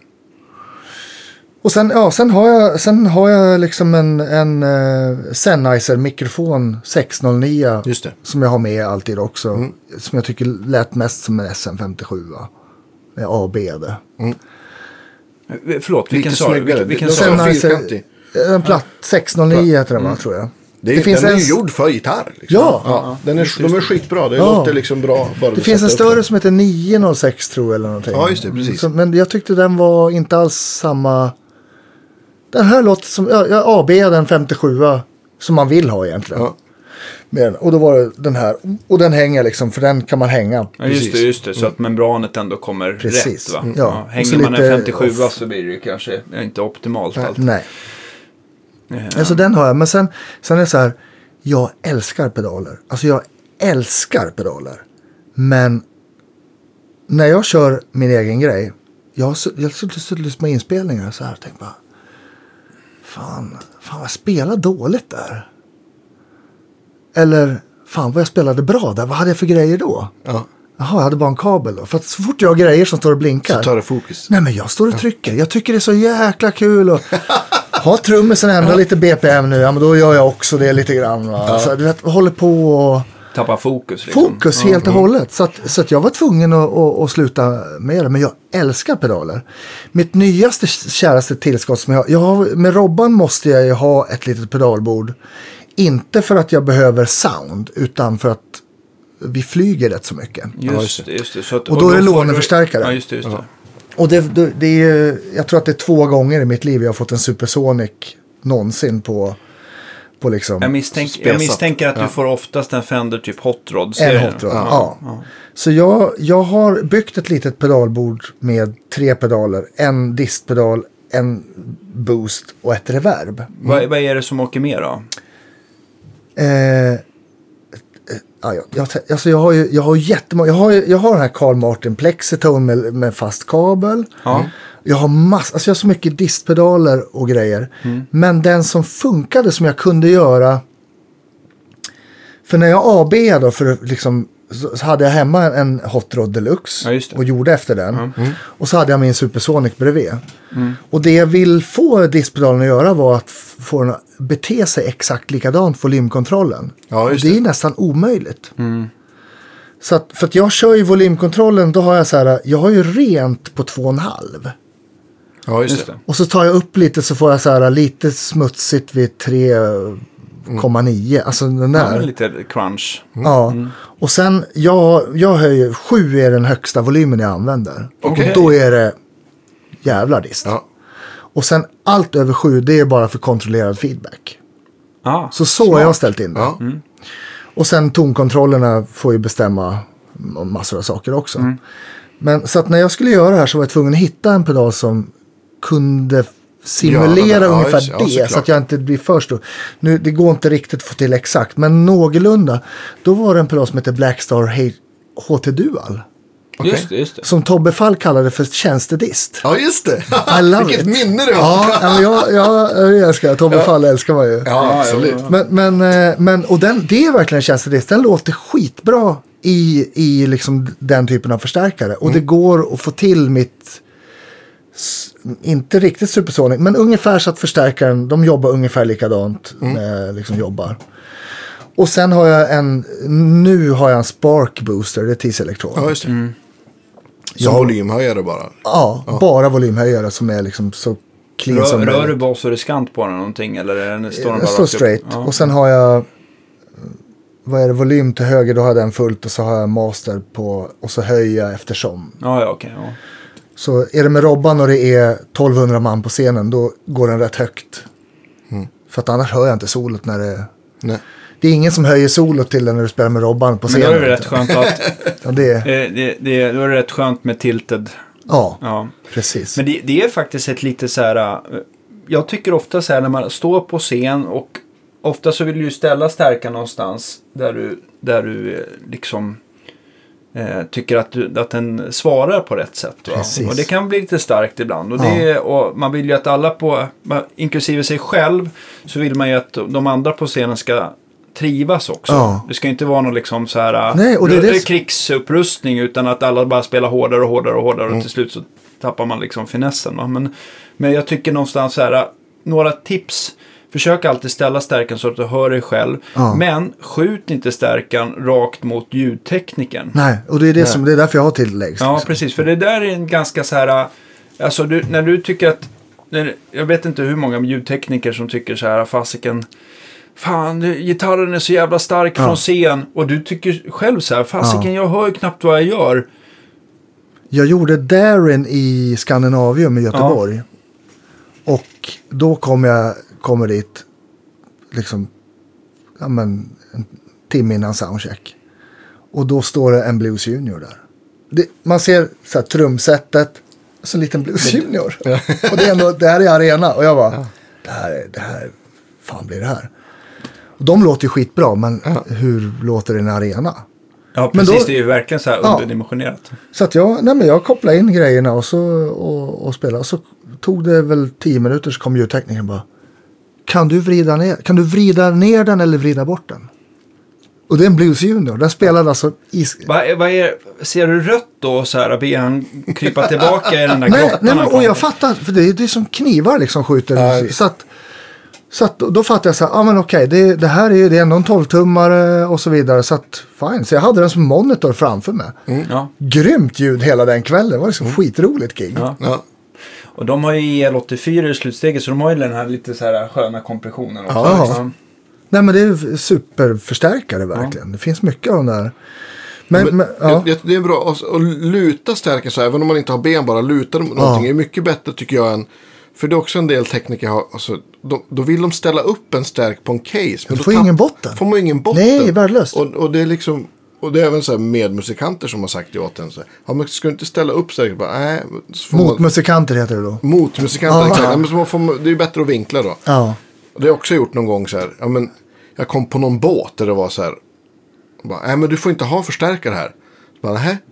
Och sen, ja, sen har jag, sen har jag liksom en, en uh, Sennheiser-mikrofon sex noll nio Just det. som jag har med alltid också. Mm. Som jag tycker lät mest som en S M femtiosju. Va? Med A B D. Mm. Eh, Förlåt, vilken Lite sa du? snyggare. Vilken, vilken Det- sa du? Sennheiser- Sennheiser, fyrkantig. en platt sex noll nio heter den va, tror jag. Det, är, Det finns den är en- ju gjord för gitarr. Liksom. Ja. ja den är, de är skitbra. Det Ja. låter liksom bra. Bara Det du finns en sätter upp större den. som heter nio noll sex tror jag eller någonting. Ja, just det, precis. Så, men jag tyckte den var inte alls samma... Den här låter som... Ja, ja, A B den femtiosju som man vill ha egentligen. Ja. Men, och då var det den här. Och den hänger liksom, för den kan man hänga. Ja, just det, Precis. just det. Så att membranet ändå kommer Precis. rätt va? Mm. Ja. Ja. Och Hänger så man en lite femtiosju off. så blir det ju kanske inte optimalt allt. Nej. Ja. Alltså den har jag. Men sen, sen är det så här. Jag älskar pedaler. Alltså jag älskar pedaler. Men när jag kör min egen grej. Jag har su- jag har suttit och lyssnat med inspelningar så här. Och tänkt bara. Fan, fan jag spelar dåligt där. Eller fan vad jag spelade bra där. Vad hade jag för grejer då? Ja. Jaha, jag hade bara en kabel då. För att så fort jag har grejer som står och blinkar. Så tar det fokus. Nej men jag står och trycker. Jag tycker det är så jäkla kul. Och ha trummisen ändra lite B P M nu. Ja men då gör jag också det lite grann. Va? Så, du vet, håller på och... Tappa fokus liksom. Fokus helt och hållet. Så, att, så att jag var tvungen att, att, att sluta med det. Men jag älskar pedaler. Mitt nyaste, käraste tillskott som jag, jag har... Med Robban måste jag ju ha ett litet pedalbord. Inte för att jag behöver sound. Utan för att vi flyger rätt så mycket. Just det, just det. Så att, Och då är det får låneförstärkare. Du, ja, just det, just det. Och det, det, det är, jag tror att det är två gånger i mitt liv jag har fått en Supersonic någonsin på, på liksom... Jag, misstänk, Spesat. jag misstänker att Ja. du får oftast en Fender typ Hot Rod. En serien. Hot Rod, Ja. ja. Så jag, jag har byggt ett litet pedalbord med tre pedaler. En distpedal, en boost och ett reverb. Vad, vad är det som åker med då? Eh, ja, jag, jag, alltså jag har ju jag har jättemånga, jag har, ju- jag har den här Carl Martin Plexitone med, med fast kabel. Ja. Jag har mass, alltså jag har så mycket distpedaler och grejer. Mm. Men den som funkade som jag kunde göra. För när jag A B då för att liksom så så hade jag hemma en Hot Rod Deluxe Ja, just det. och gjorde efter den. Och så hade jag min Supersonic bredvid. Och det jag vill få distpedalen att göra var att f- få den att bete sig exakt likadant volymkontrollen. Ja, och just det är det. nästan omöjligt. Så att, för att jag kör ju volymkontrollen, då har jag så här, jag har ju rent på två och en halv. Ja, just, Just det. det. Och så tar jag upp lite så får jag så här lite smutsigt vid tre komma nio. Alltså den Ja, där. lite crunch. Ja. Och sen, jag, jag höjer, sju är den högsta volymen jag använder. Okej. Och då är det jävla dist. Ja. Och sen allt över sju, det är bara för kontrollerad feedback. Ah, Så så har jag ställt in det. Ja. Och sen tonkontrollerna får ju bestämma massor av saker också. Men så att när jag skulle göra det här så var jag tvungen att hitta en pedal som kunde simulera Ja, ja, ungefär just- ja, det. såklart. Så att jag inte blir för stor. Nu, det går inte riktigt att få till exakt. Men någorlunda. Då var det en pedal som heter Blackstar H T Dual. just det, just det. Som Tobbe Fall kallade för tjänstedist. Ja, just det. I love Vilket it. minne du har. Ja, ja, men jag, jag, jag älskar Tobbe Fall älskar man ju. Ja, absolut. Men, men, eh, men och den, det är verkligen en tjänstedist. Den låter skitbra i, i liksom den typen av förstärkare. Och det går att få till mitt, s- inte riktigt Supersonic, men ungefär så att förstärkaren, de jobbar ungefär likadant när jag liksom jobbar. Och sen har jag en, nu har jag en Spark Booster, det är T C Electron. Ja, just det. Som Ja. volymhöjare bara. Ja, bara volymhöjare som är liksom så clean som Rör, rör du möjligt. bas och riskant på den någonting? Eller är den, står den bara Den står rakt upp? straight. Ja. Och sen har jag, vad är det, volym till höger, då har jag den fullt och så har jag master på, och så höjer jag eftersom. Ja, ja, okej. Ja. Så är det med Robban och det är tolvhundra man på scenen, då går den rätt högt. För att annars hör jag inte solot när det... Nej. Det är ingen som höjer solot till den när du spelar med Robban på Men scenen. då är det rätt skönt att... Ja, det är, eh, det, det, då är det rätt skönt med tilted. ja, Ja. precis. Men det, det är faktiskt ett lite så här... eh, jag tycker ofta så här när man står på scen och ofta så vill du ju ställa stärkan någonstans där du, där du eh, liksom eh, tycker att, du, att den svarar på rätt sätt. Va? Och det kan bli lite starkt ibland. Och, det, ja. och man vill ju att alla på, inklusive sig själv, så vill man ju att de andra på scenen ska trivas också. Ja. Det ska inte vara någon liksom så här Nej, och det är det... krigsupprustning, utan att alla bara spelar hårdare och hårdare och hårdare mm. och till slut så tappar man liksom finessen. Va? Men, men jag tycker någonstans så här, några tips. Försök alltid ställa stärkan så att du hör dig själv. Ja. Men skjut inte stärkan rakt mot ljudtekniken. Nej, och det är, det som, det är därför jag har tillägg. Ja, liksom. Precis. För det där är en ganska så här... Alltså, du, när du tycker att... När, jag vet inte hur många ljudtekniker som tycker så här, fasiken... Fan, gitarren är så jävla stark ja. från scen. Och du tycker själv så här, fasiken, ja. jag hör ju knappt vad jag gör. Jag gjorde Darin i Skandinavium i Göteborg. Ja. Och då kom jag... kommer dit liksom ja, men, en timme innan soundcheck. Och då står det en Blues Junior där. Det, man ser så här, trumsetet så en liten Blues Junior. Ja. Och det är ändå, det här är arena. Och jag bara, ja. det här är, det här, fan blir det här? Och de låter ju skitbra, men ja. hur låter det i en arena? Ja, precis. Men då, det är ju verkligen så här underdimensionerat. Ja. Så att jag, nej men jag kopplade in grejerna och, så, och, och spelade. Och så tog det väl tio minuter så kom ljudteknikern bara, Kan du vrida ner, kan du vrida ner den eller vrida bort den? Och det är en Blues Junior. Den spelade alltså i... Vad är, vad är, ser du rött då så här? Ber han krypa tillbaka i den där nej, grottan? Nej, men, och jag fattar. För det är, det är som knivar liksom skjuter. Nej. Så att, så att då fattar jag så här. Ja ah, men okej. Okay, det, det här är ju det är ändå en tolv-tummare och så vidare. Så att fine. Så jag hade den som monitor framför mig. Mm. Ja. Grymt ljud hela den kvällen. Det var liksom mm. skitroligt gig. Ja. Ja. Och de har ju E L åttiofyra i slutsteget, så de har ju den här lite så här sköna kompressionen också. Ja. Liksom. Nej, men det är superförstärkare verkligen. Ja. Det finns mycket av de där. Men, men, men ja. det, det är bra att, att luta stärken så, även om man inte har ben, bara luta dem, ja. någonting är mycket bättre tycker jag än, för det är också en del tekniker har, alltså, då, då vill de ställa upp en stärk på en case. Men du får ingen botten. Får man ingen botten. Nej, värdelöst. Och, och det är liksom... Och det är även så här medmusikanter som har sagt åt en så här, ja, men ska du inte ställa upp så här, bara, nej. Motmusikanter heter det då. Motmusikanter, ah, exakt. Ja. Men så man får, det är ju bättre att vinkla då. Ja. Och det har jag också gjort någon gång så här, ja men jag kom på någon båt där det var så här, bara, nej men du får inte ha förstärkare här. Så bara, nej.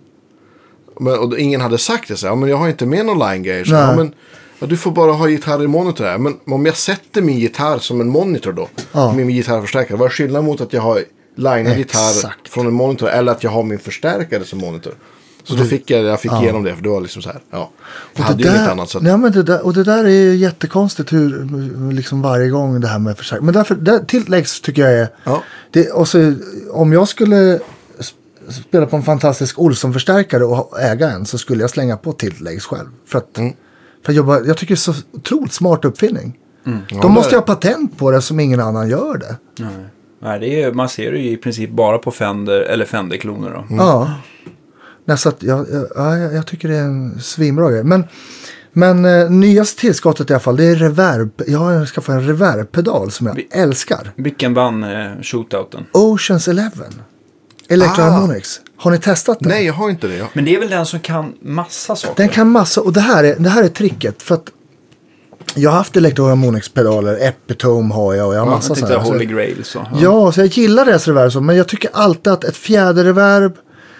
Men, och ingen hade sagt det så här, ja men jag har inte med någon line gauge. Så, ja, men ja, du får bara ha gitarr i monitor här. Men om jag sätter min gitarr som en monitor då, ja. med min gitarrförstärkare, vad är skillnaden mot att jag har linea gitarr från en monitor eller att jag har min förstärkare som monitor. Så då fick jag, jag fick ja. igenom det, för det var liksom så här, ja. Jag hade ju inget annat. Så att... nej, men det där, och det där är ju jättekonstigt hur liksom varje gång det här med förstärkare. Men därför, där, tilläggs tycker jag är, ja. det, och så, om jag skulle spela på en fantastisk Olsson-förstärkare och äga en, så skulle jag slänga på tilläggs själv. För att, mm. för jag, bara, jag tycker det är så otroligt smart uppfinning. Mm. Ja, de måste ju ha patent på det som ingen annan gör det. Nej. Nej, det är, man ser det ju i princip bara på Fender eller Fender-kloner då. Mm. Ja. Nej, så att jag, jag, jag, jag tycker det är en svinbra grej. Men, men eh, nyaste tillskottet i alla fall, det är reverb. Jag har skaffat en reverb-pedal som jag Vi, älskar. Vilken vann eh, shootouten? Oceans Eleven. Electro Harmonix. Ah. Har ni testat den? Nej, jag har inte det. Ja. Men det är väl den som kan massa saker? Den kan massa, och det här är, det här är tricket. För att jag har haft Electro Harmonix-pedaler, Epitome har jag och jag har ja, massa sådana. Jag Holy Grail så. Ja. ja, så jag gillar deras reverb så, men jag tycker alltid att ett fjäderreverb,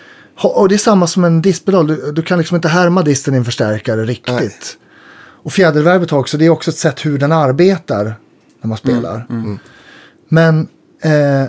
och det är samma som en distpedal, du, du kan liksom inte härma disten i en förstärkare riktigt. Nej. Och fjäderreverbet har också, det är också ett sätt hur den arbetar när man spelar. Mm, mm. Men eh,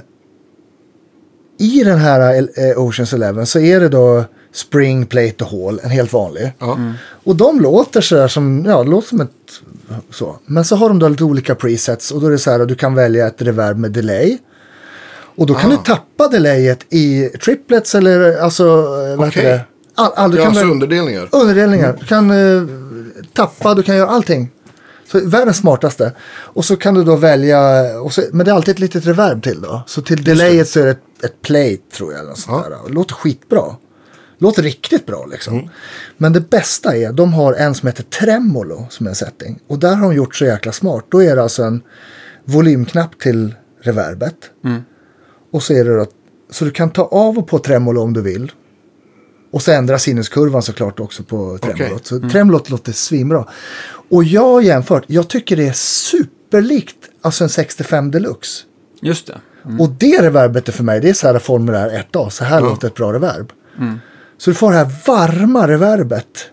i den här eh, Oceans Eleven så är det då Spring, Plate och Hall, en helt vanlig. Mm. Och de låter så där som, ja, det låter som ett så. Men så har de då lite olika presets och då är det så här att du kan välja ett reverb med delay. Och då kan ah. du tappa delayet i triplets eller alltså, vad okay. heter det? All, all, du ja, kan alltså underdelningar. Underdelningar. Mm. Du kan uh, tappa, du kan göra allting. Så världens smartaste. Och så kan du då välja, och så, men det är alltid ett litet reverb till då. Så till delayet så är det ett, ett plate tror jag. Eller sånt ja. där. Det låter skitbra. Låter riktigt bra liksom. Mm. Men det bästa är, de har en som heter Tremolo som är en setting. Och där har de gjort så jäkla smart. Då är det alltså en volymknapp till reverbet. Mm. Och så är det då, så du kan ta av och på Tremolo om du vill. Och så ändrar sinuskurvan såklart också på tremolot. Okay. Så mm. tremolot låter svinbra. Och jag har jämfört, jag tycker det är superlikt alltså en sextiofem Deluxe. Just det. Mm. Och det reverbet är för mig, det är så här formulär ett A. Så här mm. låter ett bra reverb. Mm. Så du får det här varma reverbet.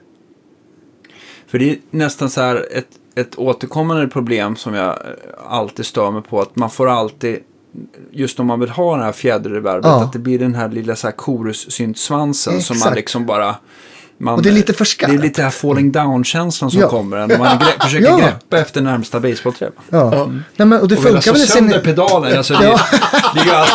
För det är nästan så här ett, ett återkommande problem som jag alltid stör mig på. Att man får alltid, just om man vill ha det här fjäderreverbet, ja. att det blir den här lilla så här chorus-syntsvansen som man liksom bara... Man, och det är lite för skarpt. Det är lite här falling down-känslan som ja. kommer när man gre- försöker ja. greppa efter närmsta basebollträd. Ja. Mm. Nej, men, och det och funkar väl i sin... pedalen. Alltså, det, ja. det all...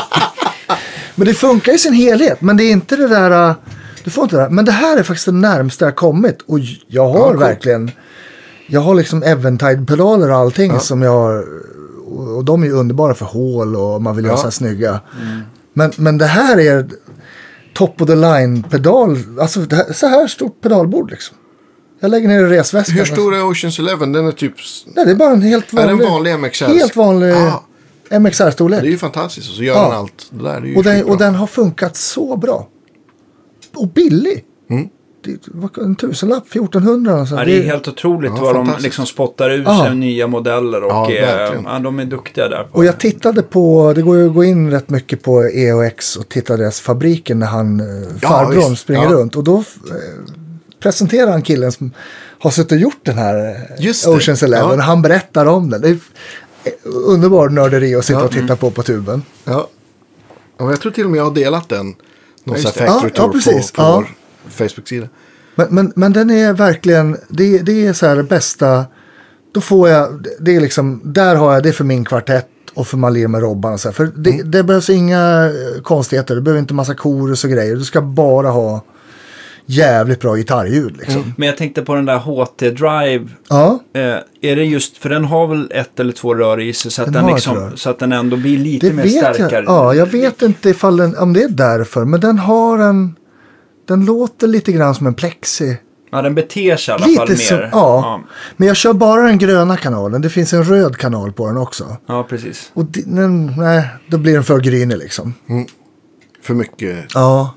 Men det funkar i sin helhet. Men det är inte det där... Du får inte det där. Men det här är faktiskt det närmsta jag kommit. Och jag har ja, verkligen... Jag har liksom Eventide-pedaler och allting ja. som jag har... Och de är ju underbara för hål och man vill ja. göra så här snygga. Mm. Men, men det här är... top of the line pedal, alltså det här, så här stort pedalbord liksom. Jag lägger ner i resväskan. Hur stor är Oceans eleven? Den är typ... Nej, det är bara en helt vanlig... Är det en vanlig M X R? Helt vanlig ah. M X R-storlek. Det är ju fantastiskt. Och så gör ja. den allt. Det där är ju och, den, och den har funkat så bra. Och billig. Mm. Det var en tusenlapp, fjortonhundra. Och så. Ja, det är helt otroligt ja, vad de liksom spottar ut ja. sig nya modeller. Och ja, eh, ja, de är duktiga där. På. Och jag tittade på, det går ju att gå in rätt mycket på E O X och titta deras fabriken när han, ja, farbrorn, springer ja. runt. Och då eh, presenterar han killen som har suttit och gjort den här Oceans eleven. Ja. Han berättar om den. Det är underbar nörderi att sitta ja. och titta på på tuben. Ja. Ja, jag tror till och med jag har delat den. Någon sån här factory tour ja, ja, på, på ja. vår Facebook-sida. Men, men, men den är verkligen, det, det är så här det bästa, då får jag, det är liksom, där har jag det för min kvartett och för Malir med Robban och så här. För det, mm. det behövs inga konstigheter, det behöver inte massa chorus och grejer, du ska bara ha jävligt bra gitarrljud liksom. Mm. Men jag tänkte på den där H T Drive. Ja. Eh, är det just, för den har väl ett eller två rör i sig så att, den, den liksom, så att den ändå blir lite det mer starkare. Jag, ja, jag vet inte ifall den, om det är därför, men den har en, den låter lite grann som en plexi. Ja, den beter sig i alla lite fall mer. Som, ja. ja, men jag kör bara den gröna kanalen. Det finns en röd kanal på den också. Ja, precis. Och den, nej, då blir den för grynig liksom. Mm. För mycket. Ja.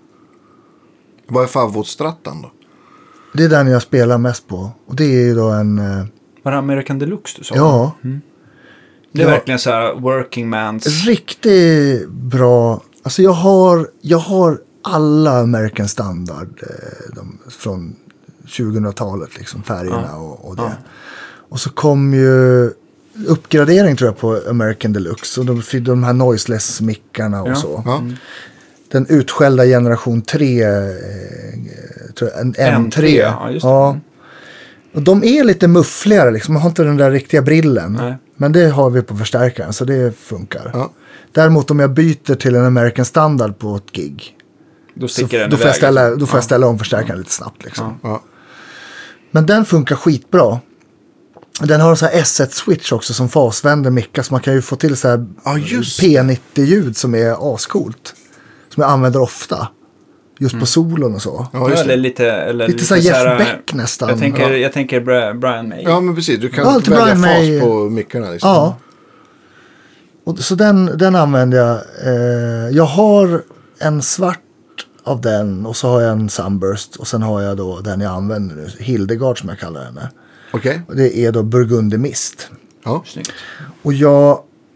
Vad är favoritstrattan då? Det är den jag spelar mest på. Och det är ju då en... Eh... Var det American Deluxe du sa? Ja. Mm. Det är ja. verkligen så här working mans. Riktigt bra. Alltså jag har, jag har alla American Standard eh, de, från tjugohundratalet liksom, färgerna ja. och, och det. Ja. Och så kom ju uppgradering tror jag på American Deluxe. Och de fick de här noiseless-mickarna och ja. så. Ja. Mm. Den utskällda generation tre, eh, tror jag, en M tre. Ja, just det. Ja. Och de är lite muffligare liksom. Man har inte den där riktiga brillen. Nej. Men det har vi på förstärkaren så det funkar. Ja. Däremot om jag byter till en American Standard på ett gig. Då sticker så, den då, får jag ställa, då får ja. jag ställa om förstärkaren ja. lite snabbt liksom. Ja. Men den funkar skitbra. Den har en sån här S ett-switch också som fasvänder mickar. Så man kan ju få till så här ja, P nittio-ljud som är ascoolt. Som jag använder ofta. Just mm. på solon och så. Ja, just eller lite, eller lite, lite så här Jeff här, Beck nästan. Jag tänker, ja. jag tänker Brian May. Ja, men precis. Du kan ja, välja Brian fas May. på mickarna. Liksom. Ja. Och, så den, den använder jag. Eh, jag har en svart av den. Och så har jag en Sunburst. Och sen har jag då den jag använder nu. Hildegard som jag kallar henne. Okej. Okay. Det är då Burgundy Mist. Ja, snyggt. Och jag...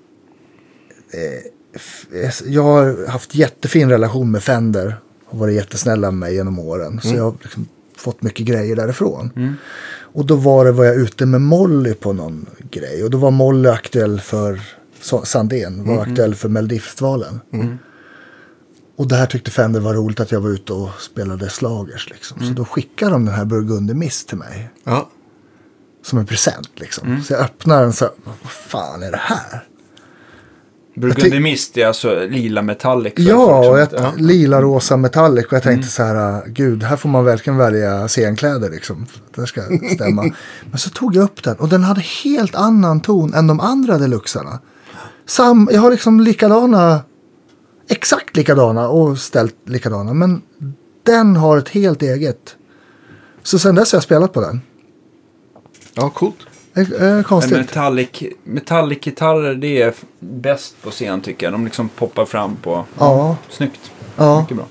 Eh, jag har haft jättefin relation med Fender och varit jättesnälla med mig genom åren. Mm. Så jag har liksom fått mycket grejer därifrån. Mm. Och då var det var jag ute med Molly på någon grej. Och då var Molly aktuell för Sandén. Var mm. aktuell för Melodifestivalen. Mm. Och det här tyckte Fender var roligt att jag var ute och spelade slagers. Liksom. Mm. Så då skickade de den här Burgundy Mist till mig. Ja. Som en present liksom. Mm. Så jag öppnar den och så vad fan är det här? Burgundy Mist är alltså lila metallic. Ja, och ett ja. lila rosa metallic. Och jag tänkte mm. så här, gud, här får man verkligen välja scenkläder liksom. Det ska stämma. Men så tog jag upp den. Och den hade helt annan ton än de andra deluxarna. Sam, jag har liksom likadana, exakt likadana och ställt likadana. Men den har ett helt eget. Så sen dess har jag spelat på den. Ja, coolt. Eh, konstigt. Metallic, metallic-gitarrer, det är bäst på scen tycker jag. De liksom poppar fram på... Ja. Snyggt. Ja. Mycket bra.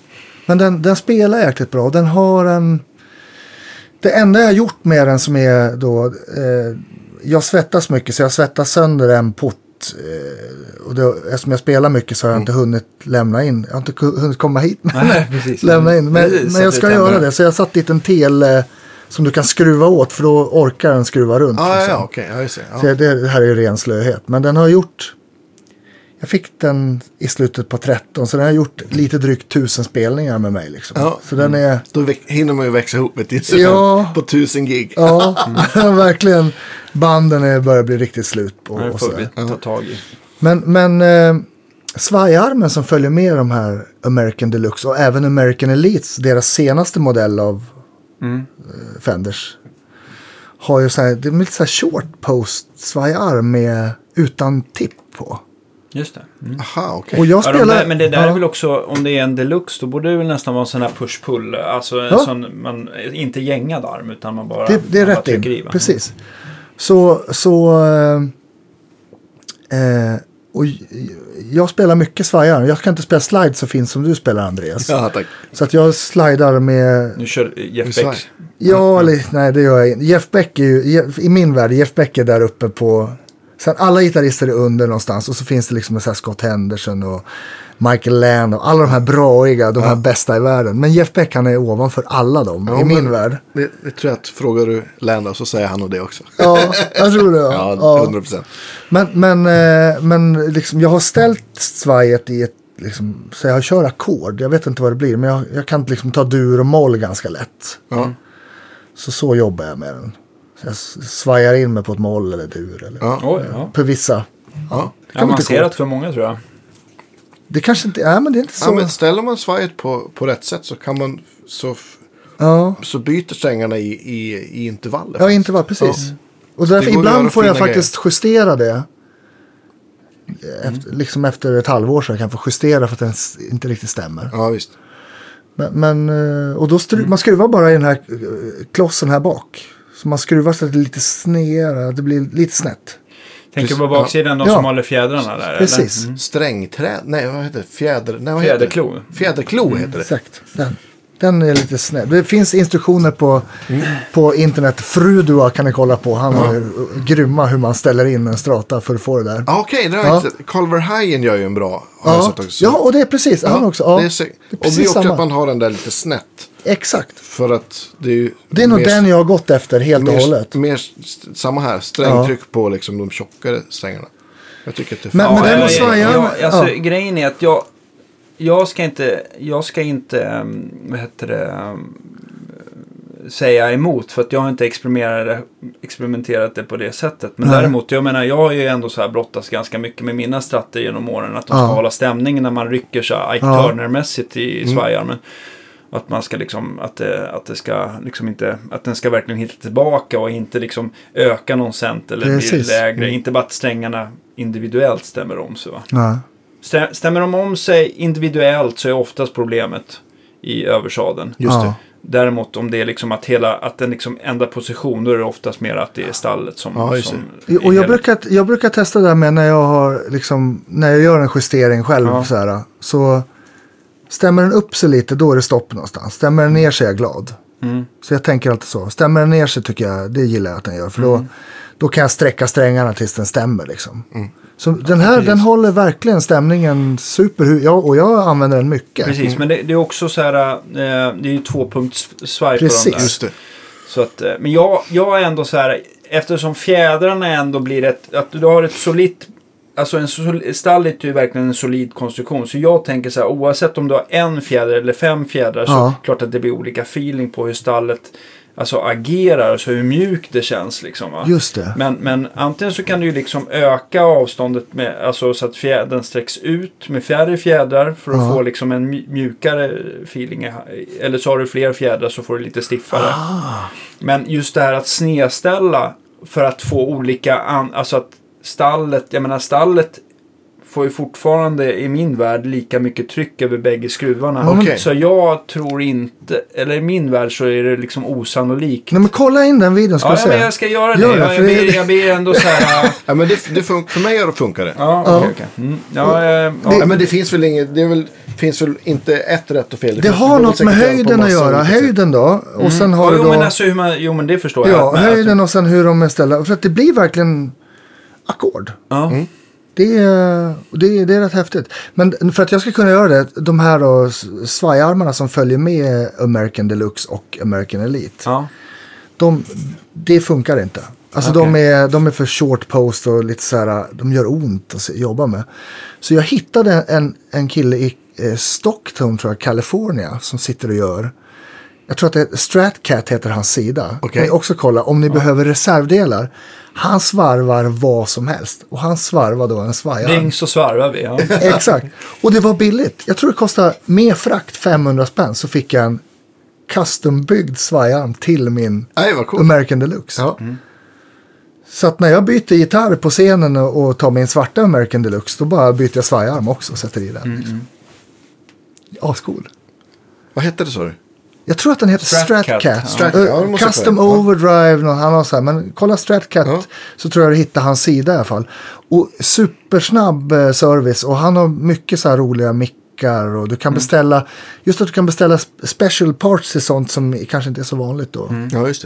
Men den, den spelar jäkligt bra. Den har en... Det enda jag har gjort med den som är då... Eh, jag svettas mycket så jag svettas sönder en pott. Eh, och då, eftersom jag spelar mycket så har jag mm. inte hunnit lämna in. Jag har inte hunnit komma hit. Men Nej, precis. lämna in. Men, precis, men jag ska göra det. Så jag har satt dit en tel eh, som du kan skruva åt. För då orkar den skruva runt. Ah, liksom. ja, okej. Okay. Ja, ja. Så det, det här är ju ren slöhet. Men den har gjort... Jag fick den i slutet på tretton. Så den har gjort lite drygt tusen spelningar med mig. Liksom. Ja. Så den är... Då hinner man ju växa ihop ett instrument ja. på tusen gig. Ja, mm. verkligen. Banden är, börjar bli riktigt slut på. Det får vi ta tag i. Men, men eh, svajarmen som följer med de här American Deluxe och även American Elites, deras senaste modell av mm. eh, Fenders, har ju så här, det är lite så här short post svajarm med utan tipp på. Just det. Mm. Aha, okej. Och jag ja, spelar... de där, men det där ja. är väl också, om det är en deluxe, då borde det väl nästan vara en sån här push-pull. Alltså en ja. sån, man, inte gängad arm, utan man bara... Det, det är man rätt bara in, i, precis. Så, så eh, och jag spelar mycket svajar. Jag kan inte spela slide så fint som du spelar, Andreas. Ja, tack. Så att jag slidar med... Nu kör Jeff Beck. Ja, eller, nej det gör jag inte. Jeff Beck är ju, i min värld, Jeff Beck är där uppe på... Sen alla gitarrister är under någonstans och så finns det liksom så här Scott Henderson och Michael Land och alla de här braiga, de här ja. bästa i världen. Men Jeff Beck, han är ovanför alla dem ja, i min värld. Det, det tror jag att frågar du Land så säger han nog det också. Ja, jag tror det. Ja, ja hundra procent. Men, men, men liksom, jag har ställt svajet i ett, liksom, så jag kör ackord. Jag vet inte vad det blir, men jag, jag kan liksom ta dur och moll ganska lätt. Ja. Så så jobbar jag med den. Så jag svajar in mig på ett moll eller dur. Eller, ja. Oj, ja. På vissa. Ja. Ja, man ser att för många tror jag. Det kanske inte är, men det är inte så. Ja, men ställer man svajet på, på rätt sätt så kan man så, ja. så byter strängarna i, i, i intervaller. Ja, intervall, precis. Ja. Och därför ibland får jag faktiskt grejer. justera det. Efter, mm. Liksom efter ett halvår så jag kan få justera för att den inte riktigt stämmer. Ja, visst. Men, men och då stru- mm. man skruvar bara i den här klossen här bak. Så man skruvar så att det är lite snedare, det blir lite snett. Tänker på baksidan, ja. de som ja. håller fjädrarna där? Precis. Mm. Strängträd, nej vad heter det? Fjäder, nej, vad Fjäderklo. Heter det? Fjäderklo mm. heter det. Exakt, den. Den är lite sned. Det finns instruktioner på, mm. på internet. Frudua kan ni kolla på. Han har mm. grymma hur man ställer in en strata för att få det där. Ah, Okej, okay, ja. Culver Hagen gör ju en bra. Ja, ja och det är precis. Ja. Han också. Ja. Det är, så, det är och det är också samma. Att man har den där lite snett. Exakt. För att det är ju... Det är nog den jag har gått efter helt mer, och hållet. Mer, samma här. Strängtryck ja. på liksom de tjockare strängarna. Jag tycker att det är Men, ja, men den ja, svajar... Ja, ja, alltså, ja. grejen är att jag... Jag ska inte, jag ska inte vad heter det, säga emot för att jag har inte experimenterat, experimenterat det på det sättet. Men Nej. däremot, jag menar, jag har ju ändå så här brottats ganska mycket med mina stratter genom åren. Att de ska ja. hålla stämningen när man rycker så här Ike ja. Turner-mässigt i mm. svajarmen. Att man ska liksom, att det, att det ska liksom inte, att den ska verkligen hitta tillbaka och inte liksom öka någon cent eller bli lägre. Mm. Inte bara att strängarna individuellt stämmer om sig va? Ja. Stämmer de om sig individuellt så är oftast problemet i översaden. Just det. Ja. Däremot om det är liksom att hela att den liksom ändrar position, då är det oftast mer att det är stallet som... Ja, som och jag brukar, jag brukar testa det där med när jag har liksom, när jag gör en justering själv ja. så här, så stämmer den upp sig lite, då är det stopp någonstans. Stämmer den ner sig är jag glad. Mm. Så jag tänker alltid så. Stämmer den ner sig tycker jag, det gillar jag att den gör. För då, mm. då kan jag sträcka strängarna tills den stämmer liksom. Mm. Så den här, den håller verkligen stämningen super, ja, och jag använder den mycket. Precis, mm. men det, det är också så här, eh, det är ju tvåpunktssvaj på Precis. de där. Just det. Så att, eh, men jag, jag är ändå så här, eftersom fjädrarna ändå blir ett, att du har ett solitt, alltså en sol, stallet är ju verkligen en solid konstruktion. Så jag tänker så här, oavsett om du har en fjäder eller fem fjädrar så ja. klart att det blir olika feeling på hur stallet alltså agerar, så hur mjukt det känns liksom va? Just det. Men, men antingen så kan du ju liksom öka avståndet med, alltså så att fjädern sträcks ut med färre fjädrar för att ja. få liksom en mjukare feeling, eller så har du fler fjädrar så får du lite stiffare. Ah. Men just det här att snedställa för att få olika, an, alltså att stallet, jag menar stallet får ju fortfarande i min värld lika mycket tryck över bägge skruvarna. Okay. Så jag tror inte, eller i min värld så är det liksom osannolikt. Nej, men kolla in den videon ska ja, du ja, säga. men jag ska göra det. Gör det, jag, jag, för blir, det- jag blir ändå så här... Ja, men det, det fun- för mig har det funkar det. ja, Ja. okej, okej. Mm. Ja, eh, ja. Ja, men det finns väl inget, det är väl, finns väl inte ett rätt och fel. Det finns har väl något med säkert på höjden att massa göra. olika sätt. Höjden då. Och sen har Ja, du jo, då... men alltså hur man, jo, men det förstår jag. Ja, Men, höjden och sen hur de är ställda. För att det blir verkligen ackord. Alltså, ja. Det är, det, är, det är rätt häftigt. Men för att jag ska kunna göra det, de här då, s- svajarmarna som följer med American Deluxe och American Elite. Ja. De, det funkar inte. Alltså Okej. de, är, de är för short post och lite så här, de gör ont att se- jobba med. Så jag hittade en, en kille i eh, Stockton, tror jag, California, som sitter och gör. Jag tror att det är Stratcat heter hans sida. Okej. Kan ni också kolla om ni behöver reservdelar. Han svarvar vad som helst. Och han svarvar då en svajarm. Ring så svarvar vi. Ja. Exakt. Och det var billigt. Jag tror det kostade med frakt femhundra spänn. Så fick jag en custombyggd svajarm till min Nej, vad coolt. American Deluxe. Ja. Så att när jag byter gitarr på scenen och, och tar min svarta American Deluxe, då bara byter jag svajarm också och sätter i den. Mm, mm. Ascool. Vad hette det, sa du? Jag tror att den heter Stratcat. Stratcat. Ja. Stratcat, ja, det måste jag Custom kolla. Ja. Overdrive, någon, han har så här, men kolla Stratcat Ja. så tror jag du hittar hans sida i alla fall. Och supersnabb eh, service och han har mycket så här roliga mickar och du kan beställa, just att du kan beställa sp- special parts till sånt som kanske inte är så vanligt då. Ja, just det.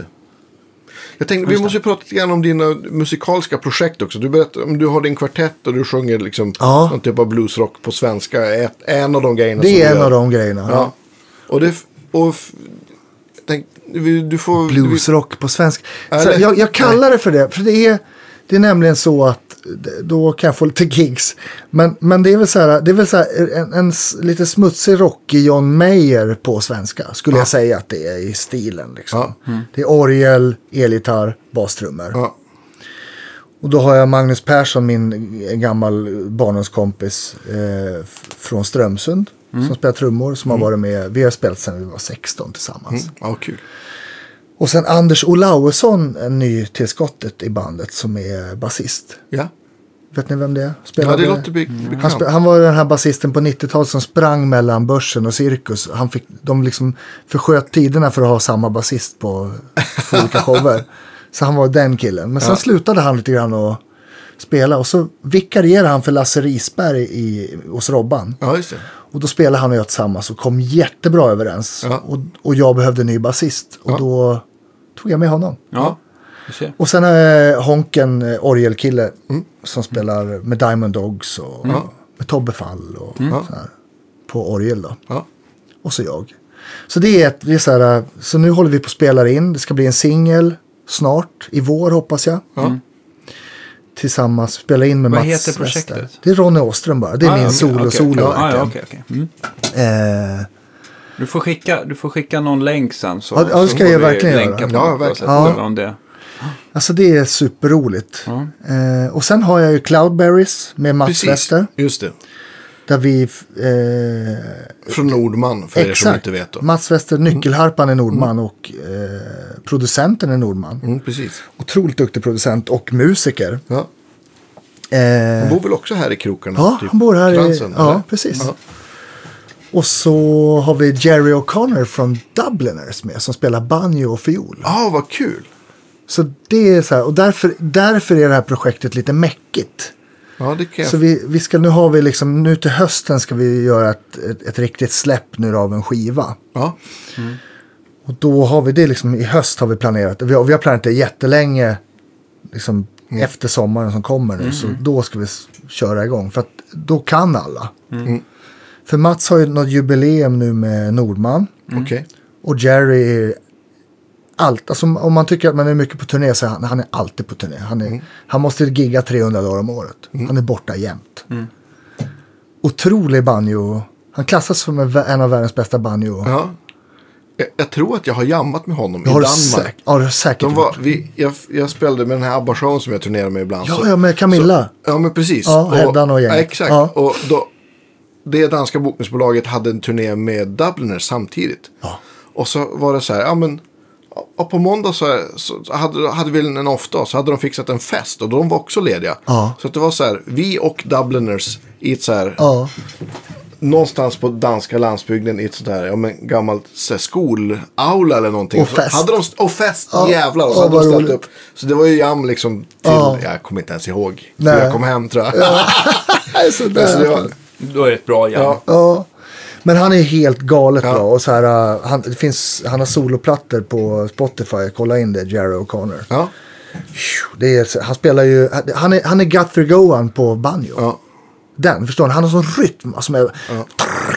Jag tänkte, vi måste ju prata lite grann om dina musikaliska projekt också. Du berättar om du har din kvartett och du sjunger liksom Ja. någon typ av bluesrock på svenska. Ett, en av de grejerna Det som är du en gör. av de grejerna. Ja. Och det... Och f- tänk, du du får... Bluesrock på svensk. Så Eller- jag, jag kallar det för det. För det är, det är nämligen så att d- då kan jag få lite gigs. Men, men det är väl så här, det är väl så här en, en s- lite smutsig rockig John Mayer på svenska. Skulle jag säga att det är i stilen. Liksom. Ja. Det är orgel, elgitarr, bastrummor. Ja. Och då har jag Magnus Persson, min gammal barndomskompis eh, f- från Strömsund. Som spelar trummor, som har varit med. Vi har spelat sedan vi var sexton tillsammans. Mm. Ja, kul. Och sen Anders Olausson, en ny tillskottet i bandet som är basist. Ja. Vet ni vem det är? Ja, Spelade, det låter be- han, bekant. spe, han var den här basisten på nittiotalet som sprang mellan Börsen och Cirkus. Han fick, de liksom försköt tiderna för att ha samma basist på för olika shower. Så han var den killen. Men sen Ja. slutade han lite grann att spela. Och så vikarierade han för Lasse Risberg i, hos Robban. Ja, just det. Och då spelade han och jag tillsammans och kom jättebra överens. Ja. Och, och jag behövde en ny basist. Och Ja. då tog jag med honom. Ja, du ser. Och sen är Honken eh, orgelkille Mm. som spelar med Diamond Dogs och Ja. med Tobbe Fall och Ja. så här, på orgel då. Ja. Och så jag. Så det är, ett, det är så här, så nu håller vi på att spela in. Det ska bli en singel snart, i vår hoppas jag. Ja. Tillsammans, spela in med Vad Mats heter projektet? Wester. Det är Ronny Åström bara, det är Ah, min okej, solo-solo okej. Ja, ja, verkligen. okej, okej. Mm. Eh, Du får skicka, du får skicka någon länk sen. Så, Ja, ja, det så ska får jag vi verkligen länka göra. på Ja, något bra verkligen. sätt, Ja. eller om det. alltså det är superroligt. Ja. Eh, och sen har jag ju Cloudberries med Mats Precis, Wester. just det. Där vi... Eh, Från Nordman, för er som exakt. inte vet då. Mats Wester, nyckelharpan är Nordman och eh, producenten är Nordman. Mm, precis. Otroligt duktig producent och musiker. Ja. Eh, Han bor väl också här i krokarna? ja, typ han bor här i... Kransen, Ja, eller? precis. Ja. Och så har vi Jerry O'Connor från Dubliners med som spelar banjo och fiol. Ja, vad kul. Så det är så här, och därför, därför är det här projektet lite mäckigt. Ja, det kan jag... Så vi, vi ska, nu har vi liksom, nu till hösten ska vi göra ett, ett, ett riktigt släpp nu av en skiva. Ja. Och då har vi det liksom, i höst har vi planerat, vi har, vi har planerat det jättelänge, liksom efter sommaren som kommer nu, så då ska vi s- köra igång, för att då kan alla. Mm. För Mats har ju något jubileum nu med Nordman, Okej. och Jerry är allt, alltså om man tycker att man är mycket på turné så är han, han är alltid på turné. Han, är, han måste gigga trehundra dagar om året. Han är borta jämt. Otrolig banjo. Han klassas som en, en av världens bästa banjo. Ja. Jag, jag tror att jag har jammat med honom Det i har du Danmark. säk- ja, det har du säkert De var, gjort. vi, jag, jag spelade med den här Abba Show som jag turnerar med ibland. Ja, så, ja, med Camilla. Så, ja, men precis. Ja, Heddan och gänget. Ja, exakt. Ja. Och då, det danska bokningsbolaget hade en turné med Dubliners samtidigt. Ja. Och så var det så här, ja men... Och på måndag så, så hade, hade vi en off-dag, så hade de fixat en fest och de var också lediga. Ja. Så att det var så här, vi och Dubliners i ett så här... Ja. Någonstans på danska landsbygden i ett sånt här, ja men gammalt så, skolaula eller någonting. Och fest. Hade de, och fest, ja. jävlar. Och så ja, hade de ställt roligt. upp. Så det var ju jam liksom till, ja. jag kommer inte ens ihåg. Nej. Jag kom hem tror jag. Ja. så där. Så det var, Då är det ett bra jam. ja. Ja. Men han är helt galet Ja. bra. Och så här, han, det finns, han har soloplattor på Spotify. Kolla in det, Jerry O'Connor. Ja. Det är, han spelar ju, han är, han är Guthrie Gowan på banjo. Ja. Den, förstår ni? Han har sån rytm som är Ja.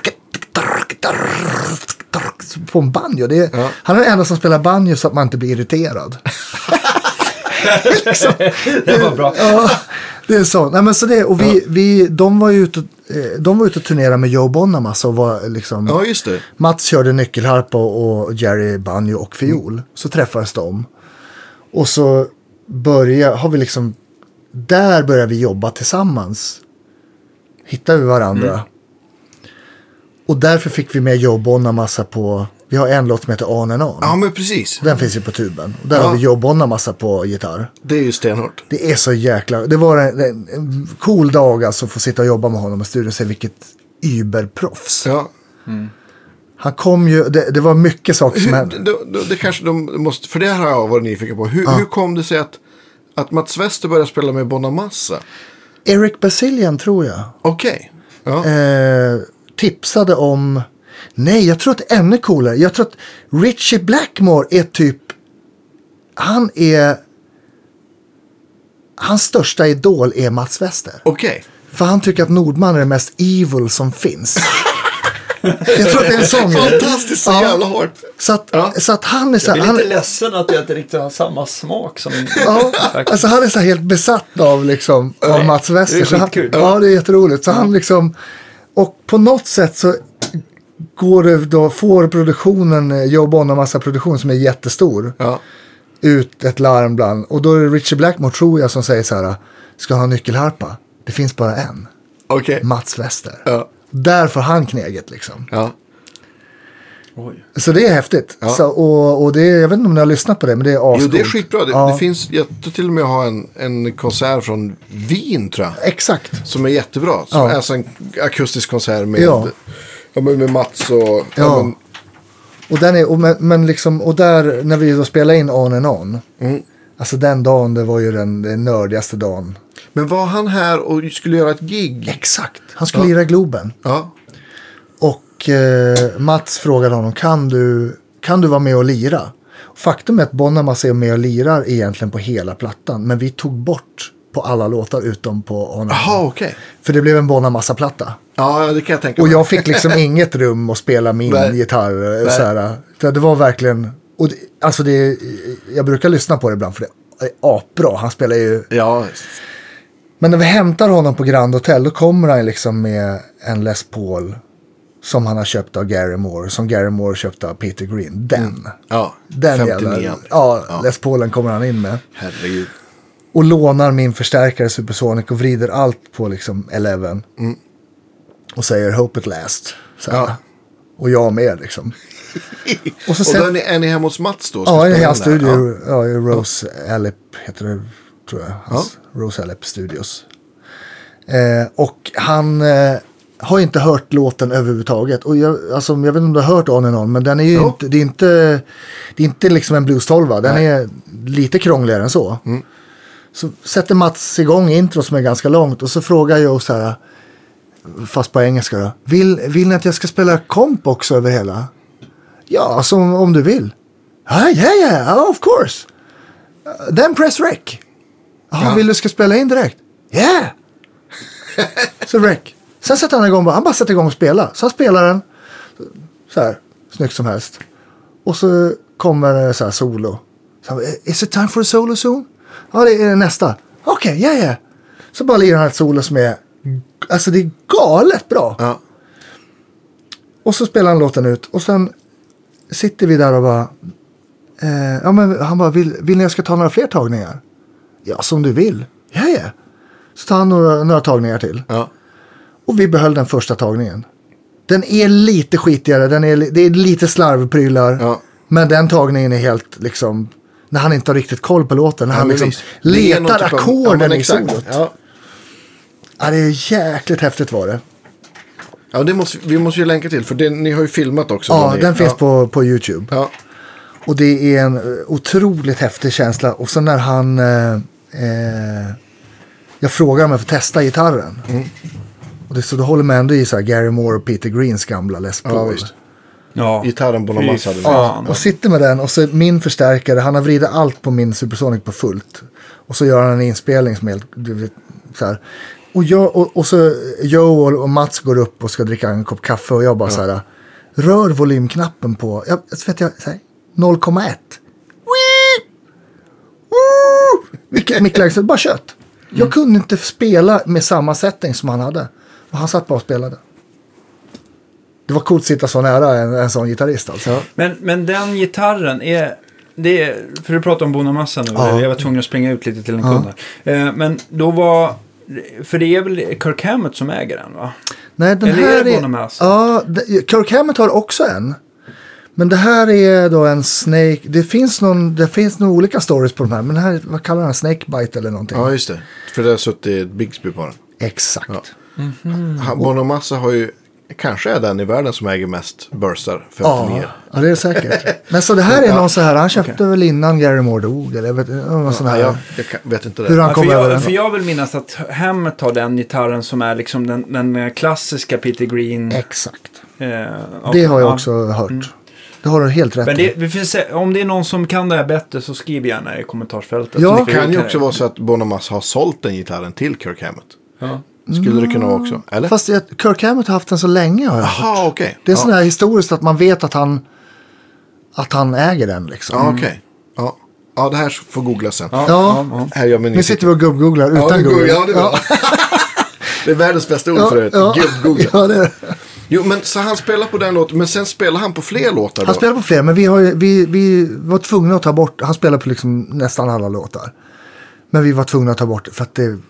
på en banjo. Det är, Ja. Han är den enda som spelar banjo så att man inte blir irriterad. liksom. Det var bra. Ja, det är så. Nej, men så det, och vi, Ja. vi, de var ju ute, eh, de var ute och turnerade med Joe Bonamassa och var liksom, Ja, just det. Mats körde nyckelharpa och Jerry banjo och fiol. Mm. Så träffades de. Och så började, har vi liksom, där började vi jobba tillsammans. Hittade vi varandra. Mm. Och därför fick vi med Joe Bonamassa på, vi har en låt som heter On and On. Ja, men precis. Den finns ju på tuben. Och där Ja. har vi Joe Bonamassa på gitarr. Det är ju stenhårt. Det är så jäkla, det var en, en, en cool dag alltså att få sitta och jobba med honom i studion och se vilket überproffs. Ja. Mm. Han kom ju, det, det var mycket saker som Hur, hände. det, det, det kanske de måste, för det här har jag varit nyfiken på. Hur, Ja. hur kom det sig att, att Mats Wester började spela med Bonamassa? Eric Basilian tror jag. Okej. Okay. Ja. Eh, tipsade om, nej jag tror att det är ännu coolare. Jag tror att Richie Blackmore är typ, han är, hans största idol är Mats Wester. Okej. Okay. För han tycker att Nordman är det mest evil som finns. Jag tror att det är en sån grej. Fantastiskt, så Ja. jävla hårt. Så att, Ja. så att han är så Jag är han, lite ledsen att jag inte riktigt har samma smak som... ja, alltså han är så helt besatt av, liksom, av Mats Wester. det är Så han, skitkul. ja, det är jätteroligt. Så han liksom, och på något sätt så går det då, får produktionen, Joe Bonamassa produktion som är jättestor, Ja. ut ett larm bland. Och då är det Richie Blackmore tror jag som säger så här, ska ha nyckelharpa? Det finns bara en. Okej. Okay. Mats Wester. Ja. Där får han kneget liksom. Ja. Oj. Så det är häftigt. Ja. Så, och, och det är, jag vet inte om ni har lyssnat på det, men det är ascoolt. Jo, det är skitbra. Det, Ja. det finns, jag tror till och med ha en, en konsert från Wien tror jag. Exakt. Som är jättebra. Som Ja. är alltså en akustisk konsert med, Ja. ja, med, med Mats och... Ja. Ja. Men, Och, den är, och, men, men liksom, och där, när vi då spelade in On and On. mm. Alltså den dagen, det var ju den, den nördigaste dagen. men var han här och skulle göra ett gig? Exakt. Han skulle Ja. lira Globen. Ja. Och eh, Mats frågade honom, kan du, kan du vara med och lira? Faktum är att Bonamassa är med och lirar egentligen på hela plattan. Men vi tog bort på alla låtar utom på On and On. Jaha, okej. Okay. För det blev en Bonamassa-platta. Ja, det kan jag tänka Och mig. jag fick liksom inget rum att spela min Nej. gitarr. Nej. Så här. Det var verkligen, och det, alltså det, jag brukar lyssna på det ibland för det är apbra. Han spelar ju. Ja. Men när vi hämtar honom på Grand Hotel, då kommer han liksom med en Les Paul som han har köpt av Gary Moore. Som Gary Moore köpte av Peter Green. Den. Mm. Ja, Den femtionio. jävla, ja, Ja. Les Paulen kommer han in med. Herregud. Och lånar min förstärkare Supersonic och vrider allt på liksom elva. Mm. Och säger Hope It Last. Så här. Ja. Och jag med liksom. Och, så och sen- då är ni, är ni hemma hos Mats då? Ska Ja, i spela hans in där? studio. Ja, i Rose Alep heter det, tror jag. Hans Rose Alep Studios. Eh, och han eh, har inte hört låten överhuvudtaget. Och jag, alltså, jag vet inte om du har hört On and On, men den är ju Jo. inte, det är inte, det är inte liksom en blues-tolva. Den Nej. är lite krångligare än så. Mm. Så sätter Mats igång intro som är ganska långt och så frågar jag så här, fast på engelska då, vill, vill ni att jag ska spela komp också över hela? Ja, alltså om, om du vill. Ja, ja, ja, of course. Uh, then press rec. Jaha, Ja. vill du ska spela in direkt? Yeah. Så rec. Sen sätter han igång, han bara sätter igång och spelar. Så han spelar den, så här, snyggt som helst. Och så kommer det så här solo. Så han, is it time for a solo soon? Ja, det är nästa. Okej, okay, ja, yeah, ja. Yeah. Så bara lirar han ett solo som är, alltså det är galet bra. Ja. Och så spelar han låten ut. Och sen sitter vi där och bara, eh, ja men han bara, vill, vill ni jag ska ta några fler tagningar? Ja, som du vill. Ja, ja. Så tar han några, några tagningar till. Ja. Och vi behöll den första tagningen. Den är lite skitigare, den är, det är lite slarvprylar. Ja. Men den tagningen är helt liksom, när han inte har riktigt koll på låten. När Ja, han men liksom visst. Det är någon letar typ av- ackorden ja, men i exakt. solot. Ja. Ja, det är jäkligt häftigt var det. Ja, det måste, vi måste ju länka till. För det, ni har ju filmat också. Ja, ni, den finns ja. på, på YouTube. Ja. Och det är en otroligt häftig känsla. Och så när han... Eh, eh, jag frågar om jag får testa gitarren. Mm. Och det, så då håller man ändå i så här Gary Moore och Peter Greens gamla Les Paul. Ja, visst. Ja. Gitarren på någon massa. Ja, och sitter med den. Och så min förstärkare. Han har vridit allt på min Supersonic på fullt. Och så gör han en inspelning som är helt... Du vet, så här. Och, jag, och, och så Joe och, och Mats går upp och ska dricka en kopp kaffe. Och jag bara ja. så här... Rör volymknappen på... Jag, jag vet jag, så här, noll komma ett. Vilket mickläge, bara kött. Jag mm. kunde inte spela med samma setting som han hade. Och han satt bara och spelade. Det var coolt att sitta så nära en, en sån gitarrist alltså. Men, men den gitarren är... Det är, för du pratar om Bonamassa nu. Ja. Jag var tvungen att springa ut lite till en kund ja. eh, Men då var... För det är väl Kirk Hammett som äger den, va? Nej, den Eller här är det är... Bonamassa? Ja, det, Kirk Hammett har också en. Men det här är då en Snake... Det finns någon... Det finns några olika stories på de här. Men det här, vad kallar den? Snakebite eller någonting. Ja, just det. För det har suttit Bigsby på den. Exakt. Ja. Mm-hmm. Bonamassa har ju... Kanske är den i världen som äger mest bursar. femtionio. Ja, ja, det är säkert. Men så det här är någon så här... Han köpte okay. väl innan Gary Moore dog. Eller jag vet, någon sån här, ja, jag vet inte det. Hur han ja, kom för, över jag, för jag vill minnas att Hammett har den gitarren som är liksom den, den klassiska Peter Green. Exakt. Eh, det har jag också ja. hört. Mm. Det har du helt rätt. Men det, det finns, om det är någon som kan det här bättre så skriv gärna i kommentarsfältet. Ja. Det kan ju också vara så att Bonamassa har sålt den gitarren till Kirk Hammett. Ja. Skulle mm. det kunna vara också? Eller? Fast jag, Kirk Hammett har haft den så länge. Har jag Aha, okej. Okay. Det är ja. sån här historiskt att man vet att han att han äger den liksom. Ja, okej. Okay. Ja. ja, det här får googlas sen. Ja. ja. ja. Här gör nu sitter vi och gubb-googlar utan ja, Google. Ja, det är bra. Det är världens bästa ord ja, för det. Ja. Gubb-googla. Ja, det är det. Jo, men så han spelar på den låten, men sen spelar han på fler låtar då? Han spelar på fler, men vi, har ju, vi, vi var tvungna att ta bort, han spelar på liksom nästan alla låtar. Men vi var tvungna att ta bort det för att det...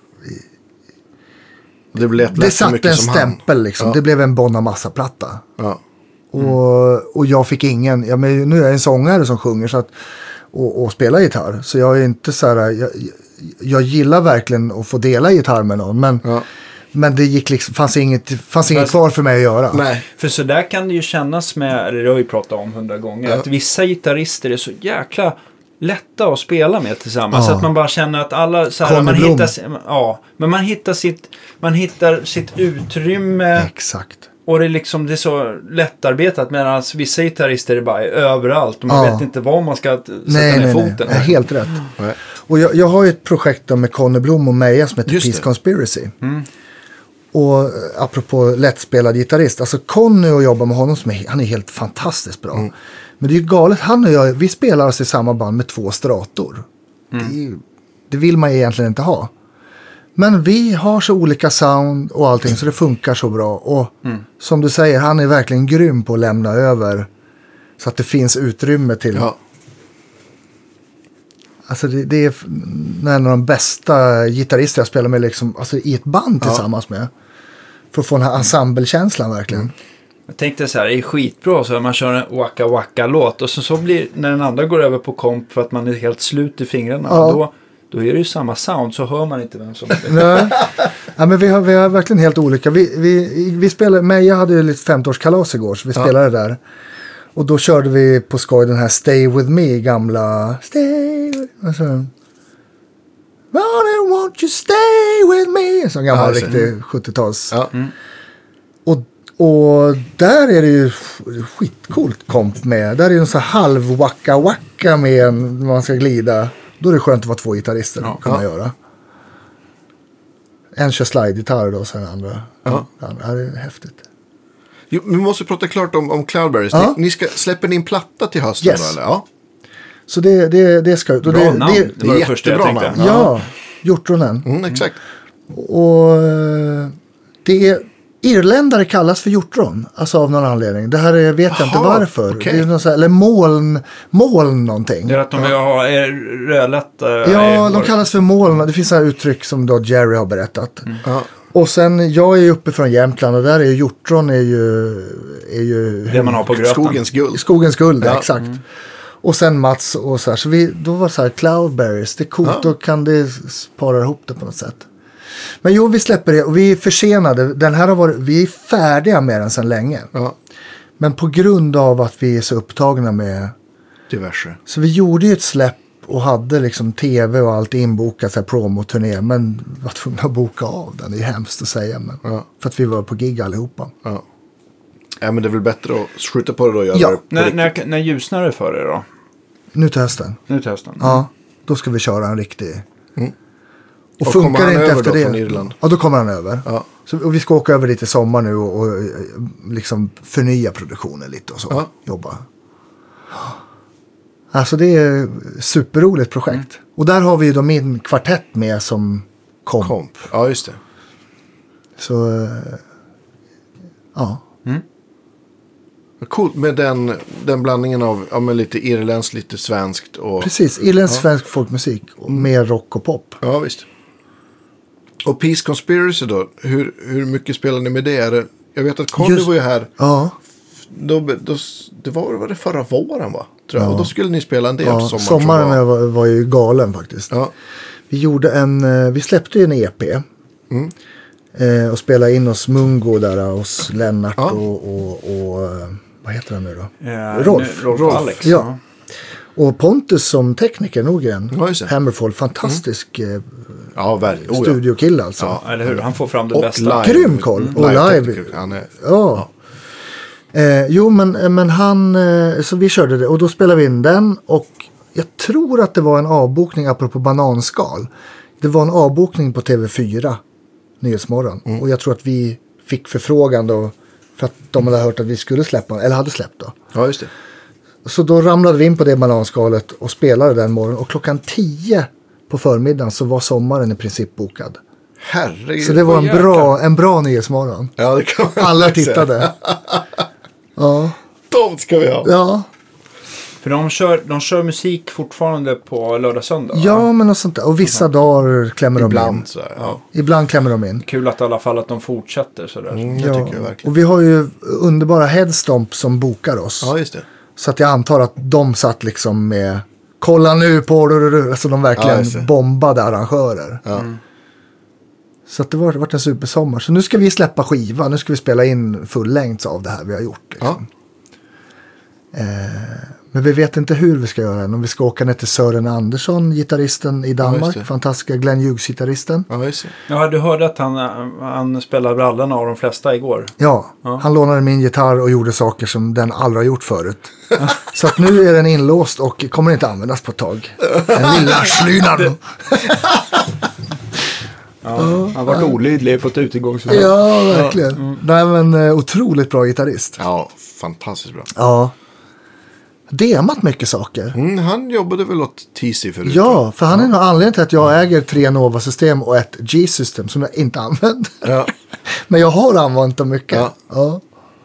Det, blev det satte en stämpel liksom. Ja. Det blev en Bonamassa-platta. Ja. Mm. Och, och jag fick ingen... Ja, men nu är jag en sångare som sjunger så att, och, och spelar gitarr. Så jag är inte så här... Jag, jag gillar verkligen att få dela gitarr med någon. Men, ja. men det gick liksom, fanns inget, fanns inget kvar för mig att göra. Nej. För så där kan det ju kännas med... Det har vi pratat om hundra gånger. Ja. Att vissa gitarrister är så jäkla... lätta att spela med tillsammans ja. Så att man bara känner att alla så här, man hittar, ja, men man hittar sitt man hittar sitt utrymme. Exakt. Och det är liksom det är så lättarbetat medan vissa gitarrister är bara överallt och man ja. vet inte var man ska sätta nej, ner nej, foten. Nej, helt rätt. Mm. Och jag, jag har ju ett projekt med Conny Blom och Meja som heter Peace Conspiracy. Mm. Och apropå lättspelad gitarrist, alltså Conny och jobbar med honom som är, han är helt fantastiskt bra. Mm. Men det är ju galet, han och jag, vi spelar oss i samma band med två strator. Mm. Det, är, det vill man egentligen inte ha. Men vi har så olika sound och allting så det funkar så bra. Och mm. som du säger, han är verkligen grym på att lämna över så att det finns utrymme till. Ja. Alltså det, det är en av de bästa gitarrister jag spelar med liksom, alltså i ett band tillsammans ja. med. För att få den här ensemblekänslan verkligen. Mm. Jag tänkte så här, det är skitbra så man kör en Waka Waka-låt och så, så blir när den andra går över på komp för att man är helt slut i fingrarna. Ja. Då, då är det ju samma sound så hör man inte vem som är Nej. Ja, men vi har, vi har verkligen helt olika. Vi, vi, vi spelade, Meja hade ju lite femtioårskalas igår så vi ja. spelade där. Och då körde vi på skoj den här Stay With Me gamla Stay alltså, Ronnie, won't you stay with me? Så gammal ja, riktig sjuttio-tals. Ja. Mm. Och Och där är det ju skitcoolt komp med. Där är det en så halv waka waka med en, när man ska glida. Då är det skönt att vara två gitarrister ja. kunna ja. göra. En kör slide-gitarr då, sen andra. Ja. Det är häftigt. Jo, vi måste prata klart om, om Cloudberries. Ja. Ni, ni ska släppa in platta till hösten yes. då, eller? Ja. Så det, det, det ska ut. Bra det, namn. Det, det, det var det första jag tänkte. Ja, ja hjortronen. Mm, exakt. Och det är... Irländare kallas för hjortron, alltså av någon anledning. Det här är, vet jag Aha, inte varför. Okay. Det är någon så här, eller moln, moln någonting. Det är att de vill ha rödlätt. Äh, ja, de kallas för moln. Det finns så här uttryck som då Jerry har berättat. Mm. Ja. Och sen, jag är ju uppe från Jämtland och där är ju hjortron är ju... Är ju det man har på gröten. Skogens guld. Skogens guld, ja. exakt. Mm. Och sen Mats och så här. Så vi, då var det så här, Cloudberries, det är coolt, ja. då kan det spara ihop det på något sätt. Men jo, vi släpper det och vi är försenade. Den här har varit, vi är färdiga med den sedan länge. Ja. Men på grund av att vi är så upptagna med... Diverse. Så vi gjorde ju ett släpp och hade liksom tv och allt inbokat, så här promoturné. Men var tvungna att boka av den. Det är hemskt att säga. Men Ja. För att vi var på gig allihopa. Ja. Ja, men det är väl bättre att skjuta på det då och göra Ja. det på När, riktigt. när, när ljusnar det för er då? Nu till hösten. Nu till hösten? Ja, då ska vi köra en riktig... Mm. Och, Och funkar kommer han det inte över efter då det? från Irland? Ja, då kommer han över. Ja. Så, och vi ska åka över lite i sommar nu och, och liksom förnya produktionen lite och så. Ja. Jobba. Alltså det är ett superroligt projekt. Mm. Och där har vi ju då min kvartett med som komp. Komp. Ja, just det. Så, äh, ja. Mm. Coolt med den, den blandningen av ja, men lite irländskt, lite svenskt. Och... Precis, irländsk ja. svensk folkmusik. Och mer rock och pop. Ja, visst. Och Peace Conspiracy då? Hur, hur mycket spelar ni med det? Är det jag vet att Conny Just... var ju här. Ja. Då, då, det var, var det förra våren va? Tror jag. Ja. Och då skulle ni spela en del Ja, på sommaren. sommaren var... var, var ju galen faktiskt. Ja. Vi gjorde en, vi släppte ju en E P. Mm. Eh, och spelade in hos Mungo där, hos Lennart Ja. och, och, och, vad heter han nu då? Ja, Rolf. Rolf. Rolf. Alex. Ja. Och Pontus som tekniker, Norgren. Ja, just det. Hammerfall, fantastisk eh, Ja, verkligen. Oh, ja. studiokille alltså. Ja. Eller hur? Han får fram det Och bästa. live. Grym koll. Mm. Och live. Live-tekniker. Han är... Ja. Eh, jo, men, men han, eh, så vi körde det och då spelade vi in den och jag tror att det var en avbokning apropå bananskal. Det var en avbokning på T V fyra, Nyhetsmorgon. Mm. Och jag tror att vi fick förfrågan då för att de hade hört att vi skulle släppa, eller hade släppt då. Ja, just det. Så då ramlade vi in på det bananskalet och spelade den morgonen. Och klockan tio på förmiddagen så var sommaren i princip bokad. Herregud. Så det var en jäklar. bra, en bra Nyhetsmorgon. Ja, det kan man Alla säga. tittade. Ja. De ska vi ha. Ja. För de kör, de kör musik fortfarande på lördag söndag. va? Ja, men något sånt där. Och vissa dagar klämmer de in. Ibland så här, ja. Ibland klämmer de in. Kul att i alla fall att de fortsätter sådär. Mm, det Ja. tycker jag verkligen. Och vi har ju underbara Headstomp som bokar oss. Ja, just det. Så att jag antar att de satt liksom med kolla nu på det. Alltså de Ja, verkligen just det. bombade arrangörer. Ja. Mm. Så att det var, det var en supersommar. Så nu ska vi släppa skiva. Nu ska vi spela in fullängds av det här vi har gjort. Liksom. Ja. Eh, men vi vet inte hur vi ska göra än. Om vi ska åka ner till Sören Andersson, gitarristen i just Danmark. det. Fantastiska Glenn Hughes-gitarristen. Ja, just det. Ja, du hörde att han, han spelade brallan av de flesta igår. Ja, Ja. han lånade min gitarr och gjorde saker som den aldrig har gjort förut. Så att nu är den inlåst och kommer inte användas på ett tag. Den lilla slynan. Ja, han har varit olydlig, fått utegångsförbud. Ja, verkligen. Mm. Nej, men uh, otroligt bra gitarrist. Ja, fantastiskt bra. Ja. Demat mycket saker. Mm, han jobbade väl åt T C förut? Ja, för han är nog anledningen till att jag äger tre Nova-system och ett G-system som jag inte använder. Ja. Men jag har använt dem mycket. Ja. Ja.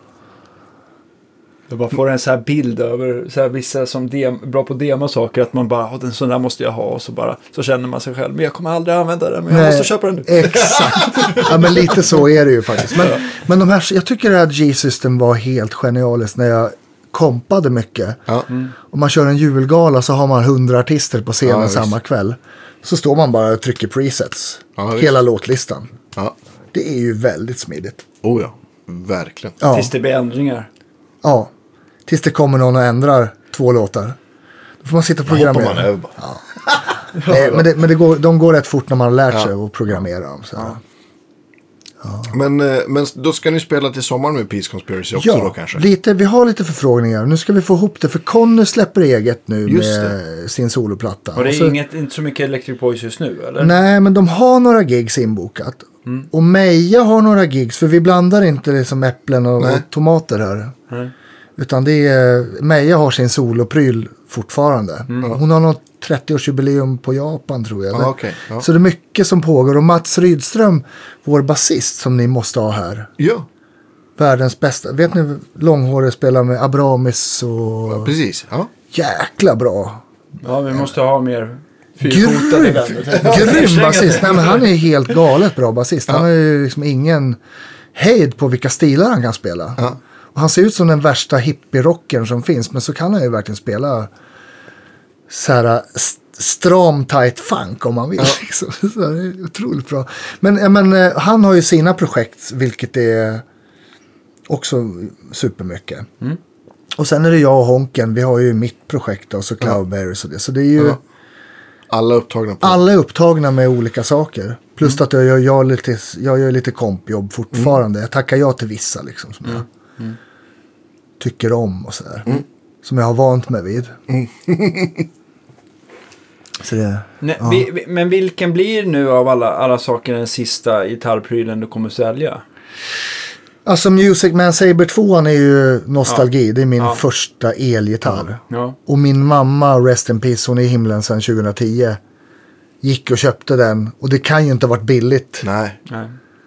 Jag bara får en så här bild över så här vissa som dem, bra på dema saker. Att man bara, den sån där måste jag ha. Och så, bara, så känner man sig själv. Men jag kommer aldrig använda den. Men jag Nej, måste köpa den nu. Exakt. Ja, men lite så är det ju faktiskt. Men, men de här, jag tycker det här G-system var helt genialiskt när jag kompade mycket. Ja. Om man kör en julgala så har man hundra artister på scenen Ja, samma kväll. Så står man bara och trycker presets. Ja, visst. hela låtlistan. Ja. Det är ju väldigt smidigt. Oh ja, verkligen. Ja. Tills det blir ändringar. Ja. Tills det kommer någon och ändrar två låtar. Då får man sitta och Hoppar man programmera. över bara. Nej, men det, men det går, de går rätt fort när man har lärt sig att programmera dem. Så. Ja, Men, eh, men då ska ni spela till sommaren med Peace Conspiracy också då kanske? lite, vi har lite förfrågningar. Nu ska vi få ihop det. För Conny släpper eget nu Just med sin soloplatta. Och det är så, inget, inte så mycket Electric Boys just nu, eller? Nej, men de har några gigs inbokat. Mm. Och Meja har några gigs. För vi blandar inte det som äpplen och, Nej. och tomater här. Nej. Utan det är, Meja har sin solopryl fortfarande. Mm. Hon har något trettioårsjubileum på Japan tror jag. Ja, okej. Ja. Så det är mycket som pågår. Och Mats Rydström, vår basist som ni måste ha här. Ja, Världens bästa. Vet ni, långhårig spelar med Abramis och... ja, precis. Ja. Jäkla bra. Ja, vi måste ha mer fyrfotade Grym, vänner. grym basist. Nej, men han är helt galet bra basist. Han har ju liksom ingen hejd på vilka stilar han kan spela. Ja. Och han ser ut som den värsta hippie-rockern som finns. Men så kan han ju verkligen spela så här stram tight funk om man vill. Ja. Liksom. Så det är otroligt bra. Men, men han har ju sina projekt, vilket är också supermycket. Mm. Och sen är det jag och Honken, vi har ju mitt projekt och så Cloudberries och det. Så det är ju... Ja. Alla upptagna på. Alla är upptagna med olika saker. Plus mm. att jag gör, jag, lite, jag gör lite kompjobb fortfarande. Mm. Jag tackar ja till vissa liksom, som mm. jag mm. tycker om och sådär. Mm. Som jag har vant mig vid. Mm. Så det, Nej, ja. vi, men vilken blir nu av alla, alla saker den sista gitarrprylen du kommer sälja? Alltså Music Man Saber två är ju nostalgi. Ja. Det är min ja. första elgitarr. Ja. Ja. Och min mamma, rest in peace, hon är i himlen sedan tjugohundratio. Gick och köpte den. Och det kan ju inte ha varit billigt. Nej. Nej.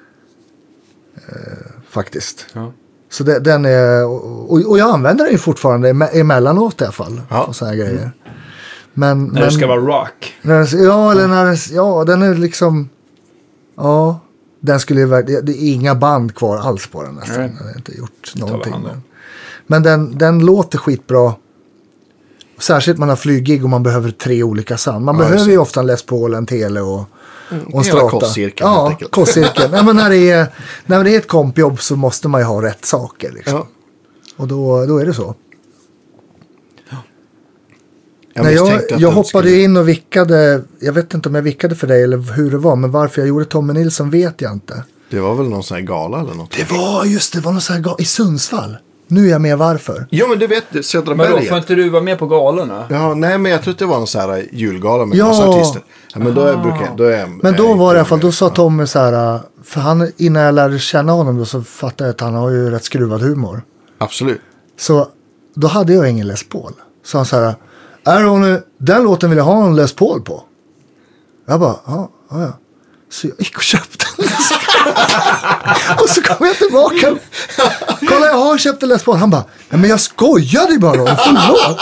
Eh, faktiskt. Ja. Så det, den är... Och, och jag använder den ju fortfarande emellanåt i alla fall. Ja. Och såna här grejer. Mm. Men, när men, det ska vara rock. När, ja, eller när det, ja, den är liksom... Ja... Den skulle ju, det är inga band kvar alls på den nästan. Mm. Den har inte gjort någonting. Men, men den, den låter skitbra. Särskilt man har flyggig och man behöver tre olika sound. Man ja, behöver ju ofta en Les Paul, en Tele och, och en strata. Kosscirkeln. Ja, kosscirkeln. Nej, men när det är, när det är ett kompjobb så måste man ju ha rätt saker. Liksom. Ja. Och då, då är det så. Ja. Jag, när jag, jag hoppade skulle... in och vickade, jag vet inte om jag vickade för dig eller hur det var, men varför jag gjorde Tommy Nilsson vet jag inte. Det var väl någon sån här gala eller något? Det var just det, var någon sån här gala i Sundsvall. Nu är jag med varför. Ja, men du vet, Södra Berget. Men då får inte du vara med på galorna? Ja, nej, men jag tror att det var någon sån här julgala med ja. massa artister. Ja, men då är, brukar, då är Men då var det i alla fall, då sa Tommy så här, för han, innan jag lärde känna honom då så fattade jag att han har ju rätt skruvad humor. Absolut. Så då hade jag ingen Les Paul. Så han så här, är hon, den låten vill jag ha en Les Paul på. Jag bara, ja, ja, ja. Så jag gick och köpte den. Och så kom jag tillbaka. Kolla, jag har köpt en Les Paul. Han bara, ja, men jag skojade bara då. Förlåt.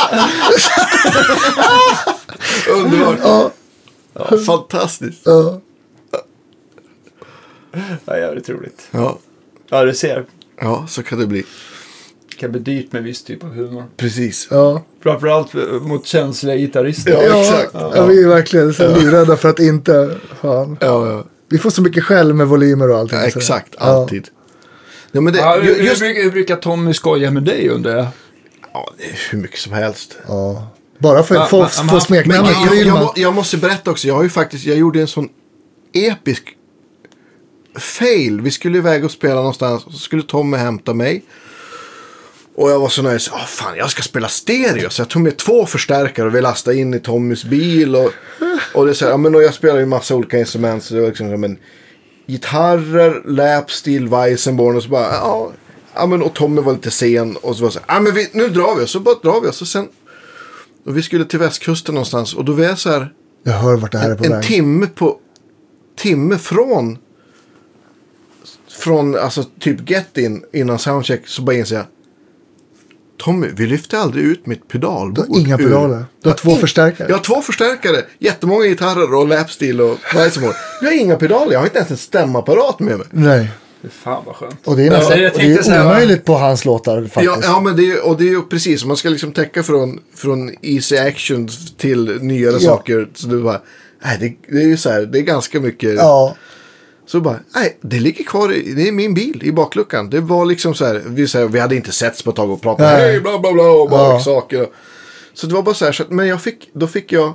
Underbart. Ja. Ja, fantastiskt. Ja. Ja, jävligt roligt. Ja. Ja, du ser. Ja, så kan det bli. Det kan bli dyrt med viss typ av humor. Precis. Ja. Framförallt mot känsliga gitarrister. Ja, ja, exakt. Ja. Ja, vi är verkligen så ja. livrädda för att inte... Fan. Ja, ja. Vi får så mycket skäll med volymer och allting. Ja, exakt, alltid. Ja, men det, ja, hur, just... hur, hur brukar Tommy skoja med dig under det? Ja, det är hur mycket som helst. Ja. Bara för att få, få smeknamn. Jag, jag, jag, jag måste berätta också, jag har ju faktiskt, jag gjorde en sån episk fail. Vi skulle iväg och spela någonstans och så skulle Tommy hämta mig. Och jag var så nöjd, åh fan, jag ska spela stereo. Så jag tog med två förstärkare och vi lastade in i Tommys bil. Och, och det så här, ja, men och jag spelade ju massa olika instrument. Så det var liksom, men, gitarrer, lapsteel, Weissenborn och så bara, ja, ja men och Tommy var lite sen. Och så var det så här, ja men vi, nu drar vi. Och så bara drar vi. Och så sen, och vi skulle till västkusten någonstans. Och då var jag så här, jag hör vart det här är på en, väg. En timme på, timme från, från, alltså typ get in, innan soundcheck, så bara inser jag, Tommy, vi lyfte aldrig ut mitt pedalbord. Du har inga pedaler. Du har två in... förstärkare. Jag har två förstärkare. Jättemånga gitarrer och lapsteel och Weissenborn. Jag har inga pedaler. Jag har inte ens en stämapparat med mig. Nej. Fan vad skönt. Och det är, nästan, ja, och det är omöjligt på hans låtar faktiskt. Ja, ja men det är, och det är ju precis. Man ska liksom täcka från, från easy action till nyare ja. saker. Så det är bara, nej, det, det är ju så här, det är ganska mycket. Ja. Så bara, nej, det ligger kvar i, det är min bil i bakluckan. Det var liksom så här, vi, så här, vi hade inte setts på ett tag och pratat, hej, bla bla bla, och bara ja. saker. Så det var bara så här, så att, men jag fick, då fick jag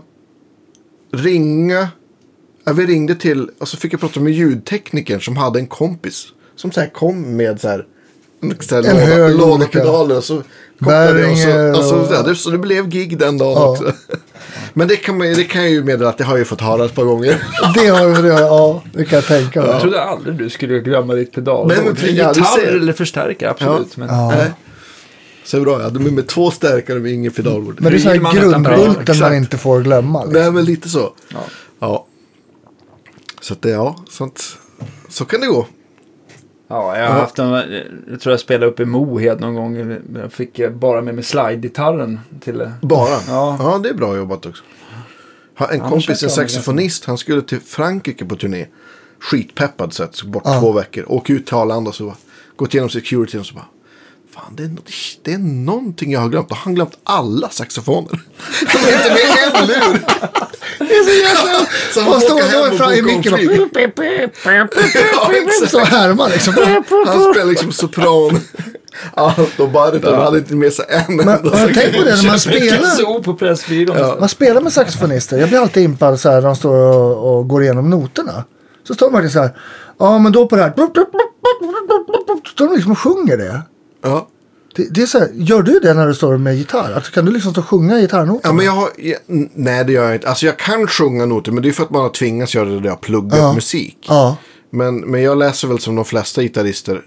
ringa, ja, vi ringde till, och så fick jag prata med ljudteknikern som hade en kompis. Som så här kom med så här, så här en låda, hög låda pedaler och så kopplade och så, och så, och... Så, det, så det blev gig den dagen ja. också. Men det kan, man, det kan jag ju meddela att det har jag ju fått höra ett par gånger. Det har jag, det har, ja, det kan jag tänka mig. Jag trodde aldrig du skulle glömma ditt pedal. Men, men, gitarr eller förstärka, absolut. Ja. Men, ja. Nej. Så bra, jag hade med, med två stärkare med ingen pedalbord. Men det är så här grundbulten man inte får glömma. Liksom. Nej, men lite så. Ja. Ja. Så att det, ja, sånt, så kan det gå. Ja, jag har ja. haft en, jag tror jag spelade upp i Mohed någon gång. Jag fick bara med mig slide-gitarren till. Bara? Ja. Ja, det är bra jobbat också. En ja, kompis, en saxofonist, han skulle till Frankrike på turné. Skitpeppad så att bort ja. två veckor. Åk ut till Arlanda och så gått igenom security och så bara, fan, det är, no- det är någonting jag har glömt. Och han har glömt alla saxofoner. Han är inte med en lur. Det är så jävla... Så han står då fram i micken och så härmar liksom. Han spelar liksom sopran. Allt och bara utan han hade inte med sig en. Men har du tänkt på det när man spelar? på pressbyrån. Ja. Man spelar med saxofonister. Jag blir alltid impad så här när de står och, och går igenom noterna. Så står de verkligen så här. Ja, men då på det här. Så står de liksom och sjunger det. Ja. Det, det är så här, gör du det när du står med gitarr? Alltså, kan du liksom stå och sjunga gitarrnoter? Ja, men jag har... Jag, nej, det gör jag inte. Alltså, jag kan sjunga noter, men det är för att man har tvingats göra det där jag pluggat Ja. musik. Ja. Men, men jag läser väl som de flesta gitarrister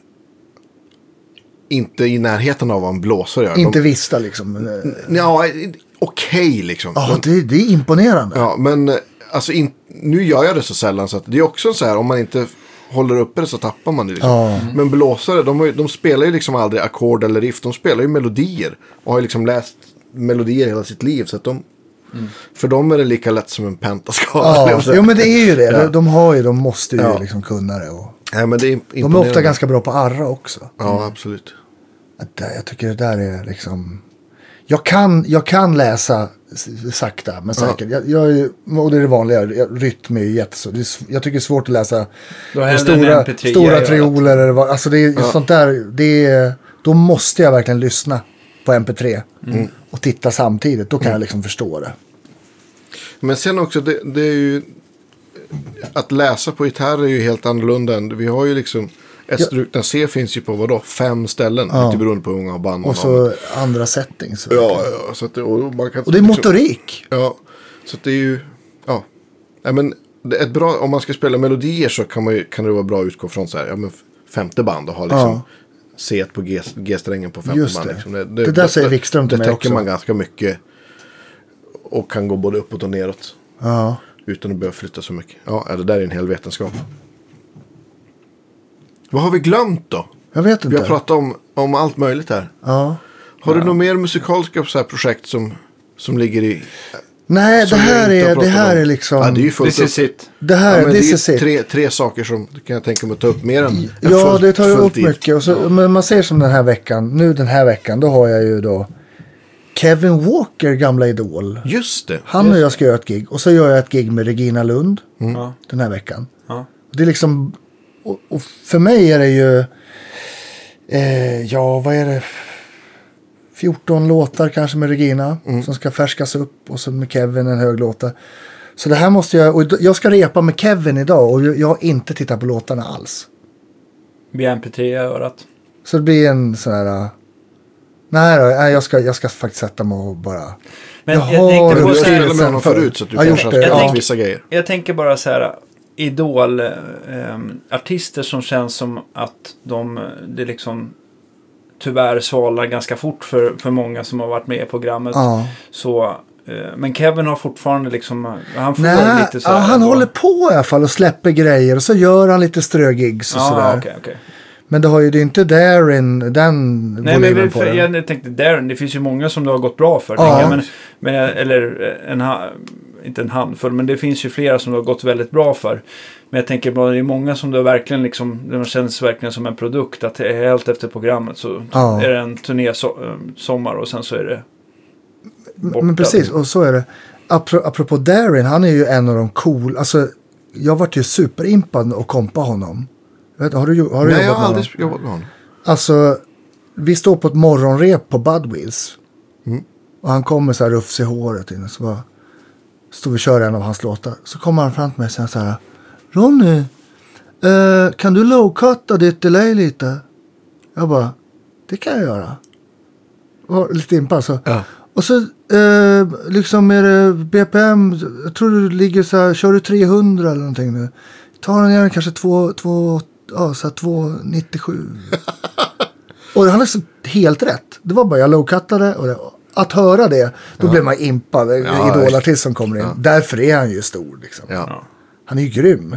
inte i närheten av vad en blåsare gör. Inte de, vista liksom. ja, okej okay, liksom. Ja, Men- det, det är imponerande. Ja, men eh, alltså in, nu gör jag det så sällan så att det är också så här, om man inte håller uppe det så tappar man det liksom. Ja. Men blåsare, de, har ju, de spelar ju liksom aldrig ackord eller riff, de spelar ju melodier och har ju liksom läst melodier hela sitt liv så att de, mm. för dem är det lika lätt som en pentaskala. Ja, jo men det är ju det. Ja. De, de har ju, de måste ju Ja. liksom kunna det. Och Ja, men det är de är imponerande. ofta ganska bra på arra också. Ja, absolut. Det, jag tycker det där är liksom... Jag kan, jag kan läsa s- sakta, men säkert. Jag, jag är, och det är det vanliga. Jag, rytm är ju jättesvårt. Det är, s- jag tycker det är svårt att läsa Då hellre en stora, M P tre stora i trioler. Eller vad, alltså det är Ja. sånt där. Det är, då måste jag verkligen lyssna på M P tre. Mm. Och titta samtidigt. Då kan jag liksom förstå det. Men sen också, det, det är ju... Att läsa på gitarr är ju helt annorlunda. än- Vi har ju liksom... S-strukna C finns ju på vadå? Fem ställen. Ja. Lite beroende på hur många band man Och har. så andra settings. Ja, ja. Så att det, och, man kan, Och det är motorik. Ja, så att det är ju... Ja. Nej, men det är ett bra, om man ska spela melodier så kan, man ju, kan det vara bra att utgå från så här, ja, men femte band och ha liksom Ja. C på G, G-strängen på femte Just band. det. Liksom. Det där säger Wikström till det mig täcker också. man ganska mycket och kan gå både uppåt och neråt Ja. utan att behöva flytta så mycket. Ja, det där är en hel vetenskap. Vad har vi glömt då? Jag vet Vi inte. har pratat om, om allt möjligt här. Ja. Har du något mer musikaliska så här projekt som, som ligger i... Nej, som det vi här inte har är, det pratat här om? är liksom... Ja, det är ju fullt This upp. is it. Det här, Ja, men this det is är it. tre, tre saker som du kan jag tänka mig att ta upp mer än Ja, det tar ju full upp tid. mycket. Och så, men man ser som den här veckan. Nu den här veckan, då har jag ju då Kevin Walker, gamla idol. Just det. Han och jag ska göra ett gig. Och så gör jag ett gig med Regina Lund Ja. den här veckan. Ja. Det är liksom... Och, och för mig är det ju... Eh, ja, vad är det? fjorton låtar kanske med Regina. Som ska färskas upp. Och så med Kevin en hög låtar. Så det här måste jag... Och jag ska repa med Kevin idag. Och jag jag har inte tittat på låtarna alls. Via M P tre i örat. Så det blir en sån här... uh, Nej då, nej, jag ska, jag ska faktiskt sätta mig och bara... Men Jag jag, har tänkte Du på har så spelat här, med sen honom förr. förut så att du Jag har kanske gjort har det, spelat ja. vissa grejer. jag tänker bara så här, idol eh, artister som känns som att de det liksom tyvärr svalar ganska fort för, för många som har varit med i programmet. Ja. Så, eh, men Kevin har fortfarande liksom, han får Nej, lite så ja, här han ändå. håller på i alla fall och släpper grejer. Och så gör han lite strögigs och Ja, sådär. okej, okej. Men det har ju det är inte Darin, den Nej, men volymen väl, på för, den. jag tänkte Darren, det finns ju många som det har gått bra för. Ja. tänker jag, Men, men, eller en, ha- inte en handfull, men det finns ju flera som det har gått väldigt bra för. Men jag tänker bara, det är många som det verkligen liksom, det känns verkligen som en produkt. Att det är helt efter programmet så Ja. är det en turné so, sommar och sen så är det borta. Men precis, och så är det. Apro- apropå Darin, han är ju en av de cool... Alltså, jag vart ju superimpad och kompa honom. Jag vet, har du, har du Nej, jag jobbat har med aldrig honom? jobbat med honom. Alltså, vi står på ett morgonrep på Budwheels. Mm. Och han kommer så här rufs i håret in. Så bara står vi och kör en av hans låtar. Så kommer han fram till mig och säger så här: Ronny, eh, kan du low-cutta ditt delay lite? Jag bara, det kan jag göra. Och lite impad så. Ja. Och så eh, liksom är det B P M, jag tror du ligger så här, kör du trehundra eller någonting nu. Ta den ner kanske två, två, ja, så här två nittiosju. Och han är så helt rätt. Det var bara jag low-cuttade och det, att höra det, då blir man impad. Ja, Idolartist som kommer in. ja. Därför är han ju stor liksom. Ja. Ja. Han är ju grym.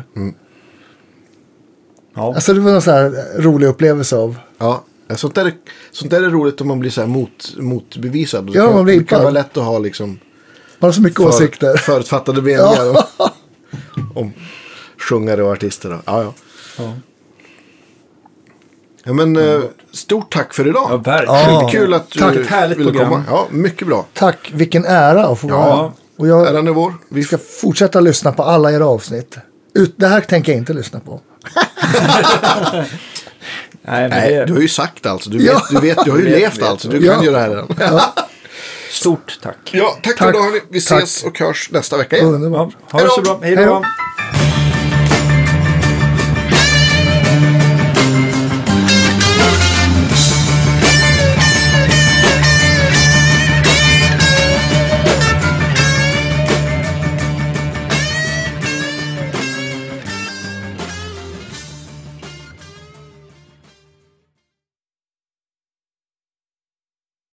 Ja. Alltså det var en så här rolig upplevelse av. Ja. Sånt där, sånt där är roligt om man blir så här mot, motbevisad. Ja, det kan, man blir det kan impad. vara lätt att ha liksom Man har så mycket åsikter. förutfattade meningar om, om sjungare och artister. Då. Ja, ja. Ja. Ja, men eh, stort tack för idag. Ja, verkligen. Ja, kul att du tack, ett härligt ville program. komma. Ja, mycket bra. Tack, vilken ära att få vara Ja, här. Och jag äran är vår. Vi ska fortsätta lyssna på alla era avsnitt. Ut, det här tänker jag inte lyssna på. Nej, men Nej, det... du har ju sagt alltså. Du vet, Ja. du, vet, du har ju vet, levt vet. alltså. Du Ja. kan ju det här redan. Ja. Stort tack. Ja, tack, Tack. för idag hörni. Vi ses Tack. och hörs nästa vecka igen. Underbart. Ja, ha det så bra. Hej Hej då. då.